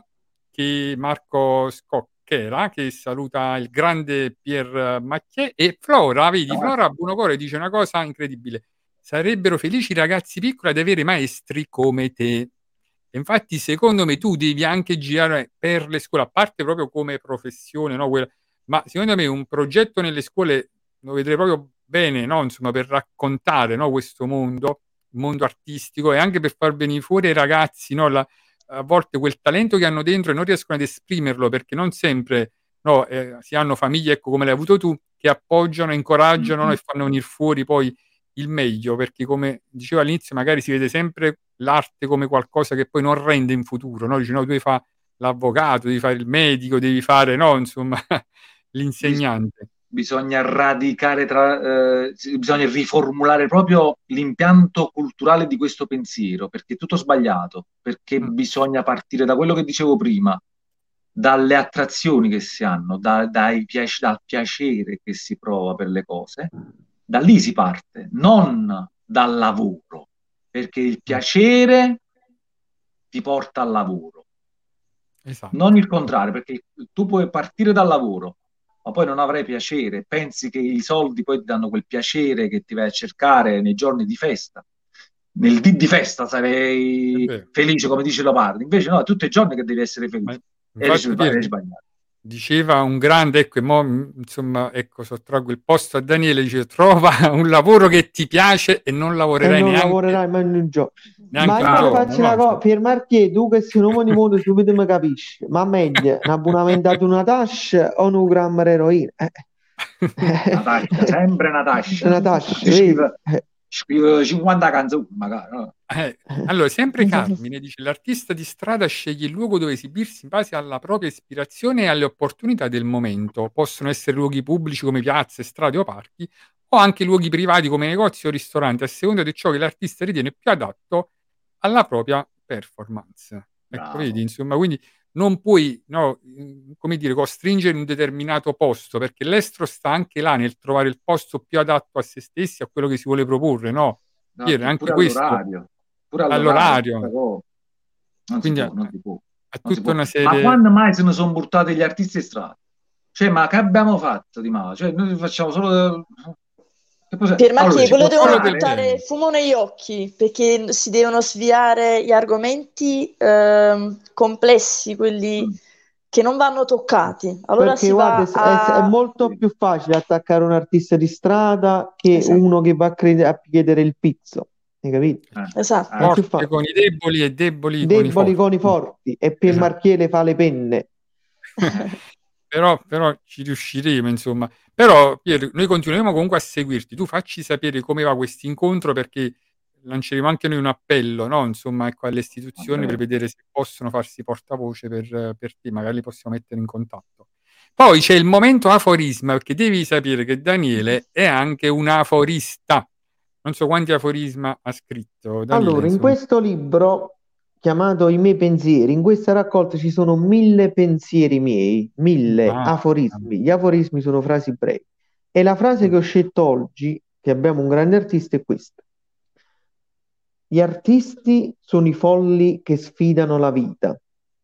Scocchera, che saluta il grande Pier Macchiè, e Flora, vedi, Flora Buonocore dice una cosa incredibile: sarebbero felici i ragazzi piccoli ad avere maestri come te. Infatti secondo me tu devi anche girare per le scuole, a parte proprio come professione, no? Ma secondo me un progetto nelle scuole lo vedrei proprio bene, no? Insomma, per raccontare, no, questo mondo, il mondo artistico, e anche per far venire fuori ai ragazzi, no, a volte quel talento che hanno dentro e non riescono ad esprimerlo perché non sempre, no, si hanno famiglie, ecco, come l'hai avuto tu, che appoggiano, incoraggiano, no, e fanno venire fuori poi il meglio, perché come dicevo all'inizio magari si vede sempre l'arte come qualcosa che poi non rende in futuro, no? Dice no, tu devi fare l'avvocato, devi fare il devi fare, no, insomma, l'insegnante. Bisogna radicare, bisogna riformulare proprio l'impianto culturale di questo pensiero, perché è tutto sbagliato, perché bisogna partire da quello che dicevo prima, dalle attrazioni che si hanno, dal piacere che si prova per le cose. Da lì si parte, non dal lavoro, perché il piacere ti porta al lavoro. Esatto. Non il contrario, perché tu puoi partire dal lavoro, ma poi non avrai piacere. Pensi che i soldi poi ti danno quel piacere che ti vai a cercare nei giorni di festa. Nel dì di festa sarei felice, come dice Leopardi. Invece no, è tutti i giorni che devi essere felice. È sbagliato. diceva un grande, ecco, e insomma, ecco, sottraggo il posto a Daniele, dice trova un lavoro che ti piace e non lavorerai lavorerai mai in un giorno. Ma un io faccio una cosa, Pier Marchè, tu che sei un uomo di mondo subito mi capisci, ma meglio un abbonamento ad una Tash o un grammo di eroina? Sempre una Tash. Una Tash, scrivo 50 canzoni magari, no? Allora, sempre Carmine dice l'artista di strada sceglie il luogo dove esibirsi in base alla propria ispirazione e alle opportunità del momento. Possono essere luoghi pubblici come piazze, strade o parchi, o anche luoghi privati come negozi o ristoranti, a seconda di ciò che l'artista ritiene più adatto alla propria performance. Ecco, vedi, insomma, quindi non puoi, no, come dire, costringere in un determinato posto, perché l'estro sta anche là nel trovare il posto più adatto a se stessi, a quello che si vuole proporre, no? Anche questo all'orario. Quindi non si può. Tutta una serie... Ma quando mai se ne sono buttati gli artisti strada? Cioè, ma che abbiamo fatto di male? Cioè, noi facciamo solo... Per Marchè, quello devono buttare fumo negli occhi, perché si devono sviare gli argomenti complessi, quelli che non vanno toccati. Allora perché guarda, è molto più facile attaccare un artista di strada che uno che va a chiedere il pizzo, hai capito? Esatto. Forte con i deboli e deboli con i forti. E per Marchè le fa le penne. Però ci riusciremo, insomma. Però Pier, noi continueremo comunque a seguirti. Tu facci sapere come va questo incontro, perché lanceremo anche noi un appello, no? Insomma, ecco, alle istituzioni per vedere se possono farsi portavoce per te, magari li possiamo mettere in contatto. Poi c'è il momento aforisma, perché devi sapere che Daniele è anche un aforista. Non so quanti aforisma ha scritto Daniele, allora, in questo libro chiamato I miei pensieri, in questa raccolta ci sono 1000 pensieri miei, 1000 aforismi. Gli aforismi sono frasi brevi. E la frase che ho scelto oggi, che abbiamo un grande artista, è questa: gli artisti sono i folli che sfidano la vita.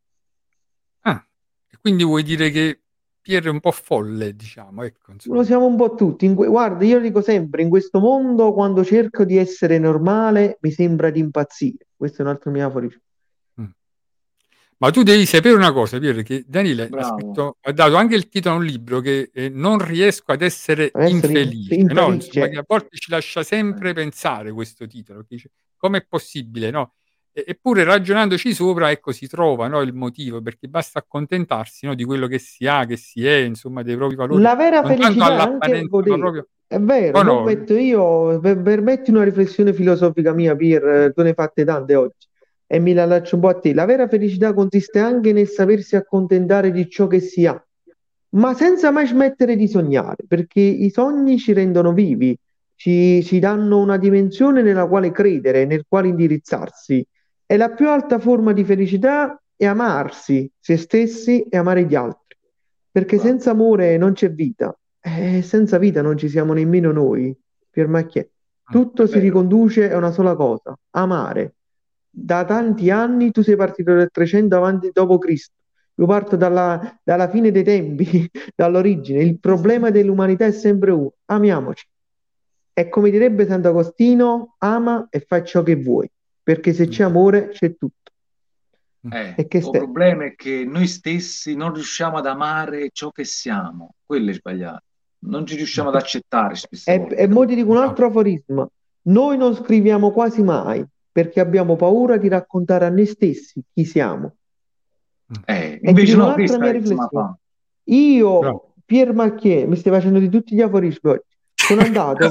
E quindi vuoi dire che Pier è un po' folle, diciamo, ecco, lo siamo un po' tutti. Guarda, io dico sempre, in questo mondo, quando cerco di essere normale, mi sembra di impazzire. Questo è un altro mio aforismo. Ma tu devi sapere una cosa, Pier, che Daniele ha dato anche il titolo a un libro che non riesco ad essere infelice. No? Insomma, che a volte ci lascia sempre pensare questo titolo, che dice, com'è possibile, no? Eppure ragionandoci sopra, ecco, si trova, no, il motivo, perché basta accontentarsi, no, di quello che si ha, che si è, insomma, dei propri valori. La vera felicità è anche proprio... È vero, no? Metto io, permetti una riflessione filosofica mia, Pier, tu ne hai fatte tante oggi. E mi la lascio un po' a te. La vera felicità consiste anche nel sapersi accontentare di ciò che si ha, ma senza mai smettere di sognare, perché i sogni ci rendono vivi, ci danno una dimensione nella quale credere, nel quale indirizzarsi. E la più alta forma di felicità è amarsi se stessi e amare gli altri, perché senza amore non c'è vita, e senza vita non ci siamo nemmeno noi, Pier Marchè. Tutto si riconduce a una sola cosa: amare. Da tanti anni tu sei partito dal 300 avanti dopo Cristo. Io parto dalla fine dei tempi, dall'origine. Il problema dell'umanità è sempre uno: amiamoci. E come direbbe Sant'Agostino, ama e fai ciò che vuoi, perché se c'è amore c'è tutto. Il problema è che noi stessi non riusciamo ad amare ciò che siamo. Quello è sbagliato. Non ci riusciamo ad accettare. E mo ti dico un altro aforisma: noi non scriviamo quasi mai perché abbiamo paura di raccontare a noi stessi chi siamo. Invece no, questa mia riflessione. Io, Pier Marchè, mi stai facendo di tutti gli aforismi oggi. Sono andato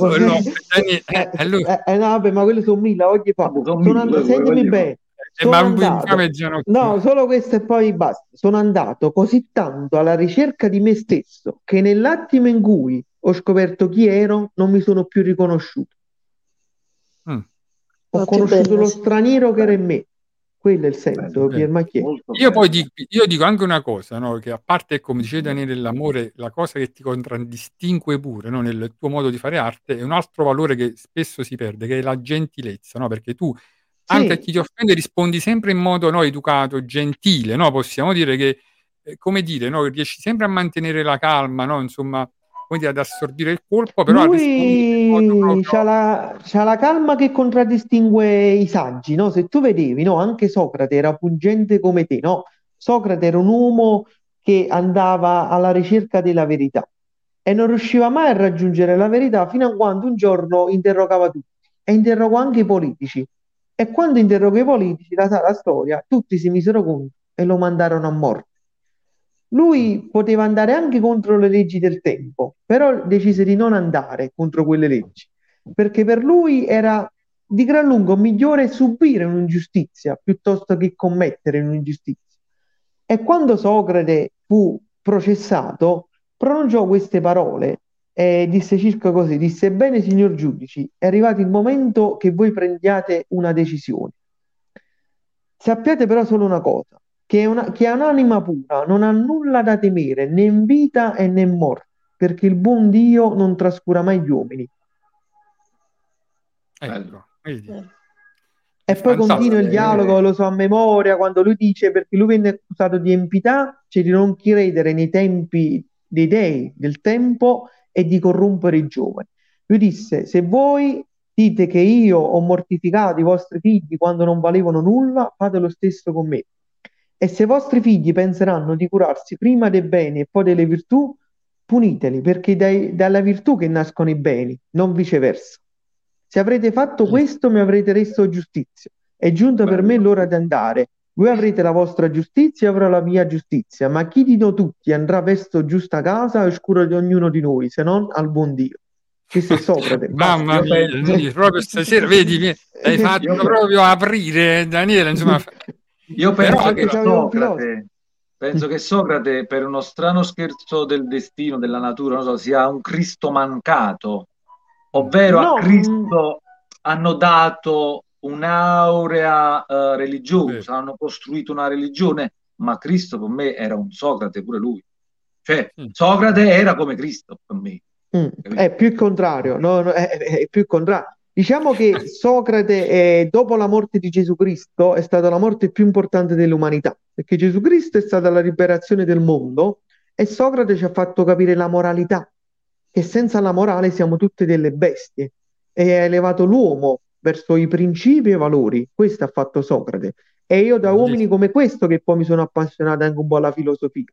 vabbè, ma quelli sono 1000 oggi fa. Sentimi bene. No, solo questo e poi basta. Sono andato così tanto alla ricerca di me stesso che nell'attimo in cui ho scoperto chi ero non mi sono più riconosciuto. Ho conosciuto lo straniero che era in me. Quello è il senso, Pier Marchè. Io dico anche una cosa, no? Che a parte, come dice Daniele, l'amore, la cosa che ti contraddistingue pure, no? Nel tuo modo di fare arte, è un altro valore che spesso si perde, che è la gentilezza, no? Perché tu anche a chi ti offende rispondi sempre in modo, no, educato, gentile, no? Possiamo dire che, come dire, no? Riesci sempre a mantenere la calma, no? Insomma, come dire, ad assorbire il colpo, però lui c'ha la calma che contraddistingue i saggi, no? Se tu vedevi, no? Anche Socrate era pungente come te, no? Socrate era un uomo che andava alla ricerca della verità e non riusciva mai a raggiungere la verità fino a quando un giorno interrogava tutti e interrogò anche i politici. E quando interrogò i politici, la storia, tutti si misero contro e lo mandarono a morte. Lui poteva andare anche contro le leggi del tempo, però decise di non andare contro quelle leggi, perché per lui era di gran lungo migliore subire un'ingiustizia piuttosto che commettere un'ingiustizia. E quando Socrate fu processato, pronunciò queste parole e disse circa così, disse: "Bene, signor giudici, è arrivato il momento che voi prendiate una decisione. Sappiate però solo una cosa, che ha un'anima pura non ha nulla da temere né in vita e né in morte, perché il buon Dio non trascura mai gli uomini." Ecco, vedi. E poi Fantastico. continua il dialogo, lo so a memoria, quando lui dice, perché lui venne accusato di empità, cioè di non credere nei tempi dei dei, del tempo, e di corrompere i giovani. Lui disse: "Se voi dite che io ho mortificato i vostri figli quando non valevano nulla, fate lo stesso con me. E se i vostri figli penseranno di curarsi prima dei beni e poi delle virtù, puniteli, perché dalla virtù che nascono i beni, non viceversa. Se avrete fatto questo, mi avrete reso giustizia. È giunta per me l'ora di andare. Voi avrete la vostra giustizia e avrò la mia giustizia. Ma chi di noi tutti andrà verso giusta casa e oscura di ognuno di noi, se non al buon Dio?" Questo è Socrate. Mamma mia, proprio stasera, vedi, mi hai fatto proprio aprire, Daniele, insomma. Io penso che Socrate, Socrate, per uno strano scherzo del destino, della natura, non so, sia un Cristo mancato, ovvero a Cristo hanno dato un'aurea religiosa, hanno costruito una religione, ma Cristo per me era un Socrate pure lui. Cioè, Socrate era come Cristo per me. È più il contrario, è più il contrario. Diciamo che Socrate, dopo la morte di Gesù Cristo, è stata la morte più importante dell'umanità, perché Gesù Cristo è stata la liberazione del mondo e Socrate ci ha fatto capire la moralità, che senza la morale siamo tutte delle bestie, e ha elevato l'uomo verso i principi e i valori. Questo ha fatto Socrate. E io da uomini come questo che poi mi sono appassionato anche un po' alla filosofia.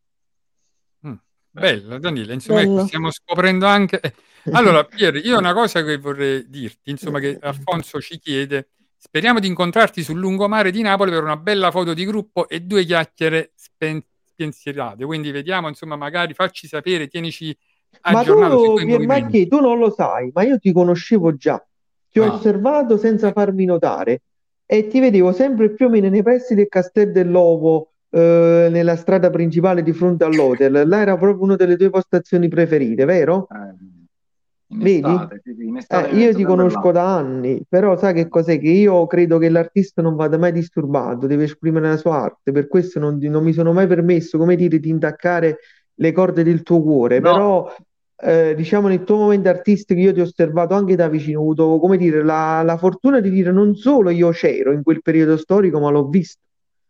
Bello, Daniele, insomma, ecco, stiamo scoprendo anche. Allora, Pier, io una cosa che vorrei dirti, insomma, che Alfonso ci chiede: speriamo di incontrarti sul lungomare di Napoli per una bella foto di gruppo e 2 chiacchiere spensierate. Quindi vediamo, insomma, magari facci sapere, tienici aggiornato sui tuoi movimenti. Tu non lo sai, ma io ti conoscevo già, ti ho osservato senza farmi notare e ti vedevo sempre più o meno nei pressi del Castel dell'Ovo, nella strada principale di fronte all'hotel. Là era proprio una delle tue postazioni preferite, vero? Vedi? Io ti conosco da anni, però sai che cos'è? Che io credo che l'artista non vada mai disturbato, deve esprimere la sua arte, per questo non mi sono mai permesso, come dire, di intaccare le corde del tuo cuore, però diciamo nel tuo momento artistico io ti ho osservato anche da vicino, ho avuto, come dire, la fortuna di dire non solo io c'ero in quel periodo storico, ma l'ho visto.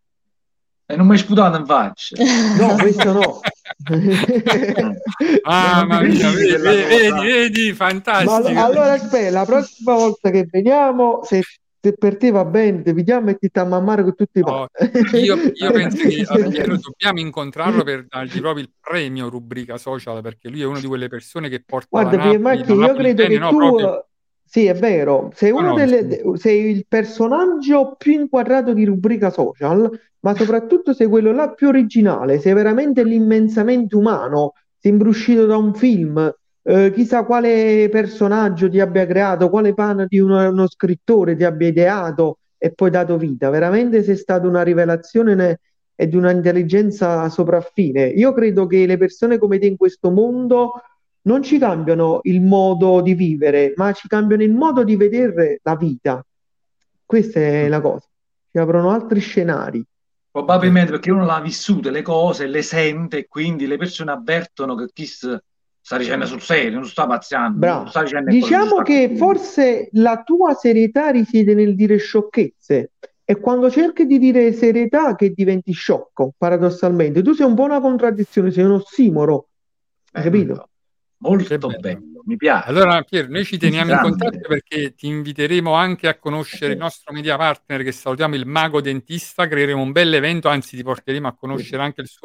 E non mi hai sputato in faccia. No, questo no. Mamma mia, vedi, fantastico. Ma allora aspetta, la prossima volta che veniamo, se per te va bene, ti vediamo e ti sta a mammare con tutti i io penso che dobbiamo incontrarlo per dargli proprio il premio rubrica social, perché lui è una di quelle persone che porta. Guarda, Piermacchi, io credo che tu proprio... Sì, è vero, sei il personaggio più inquadrato di rubrica social, ma soprattutto sei quello là più originale, sei veramente l'immensamente umano, sei imbruscito da un film, chissà quale personaggio ti abbia creato, quale pana di uno scrittore ti abbia ideato e poi dato vita, veramente sei stata una rivelazione e di una intelligenza sopraffine. Io credo che le persone come te in questo mondo non ci cambiano il modo di vivere, ma ci cambiano il modo di vedere la vita. Questa è la cosa. Ci aprono altri scenari. Probabilmente perché uno l'ha vissute le cose, le sente, e quindi le persone avvertono che chi sta dicendo sul serio, non sta pazziando. Bravo. Non sta dicendo diciamo che forse la tua serietà risiede nel dire sciocchezze. E quando cerchi di dire serietà che diventi sciocco, paradossalmente. Tu sei un po' una contraddizione, sei un ossimoro. Hai capito? Molto bello, mi piace. Allora Pier, noi ci teniamo in contatto perché ti inviteremo anche a conoscere il nostro media partner che salutiamo, il Mago Dentista. Creeremo un bel evento, anzi ti porteremo a conoscere anche il suo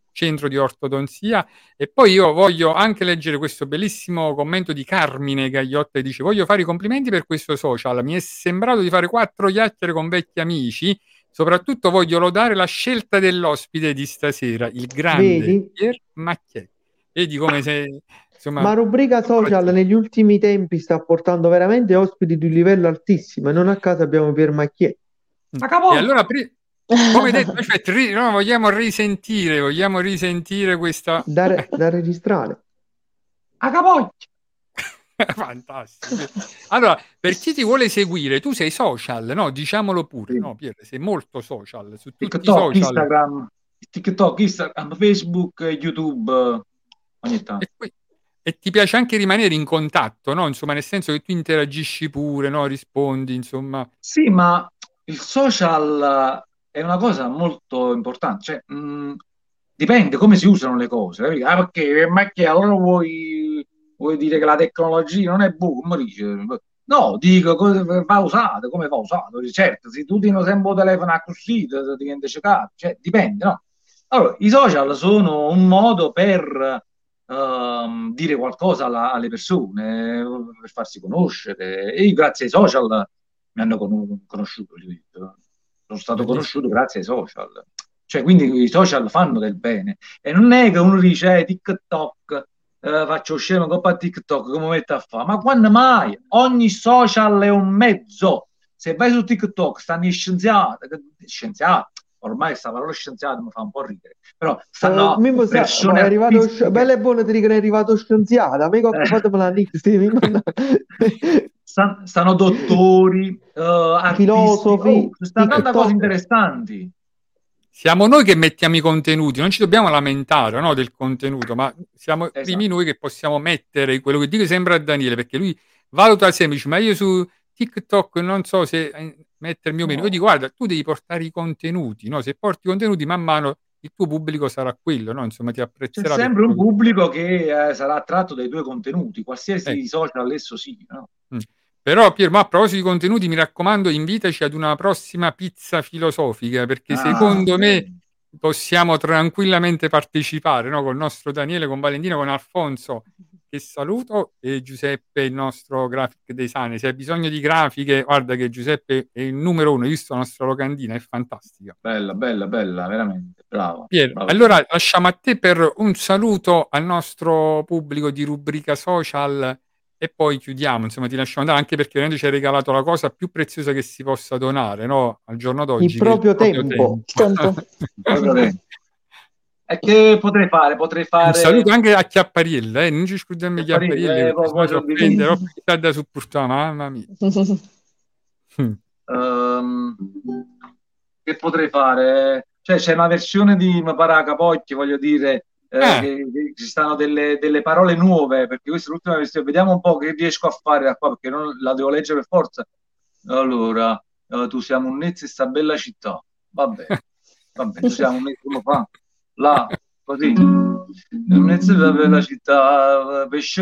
centro di ortodonzia. E poi io voglio anche leggere questo bellissimo commento di Carmine Gagliotta, che dice: voglio fare i complimenti per questo social, mi è sembrato di fare 4 chiacchiere con vecchi amici, soprattutto voglio lodare la scelta dell'ospite di stasera, il grande Pier Macchiè. Vedi come se... Insomma, ma rubrica social negli ultimi tempi sta portando veramente ospiti di un livello altissimo, e non a caso abbiamo Pier Macchiè. E allora, come detto, aspetta, no, vogliamo risentire questa... Da registrare. A capocchia! Fantastico. Allora, per chi ti vuole seguire, tu sei social, no? Diciamolo pure, Sì. no, Pier? Sei molto social, su tutti i TikTok, social. Instagram, Facebook, YouTube, ogni tanto. E ti piace anche rimanere in contatto, no? Insomma, nel senso che tu interagisci pure, no? Rispondi, insomma. Sì, ma il social è una cosa molto importante, cioè dipende come si usano le cose, capito? Perché allora vuoi dire che la tecnologia non è buona, no, dico va usato, come va usato, certo, se tu tieni sempre il telefono a così, ti diventa ciecato, cioè dipende, no? Allora, i social sono un modo per dire qualcosa alle persone, per farsi conoscere, e io grazie ai social mi hanno conosciuto, sono stato conosciuto grazie ai social, cioè quindi i social fanno del bene, e non è che uno dice TikTok, faccio scemo coppa TikTok, come mette a fare, ma quando mai? Ogni social è un mezzo. Se vai su TikTok stanno gli scienziati, ormai questa parola scienziato mi fa un po' ridere, però stanno persone artistiche. Bello e buono ti dicono è arrivato scienziato, amico, fatemela stanno dottori, filosofi, stanno tante cose interessanti. Siamo noi che mettiamo i contenuti, non ci dobbiamo lamentare, no, del contenuto, ma siamo i primi noi che possiamo mettere quello che dico sempre a Daniele, perché lui valuta semplice, ma io su TikTok non so se mettermi o meno. Io dico, guarda, tu devi portare i contenuti, no? Se porti i contenuti, man mano il tuo pubblico sarà quello, no? Insomma, ti apprezzerà. C'è sempre un pubblico che sarà attratto dai tuoi contenuti, qualsiasi social esso sia, no? Però Pier, ma a proposito di contenuti, mi raccomando, invitaci ad una prossima pizza filosofica, perché secondo me possiamo tranquillamente partecipare, no? Con il nostro Daniele, con Valentina, con Alfonso, che saluto, e Giuseppe, il nostro graphic designer. Se hai bisogno di grafiche, guarda che Giuseppe è il numero 1, hai visto la nostra locandina, è fantastica. Bella, veramente, bravo. Pier, allora lasciamo a te per un saluto al nostro pubblico di rubrica social e poi chiudiamo, insomma ti lasciamo andare, anche perché veramente ci hai regalato la cosa più preziosa che si possa donare, no? Al giorno d'oggi. Il proprio tempo. E che potrei fare? Un saluto anche a Chiappariella, non ci scordiamo Chiappariella, poi si offenderò perché sta da supportare, mamma mia. Che potrei fare? Cioè c'è una versione di Maparaca Pocchi, voglio dire, che ci stanno delle parole nuove, perché questa è l'ultima versione, vediamo un po' che riesco a fare da qua, perché non la devo leggere per forza. Allora, tu siamo un Nezza e sta bella città, vabbè, tu siamo un Nezza, come fa? Là, così, un Nezza e sta bella città, pesce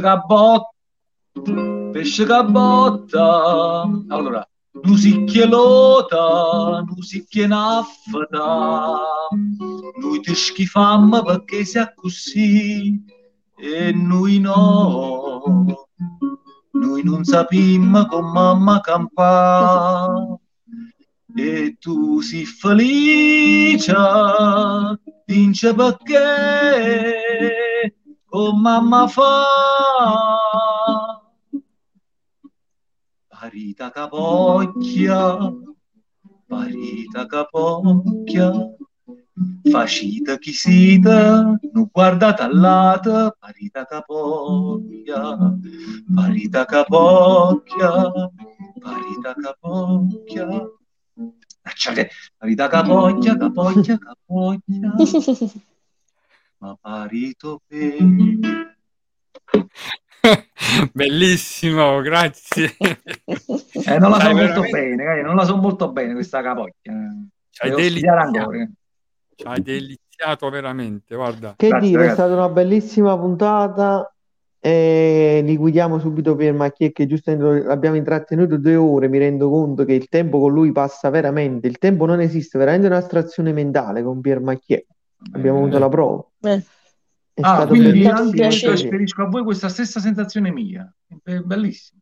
che botta, allora, Nusicchielota, nusicchienaffata, noi ti schifammo perché sei così e noi no, noi non sappiamo come mamma campà e tu sei felice, vince perché come mamma fa. Parita capocchia, facita chi siete, non guardate all'ata, parita capocchia, parita capocchia, parita capocchia, ma parito per... Bellissimo, grazie. Non la so molto bene, non la so molto bene questa capocchia. Ci hai deliziato veramente, guarda. Che Grazie, dire, ragazzi. è stata una bellissima puntata e liquidiamo subito Pier Macchiè, che giustamente l'abbiamo intrattenuto 2 ore. Mi rendo conto che il tempo con lui passa veramente, il tempo non esiste, veramente un'astrazione mentale con Pier Macchiè. abbiamo avuto la prova. È stato quindi bellissimo. trasferisco a voi questa stessa sensazione mia. È bellissimo.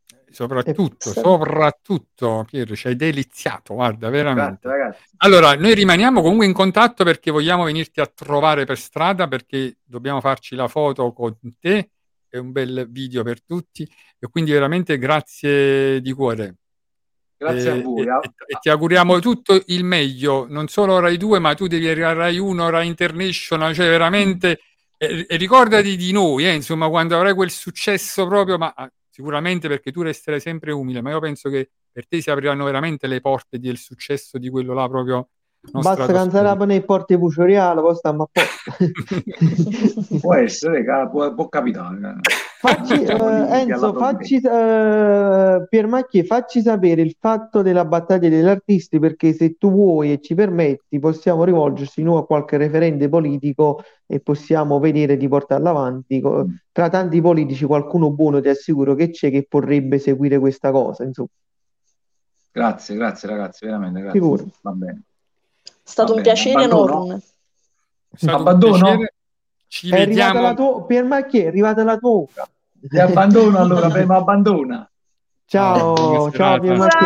Soprattutto Pier, ci hai deliziato, guarda, veramente. Grazie, ragazzi. Allora, noi rimaniamo comunque in contatto perché vogliamo venirti a trovare per strada, perché dobbiamo farci la foto con te, è un bel video per tutti, e quindi veramente grazie di cuore. Grazie a voi. E ti auguriamo tutto il meglio, non solo Rai 2, ma tu devi arrivare a Rai 1, Rai International, cioè veramente, e ricordati di noi, insomma, quando avrai quel successo proprio, ma sicuramente perché tu resterai sempre umile, ma io penso che per te si apriranno veramente le porte del successo di quello là proprio. Basta cancellare nei porti Pucioriale, poi stiamo a posto. Può essere, può capitare. Enzo, Piermacchi, facci sapere il fatto della battaglia degli artisti, perché se tu vuoi e ci permetti possiamo rivolgersi noi a qualche referente politico e possiamo vedere di portarla avanti. Tra tanti politici qualcuno buono ti assicuro che c'è, che vorrebbe seguire questa cosa, insomma. Grazie ragazzi, veramente grazie. Sicuro. Va bene. È stato un piacere enorme. Abbandono? Ci vediamo. Piermacchi, è arrivata la tua ora. Ti abbandono allora, prima abbandona. Ciao Piermacchi.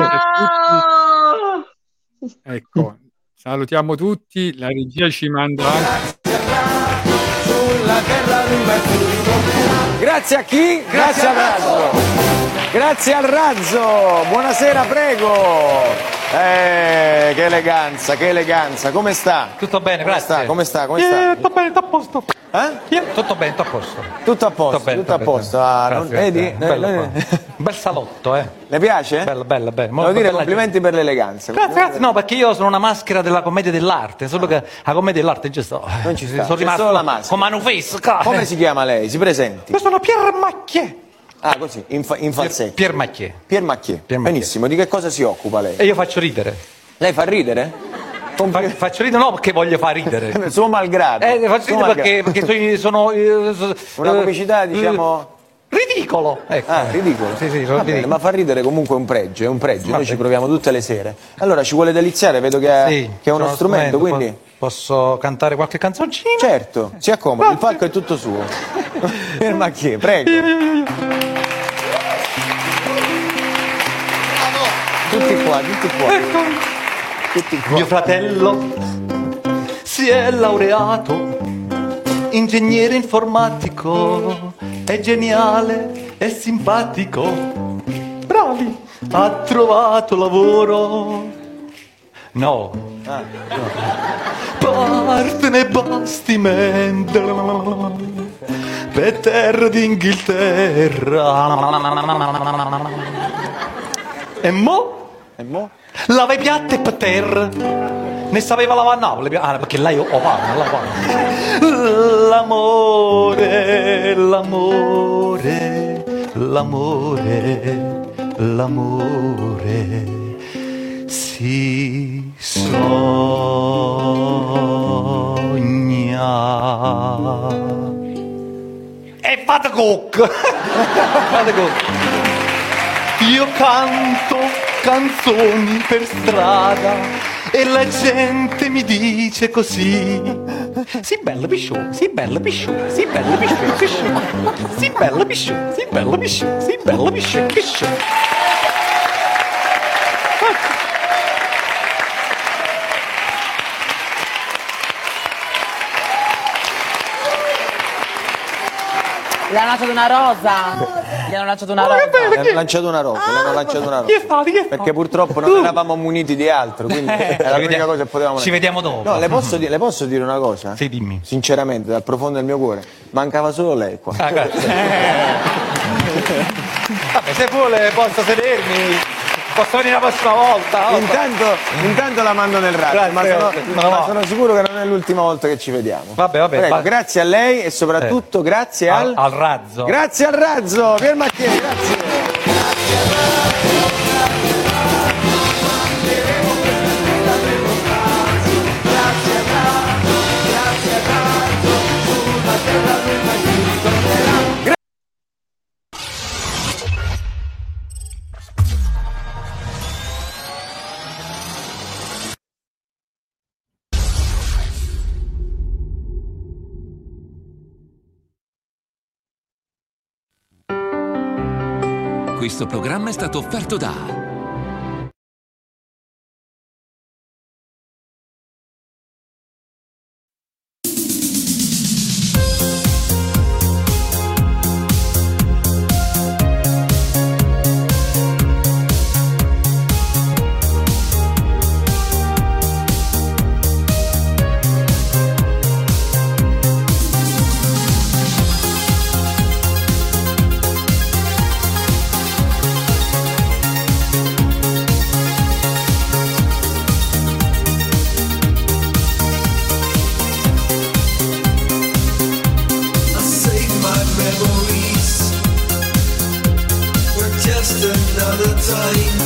Ecco, salutiamo tutti, la regia ci manda Grazie a chi? Grazie al Razzo. Grazie al Razzo. Buonasera, prego. Che eleganza. Come sta? Tutto bene, grazie. Come sta? Tutto bene, tutto a posto. Tutto bene, tutto a posto. Tutto a posto. Vedi? Un bel salotto, Le piace? Bello. Devo dire complimenti per l'eleganza. Grazie. No, perché io sono una maschera della commedia dell'arte, solo che la commedia dell'arte non ci sta. Sono rimasto solo la maschera. con manufesca. Come si chiama lei? Si presenti. Io sono Piermacchi. Ah, così, in falsetto. Piermacchi. Benissimo, di che cosa si occupa lei? E io faccio ridere. Lei fa ridere? Faccio ridere no perché voglio far ridere. Suo malgrado. Faccio ridere perché sono una comicità, diciamo... ridicolo. Ecco. Ridicolo. Sì, bene, ma far ridere comunque è un pregio, Noi ci proviamo tutte le sere. Allora ci vuole deliziare, vedo che è uno strumento, quindi... Posso cantare qualche canzoncina? Certo, si accomodi, il palco è tutto suo. Piermacchi, prego. Tutti qua. Mio fratello si è laureato, ingegnere informatico, è geniale, è simpatico, bravi, ha trovato lavoro. No. Parte nel bastimento per terra d'Inghilterra. E mo? Lava i piatti per terra. Ne sapeva lavare a Napoli. Perché lei o parla. L'amore si sogna. E fate cook. Io canto canzoni per strada e la gente mi dice così: sì bella pisciù, sì bella pisciù, sì bella pisciù, sì bella pisciù, sì bella pisciù, sì bella pisciù, pisciù. Le hanno lanciato una rosa. Gli hanno lanciato una rosa. Le hanno lanciato una rosa. Perché purtroppo non eravamo muniti di altro, quindi era l'unica cosa che potevamo. Ci vediamo dopo. No, le posso dire una cosa? Sì, dimmi. Sinceramente, dal profondo del mio cuore, mancava solo lei qua. Grazie. Vabbè, se vuole posso sedermi. Posso venire la prossima volta? Intanto la mando nel razzo, ma sono sicuro che non è l'ultima volta che ci vediamo. Vabbè. Prego, grazie a lei e soprattutto grazie al razzo. Grazie al razzo, Piermacchi, grazie. Questo programma è stato offerto da Just another time